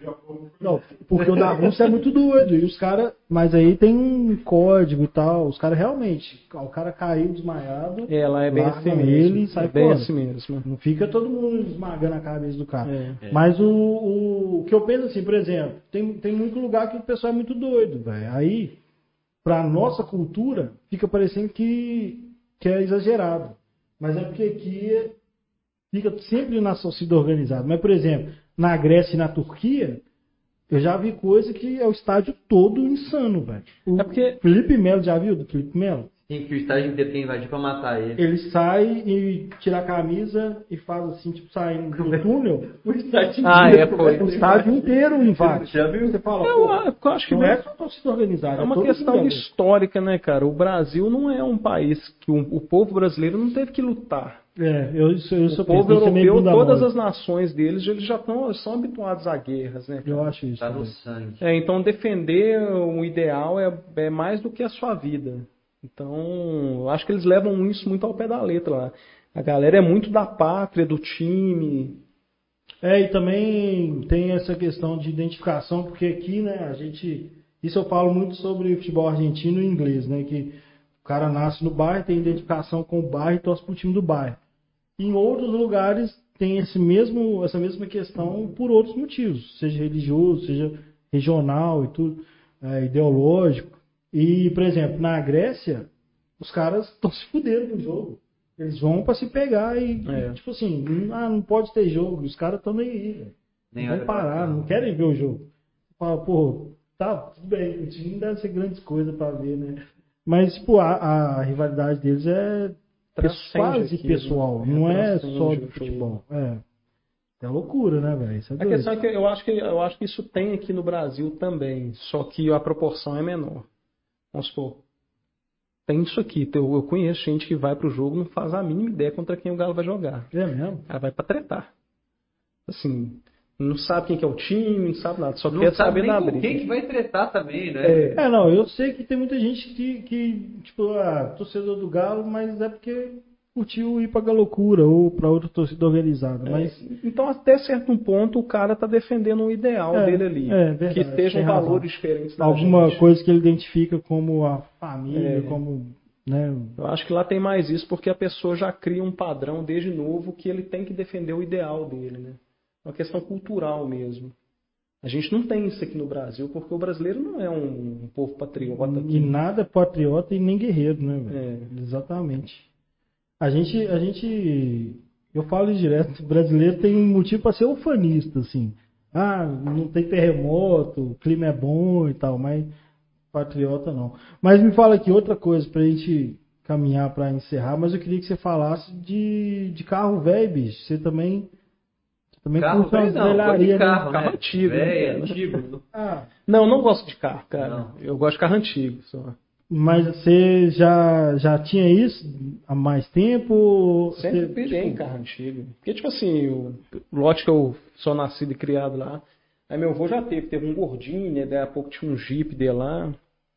Não, porque o da Rússia é muito doido. E os caras. Mas aí tem um código e tal. Os caras realmente. O cara caiu desmaiado. É, lá é bem assim largam mesmo. ele e sai é bem fora. assim mesmo. Não fica todo mundo esmagando a cabeça do cara. É. Mas o, o, o que eu penso assim, por exemplo, tem, tem muito lugar que o pessoal é muito doido, velho. Aí, pra nossa cultura, fica parecendo que, que é exagerado. Mas é porque aqui fica sempre na torcida organizada. Mas, por exemplo, na Grécia e na Turquia, eu já vi coisa que é o estádio todo insano, velho. O É porque- Felipe Melo, já viu do Felipe Melo? Tem que o estágio inteiro tem que invadir pra matar ele. Ele sai e tira a camisa e faz assim, tipo, saindo do túnel. O estádio Ah, inteiro, é, foi. O estádio inteiro invade. Já viu? Você fala, Eu, pô, eu acho que não vem- é só torcida organizada. é uma todo questão mundo ali. histórica, né, cara? O Brasil não é um país que o, o povo brasileiro não teve que lutar. É, eu, isso, eu sou O povo penso, isso é meio europeu, bunda todas mole. as nações deles, eles já tão, são habituados a guerras, né? Eu acho isso. Tá no também. sangue. É, então defender o ideal é, é mais do que a sua vida. Então, eu acho que eles levam isso muito ao pé da letra lá. A galera é muito da pátria, do time. É, e também tem essa questão de identificação, porque aqui, né, a gente. Isso eu falo muito sobre futebol argentino e inglês, né? Que o cara nasce no bairro, tem identificação com o bairro e torce pro time do bairro. Em outros lugares tem esse mesmo, essa mesma questão por outros motivos, seja religioso, seja regional e tudo, é, ideológico. E, por exemplo, na Grécia, os caras estão se fudendo no jogo. Eles vão pra se pegar e, É. e, tipo assim, não- ah, não pode ter jogo. Os caras estão nem aí, velho. Nem Não olha vão pra parar, cá. não querem ver o jogo. Fala, pô, tá, tudo bem, o time não deve ser grandes coisas pra ver, né? Mas, tipo, a, a rivalidade deles é Transcende quase aquilo, pessoal, né? não é Transcende só o do jogo. futebol. É. É loucura, né, velho? Isso é A doido. questão é que eu acho que eu acho que isso tem aqui no Brasil também, só que a proporção é menor. Vamos supor, tem isso aqui. Eu, eu conheço gente que vai pro jogo e não faz a mínima ideia contra quem o Galo vai jogar. É mesmo? Ela vai pra tretar. Assim, não sabe quem que é o time, não sabe nada, só Não quer sabe saber nem da com briga. quem que vai tretar também, né? É. É, não, eu sei que tem muita gente que, que tipo, ah, torcedor do Galo, mas é porque curtiu ir pra Galocura ou pra outra torcida organizada. Mas Então, até certo ponto, o cara tá defendendo um ideal É, dele ali. é verdade, que estejam tem razão. valores diferentes da alguma gente. coisa que ele identifica como a família, É. como, né? Eu acho que lá tem mais isso porque a pessoa já cria um padrão desde novo que ele tem que defender o ideal dele, né? Uma questão cultural mesmo. A gente não tem isso aqui no Brasil porque o brasileiro não é um, um povo patriota E aqui. nada é patriota e nem guerreiro, né, velho? É. Exatamente. A gente, a gente, eu falo isso direto, o brasileiro tem um motivo para ser ufanista, assim. Ah, não tem terremoto, o clima é bom e tal, mas patriota não. Mas me fala aqui outra coisa pra gente caminhar para encerrar, mas eu queria que você falasse de, de carro velho, bicho. Você também, você também Carro curte umas velho não, gosto de velharias, né? carro, Carro né? antigo, né, Velho, cara? antigo. Ah, Não, não gosto de carro, cara. Não. Eu gosto de carro antigo só. mas você já, já tinha isso há mais tempo? Sempre Você, pirei em tipo, carro antigo. Porque, tipo assim, o lote que eu sou nascido e criado lá, aí meu avô já teve, teve um gordinho, né? Daí a pouco tinha um Jeep dele lá.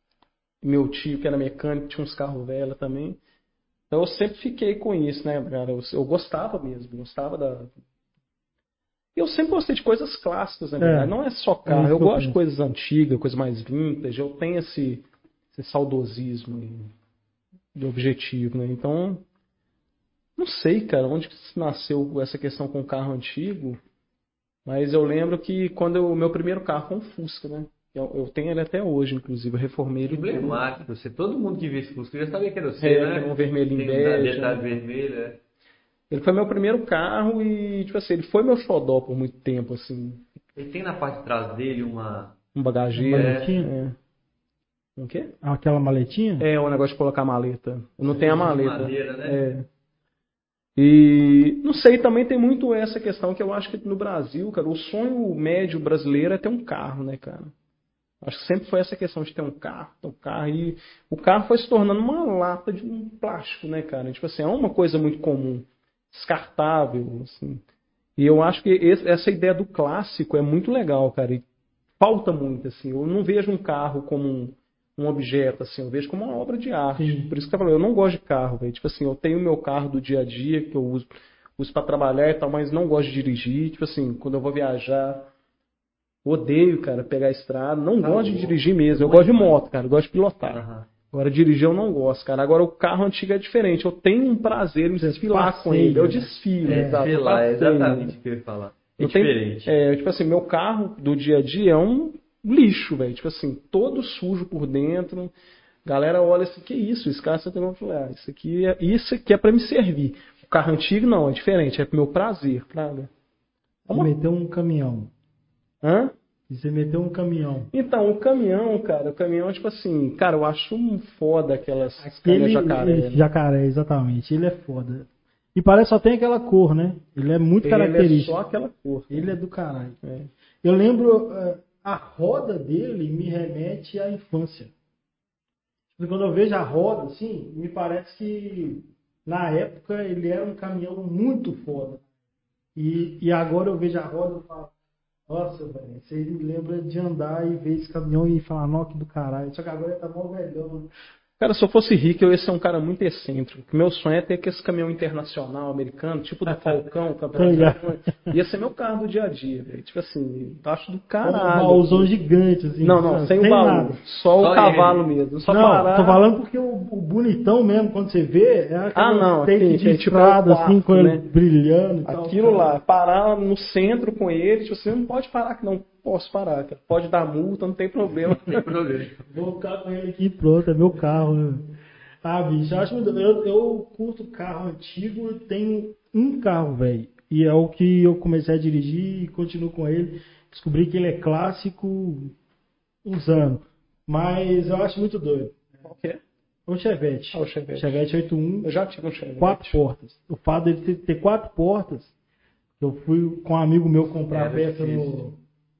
Meu tio, que era mecânico, tinha uns carros velhos também. Então eu sempre fiquei com isso, né, cara? Eu, eu gostava mesmo, gostava da. Eu sempre gostei de coisas clássicas, na verdade. É, Não é só é carro. isso eu que eu gosto de penso. coisas antigas, coisas mais vintage. Eu tenho esse, esse saudosismo de objetivo, né? Então, não sei, cara, onde que nasceu essa questão com o carro antigo. Mas eu lembro que quando eu- o meu primeiro carro foi um Fusca, né? Eu, eu tenho ele até hoje, inclusive. Eu reformei ele todo. Emblemático. Você, todo mundo que vê esse Fusca já sabia que era você, É, né? que era um vermelhinho Tem bege, detalhe né? vermelho, é. Ele foi meu primeiro carro e, tipo assim, ele foi meu xodó por muito tempo, assim. Ele tem na parte de trás dele uma... Um bagageiro. Uma maletinha? É. Um quê? aquela maletinha? É, o negócio de colocar maleta. Eu não Sim, tenho a de maleta. madeira, né? É. E não sei, também tem muito essa questão que eu acho que no Brasil, cara, o sonho médio brasileiro é ter um carro, né, cara? Acho que sempre foi essa questão de ter um carro, ter um carro. E o carro foi se tornando uma lata de um plástico, né, cara? Tipo assim, é uma coisa muito comum, descartável, assim. E eu acho que esse, essa ideia do clássico é muito legal, cara. E falta muito, assim. Eu não vejo um carro como um, um objeto, assim. Eu vejo como uma obra de arte. Sim. Por isso que eu falei, eu não gosto de carro, velho. Tipo assim, eu tenho o meu carro do dia a dia, que eu uso, uso para trabalhar e tal, mas não gosto de dirigir. Tipo assim, quando eu vou viajar, odeio, cara, pegar a estrada. Não Tá gosto de louco. dirigir mesmo. Eu Bom gosto de demais. moto, cara. Eu gosto de pilotar. Aham. Agora, dirigir eu não gosto, cara. Agora, o carro antigo é diferente. Eu tenho um prazer em Você desfilar com passeia, ele. Eu né? desfilo, É, exato. Sei eu lá, é passeio. exatamente o que eu ia falar. É Eu tenho- diferente. é, tipo assim, meu carro do dia a dia é um lixo, velho. Tipo assim, todo sujo por dentro. Galera olha assim, que isso? Esse carro você tem que falar, ah, isso aqui é, isso aqui é pra me servir. O carro antigo não, é diferente, é pro meu prazer, praga. Você meteu um caminhão. Hã? E você meteu um caminhão. Então, o caminhão, cara, o caminhão, tipo assim, cara, eu acho um foda aquelas Aquele caminhões jacaré. Né? jacaré, exatamente. Ele é foda. E parece que só tem aquela cor, né? Ele é muito Ele é característico. só aquela cor. cara. Ele é do caralho. É. Eu lembro, eh, a roda dele me remete à infância. Quando eu vejo a roda, assim, me parece que na época ele era um caminhão muito foda. E, e agora eu vejo a roda e falo, nossa, velho, você me lembra de andar e ver esse caminhão e falar, nó, que do caralho. Só que agora ele tá mó velhão. Cara, se eu fosse rico, eu ia ser um cara muito excêntrico. Meu sonho é ter que esse caminhão internacional americano, tipo do Falcão, campeonato. Ia ser meu carro do dia a dia, velho. Tipo assim, acho do Um caralho. baúzão gigante, assim. Não, não, sem o sem baú. nada. Só o Só cavalo ele. mesmo. Só Não, parar. tô falando porque o, o bonitão mesmo, quando você vê, é aquela Ah, não, take assim, de é tipo estrada, é o quarto, assim, com ele né? brilhando e tal. Aquilo lá, parar no centro com ele, tipo, você não pode parar, que não posso parar, cara. Pode dar multa, não tem problema. Não tem problema. Vou ficar com ele aqui pronto, é meu carro, né? Ah, bicho, eu, acho muito- eu, eu curto carro antigo, eu tenho um carro, velho. E é o que eu comecei a dirigir e continuo com ele. Descobri que ele é clássico uns anos. Mas eu acho muito doido. Qual que é? O Chevette. Ah, o Chevette. Chevette oitenta e um, Eu já tive um Chevette. quatro portas. O fato dele ter, ter quatro portas, eu fui com um amigo meu comprar Era peça difícil. no.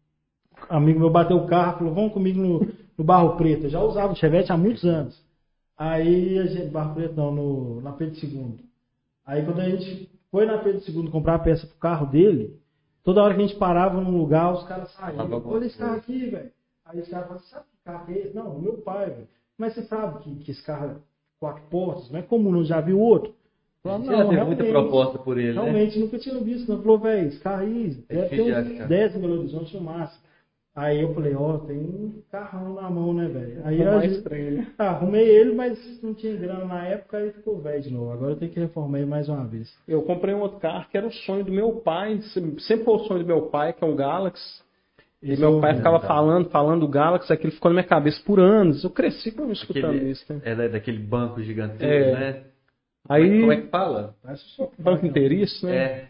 Um amigo meu bateu o carro, falou, vamos comigo no, no Barro Preto. Eu já usava o Chevette há muitos anos. Aí a gente, Barro Preto não, no, na Pedro segundo. Aí quando a gente foi na Pedro segundo comprar a peça pro carro dele, toda hora que a gente parava num lugar, os caras saíam. Falava alguma Olha esse carro coisa. aqui, velho. Aí os caras falavam, sabe que carro é esse? Não, meu pai, velho. Mas você sabe que, que esse carro é quatro portas, não é comum, não já viu outro? Falava, Você já teve muita proposta por ele, né? Realmente, nunca tinha visto. Não falou, velho, esse carro aí É deve ter difícil de uns achar. dez em Belo Horizonte no máximo. Aí eu falei, ó, tem um carrão na mão, né, velho? Aí É eu mais aju- estranho, né? ah, arrumei ele, mas não tinha grana na época, aí ficou velho de novo. Agora eu tenho que reformar ele mais uma vez. Eu comprei um outro carro que era o sonho do meu pai, sempre foi o sonho do meu pai, que é um Galaxy. E Esse meu eu- pai ficava tá. falando, falando do Galaxy, aquilo ficou na minha cabeça por anos. Eu cresci com escutando Aquele, isso, né? é da- daquele banco gigantesco, É. né? Aí, Como é, como é que fala? Parece só- banco inteiriço, né? É.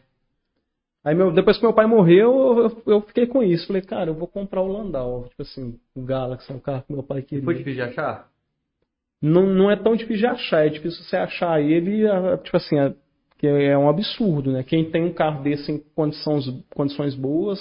Aí meu, depois que meu pai morreu, eu, eu fiquei com isso. Falei, cara, eu vou comprar o Landau. Tipo assim, o Galaxy, é o carro que meu pai queria. Foi difícil de achar? Não, não é tão difícil de achar, é difícil você achar ele, ah, tipo assim, ah, que é um absurdo, né? Quem tem um carro desse em condições, condições boas,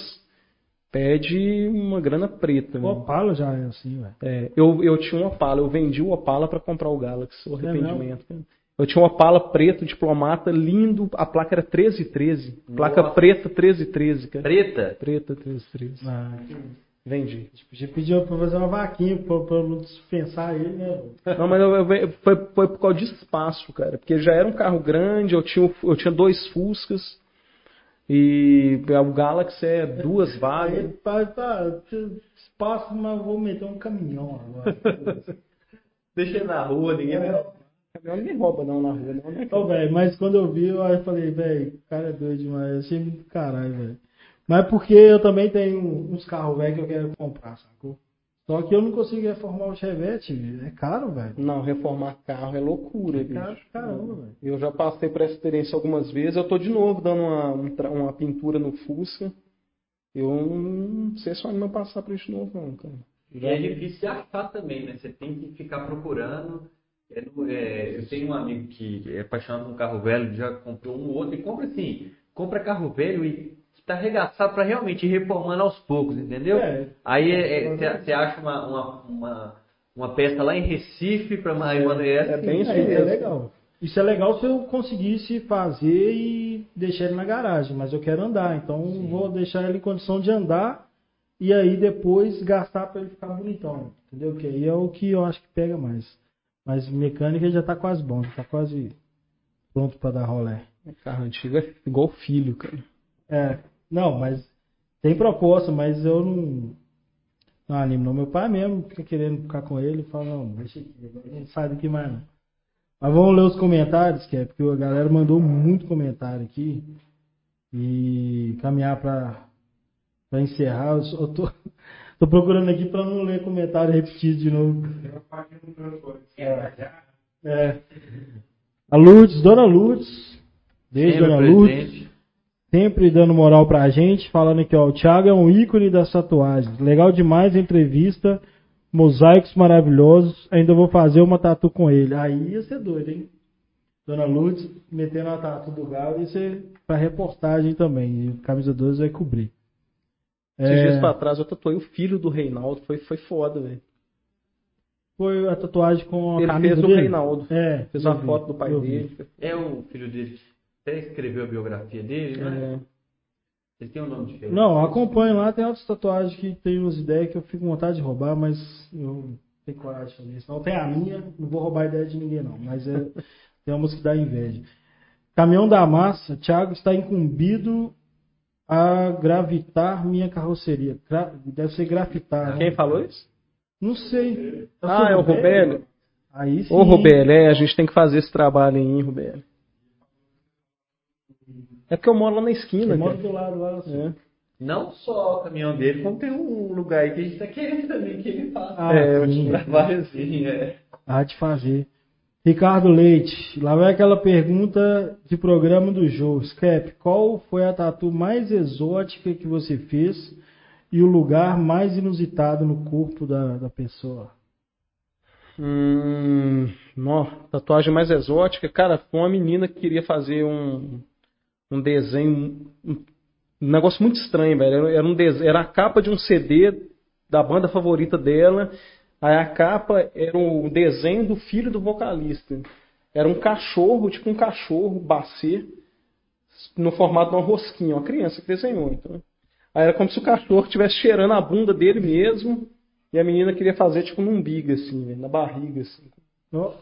pede uma grana preta. O né? Opala já é assim, velho. É, eu, eu tinha um Opala, eu vendi o Opala para comprar o Galaxy, o É arrependimento. cara. Eu tinha um Opala preto, diplomata, lindo, a placa era treze treze. Placa Nossa. preta treze treze, cara. Preta? Preta treze treze. Ah, Vendi. já pediu pra fazer uma vaquinha pra, pra não dispensar ele, né, velho? Não, mas eu, eu- foi, foi por causa de espaço, cara. Porque já era um carro grande, eu tinha, eu tinha dois Fuscas. E o Galaxy é duas Aí, vagas. pá, tá, espaço, mas eu vou meter um caminhão agora. Deixa ele na rua, ninguém vai. Caminhão ninguém rouba não na rua, não, né? Ô, velho, mas quando eu vi, eu aí falei, velho, o cara é doido demais. Eu achei muito caralho, velho. Mas porque eu também tenho uns carros velhos que eu quero comprar, sacou? Só que eu não consigo reformar o Chevette, velho. É caro, velho. Não, reformar carro é loucura, É caro, bicho. caramba, velho. Eu já passei por essa experiência algumas vezes. Eu tô de novo dando uma, um tra- uma pintura no Fusca. Eu não sei se eu ainda passar por isso de novo, não, cara. E é difícil de achar também, né? Você tem que ficar procurando. É, no- é, eu tenho um amigo que é apaixonado por um carro velho, já comprou um outro e compra assim, compra carro velho e está arregaçado para realmente ir reformando aos poucos, entendeu? É. Aí você acha uma, uma, uma, uma peça lá em Recife para mais uma dessa. é bem isso É, é mesmo. legal. Isso é legal se eu conseguisse fazer e deixar ele na garagem, mas eu quero andar, então Sim. vou deixar ele em condição de andar e aí depois gastar para ele ficar bonitão, entendeu? Que aí é o que eu acho que pega mais. Mas mecânica já tá quase bom, já tá quase pronto para dar rolé. Carro antigo é igual filho, cara. É, não, mas tem proposta, mas eu não, não animo não. Meu pai mesmo fica querendo ficar com ele e fala, não, deixa aqui, a gente sai daqui mais não. Mas vamos ler os comentários, que é porque a galera mandou muito comentário aqui. E caminhar para encerrar. Eu, só- eu tô, tô procurando aqui para não ler comentário repetido de novo. É. A Lourdes, Dona Lourdes. Beijo, Sempre Dona Lourdes. presente. Sempre dando moral pra gente. Falando aqui, ó. O Thiago é um ícone das tatuagens. Legal demais a entrevista. Mosaicos maravilhosos. Ainda vou fazer uma tatu com ele. Aí ia ser doido, hein? Dona Lourdes metendo a tatu do Galo. Isso é pra reportagem também. E camisa doze vai cobrir. Esses É, dias pra trás eu tatuei o filho do Reinaldo. Foi, foi foda, velho. foi a tatuagem com a Ele camisa fez o dele? Reinaldo. É, Fez eu uma vi, foto do pai eu vi. dele. É o filho dele que até escreveu a biografia dele, né? É. Ele tem um nome diferente. Não, acompanho lá, tem outras tatuagens que tem umas ideias que eu fico com vontade de roubar, mas eu não tenho coragem de fazer isso. Não tem a minha, não vou roubar a ideia de ninguém não, mas é, tem umas que dá inveja. Caminhão da Massa, Thiago está incumbido a gravitar minha carroceria. Gra- deve ser grafitar. Quem né? falou isso? Não sei. Ah, é o Rubélio. Aí sim. Ô, Rubélio, é, a gente tem que fazer esse trabalho aí, hein, Rubélio. É porque eu moro lá na esquina, Eu moro cara. do lado lá. Assim. É. Não só o caminhão dele, como tem um lugar aí que a gente tá querendo também que ele faça. Ah, É, sim. Um trabalhozinho, é. Há de fazer. Ricardo Leite, lá vai aquela pergunta de programa do jogo. Scrap, qual foi a tatu mais exótica que você fez e o lugar mais inusitado no corpo da, da pessoa? Hum, nó, tatuagem mais exótica. Cara, foi uma menina que queria fazer um, um desenho, um, um negócio muito estranho, velho. Era, era um desenho, era a capa de um C D da banda favorita dela. Aí a capa era o desenho do filho do vocalista. Era um cachorro, tipo um cachorro bacê, no formato de uma rosquinha, uma criança que desenhou. Então. Aí era como se o cachorro estivesse cheirando a bunda dele mesmo, e a menina queria fazer tipo num umbigo, assim, velho, na barriga, assim. Ó.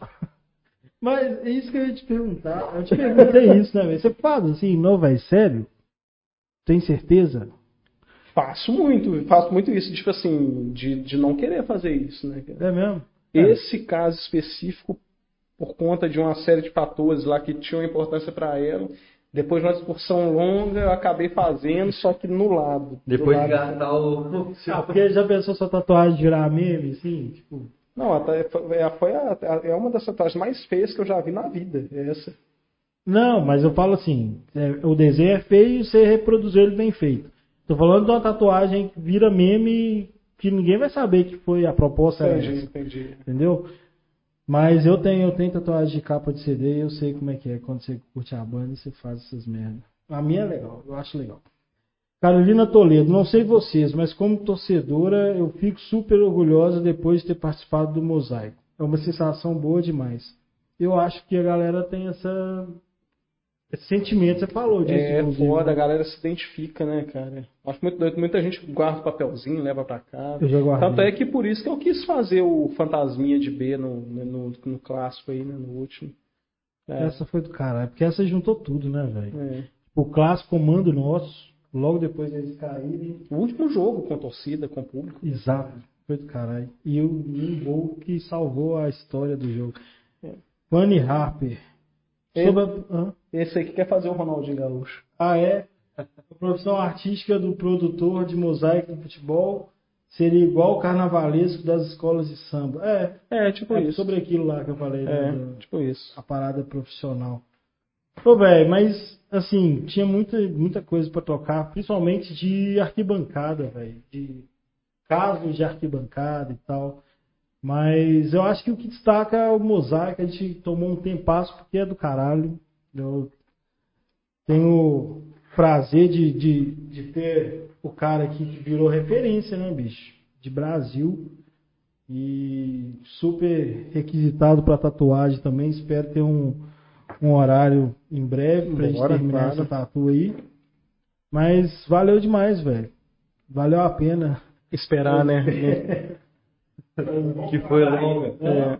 Mas é isso que eu ia te perguntar. Eu te perguntei isso, né, velho? Você faz assim, não, velho? Sério? Tem certeza? Faço muito, faço muito isso, tipo assim, de, de não querer fazer isso, né, cara? É mesmo? Esse caso específico, por conta de uma série de fatores lá que tinham importância para ela, depois de uma discussão longa, eu acabei fazendo, só que no lado. Depois do de lado. gastar o. Ah, porque já pensou sua tatuagem virar meme, assim? Tipo, Não, até foi, foi a, é uma das tatuagens mais feias que eu já vi na vida, é essa. não, mas eu falo assim, é, o desenho é feio e você reproduziu ele bem feito. Tô falando de uma tatuagem que vira meme que ninguém vai saber que foi a proposta era Entendi, essa, entendi. entendeu? Mas eu tenho, eu tenho tatuagem de capa de C D e eu sei como é que é quando você curte a banda e você faz essas merdas. A minha é legal, eu acho legal. Carolina Toledo, não sei vocês, mas como torcedora eu fico super orgulhosa depois de ter participado do Mosaico. É uma sensação boa demais. Eu acho que a galera tem essa esse sentimento, você falou disso. É inclusive, foda, né? a galera se identifica, né, cara? Acho muito doido. Muita gente guarda o papelzinho, leva pra casa. Eu já guardei. Tanto é que por isso que eu quis fazer o Fantasminha de B no, no, no clássico aí, né, no último. É, Essa foi do caralho, porque essa juntou tudo, né, velho? é. O clássico comando nosso, logo depois deles caírem. O último jogo com torcida, com público. Exato, foi do caralho. E o um gol que salvou a história do jogo. É. Fanny Harper. Sobre a- hã? Esse aí que quer fazer o Ronaldinho Gaúcho. Ah, é? A profissão artística do produtor de mosaico do futebol seria igual o carnavalesco das escolas de samba. É, É, tipo é isso. sobre aquilo lá que eu falei, né? É, da- tipo isso. a parada profissional. Pô, velho, mas assim, tinha muita, muita coisa pra tocar, principalmente de arquibancada, velho. De casos de arquibancada e tal. Mas eu acho que o que destaca é o Mosaic. A gente tomou um tempasso porque é do caralho. Eu tenho o prazer de, de, de ter o cara aqui que virou referência, né, bicho? De Brasil. E super requisitado para tatuagem também. Espero ter um, um horário em breve pra gente terminar claro. essa tatu aí. Mas valeu demais, velho. Valeu a pena. Esperar, né? Que foi longa. É.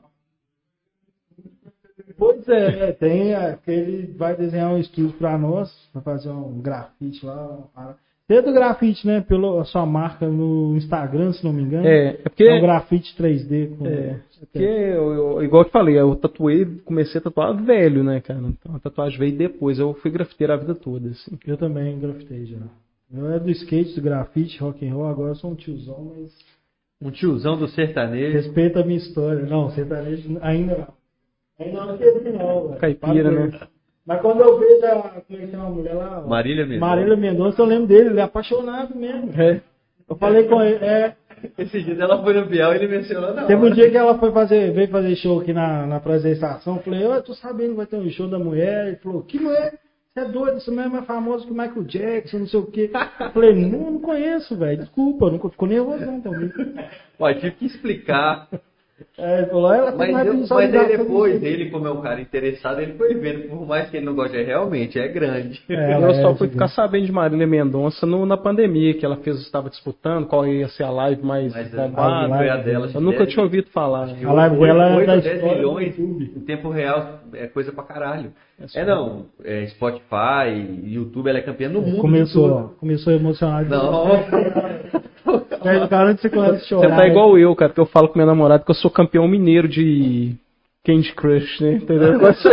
Pois é, tem aquele vai desenhar um estúdio para nós, vai fazer um grafite lá. Tem do grafite, né? Pela sua marca no Instagram, se não me engano. É, é porque. É um grafite três D. Com... É, porque eu, eu, igual eu te falei, eu tatuei, comecei a tatuar velho, né, cara? Então a tatuagem veio depois, eu fui grafiteiro a vida toda, assim. Eu também grafitei já. Eu era do skate, do grafite, rock and roll, agora eu sou um tiozão, mas. Um tiozão do sertanejo. Respeita a minha história. Não, sertanejo ainda não. Ainda não queria não, velho. Caipira, né? Mas quando eu vejo a, como é que é uma mulher lá? Marília Mendonça. Marília Mendonça, eu lembro dele, ele é apaixonado mesmo. É. Eu falei com ele, é. Esse dia ela foi no Bial e ele mencionou na Teve um hora. dia que ela foi fazer, veio fazer show aqui na, na Praça da Estação. Eu falei, eu tô sabendo que vai ter um show da mulher. Ele falou, que mulher? Você é doido, isso mesmo é famoso que o Michael Jackson, não sei o quê. Eu falei, não, não conheço, velho. Desculpa, nunca ficou nervosão comigo. Ó, tive que explicar. É, ele falou, ela tem Mas, mais eu, mas visualização aí do depois, que- ele, como é um cara interessado, ele foi vendo. Por mais que ele não goste, é realmente, é grande. É, Eu ela só é fui gigante. ficar sabendo de Marília Mendonça no, na pandemia, que ela fez, estava disputando, qual ia ser a live mais Mas bombada. a foi a live dela. Eu nunca tinha ouvido falar. A live dela é oito da ou dez história do milhões YouTube. em tempo real é coisa pra caralho. só- É não, é Spotify, YouTube, ela é campeã no mundo. Começou, de ó, começou emocionado. Não. Aí o cara onde você começa a Você chorar. tá igual eu, cara, que eu falo com minha namorada que eu sou campeão mineiro de Candy Crush, né? Entendeu?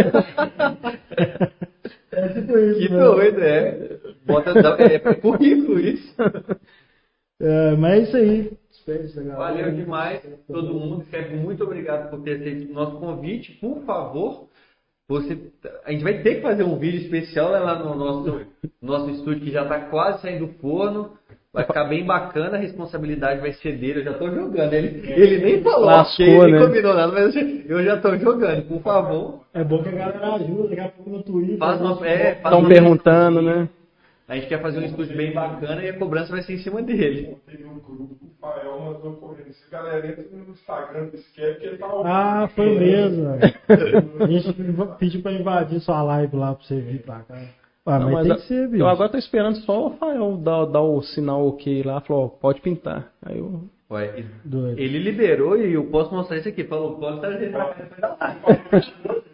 É tipo isso, Que né? doido, é. Bota, dá- é currículo isso. É, mas é isso aí. Espero isso, galera. Valeu demais, todo mundo. Sérgio, muito obrigado por ter aceito o nosso convite. Por favor, você, a gente vai ter que fazer um vídeo especial né, lá no nosso, nosso estúdio, que já está quase saindo do forno. Vai ficar bem bacana, a responsabilidade vai ser dele. Eu já estou jogando. Ele, ele nem falou, Lascou, ele nem né? combinou nada, mas eu já estou jogando. Por favor, É bom que a galera ajuda, daqui a pouco no Twitter. faz uma. É, faz Estão um- perguntando, né? A gente quer fazer um estúdio bem bacana e a cobrança vai ser em cima dele. Teve um grupo, o Fael mandou correndo. Esse galera entra no Instagram do Skep que ele tá Ah, foi mesmo. A gente pediu pra invadir sua live lá pra você vir pra cá. Ah, Não, mas, mas tem a- que ser, bicho. eu agora tô esperando só o Rafael dar, dar o sinal ok lá, falou, ó, pode pintar. Aí eu. Ué, Doido. ele liberou e eu posso mostrar isso aqui. Falou, pode trazer pra cá depois da live.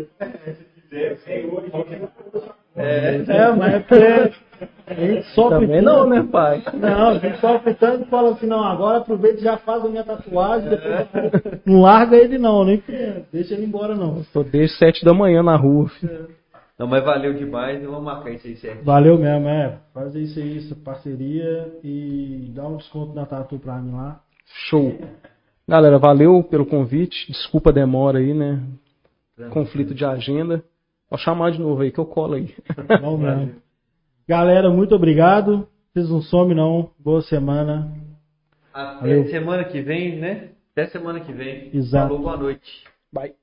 É. É, mas é porque a gente sofre Também tanto. não, né, pai? Não, a gente sofre tanto e fala assim, não, agora aproveita e já faz a minha tatuagem, depois não larga ele não, nem deixa ele embora não. Tô desde sete da manhã na rua, filho. Não, mas valeu demais. Eu vou marcar isso aí certo. Valeu mesmo, é. Fazer isso aí, essa parceria e dar um desconto na tatu pra mim lá. Show. Galera, valeu pelo convite. Desculpa a demora aí, né? Conflito de agenda. Pode chamar de novo aí que eu colo aí. Vamos mesmo. Galera, muito obrigado. Vocês não somem não. Boa semana. Até Valeu. semana que vem, né? Até semana que vem. Exato. Falou, boa noite. Bye.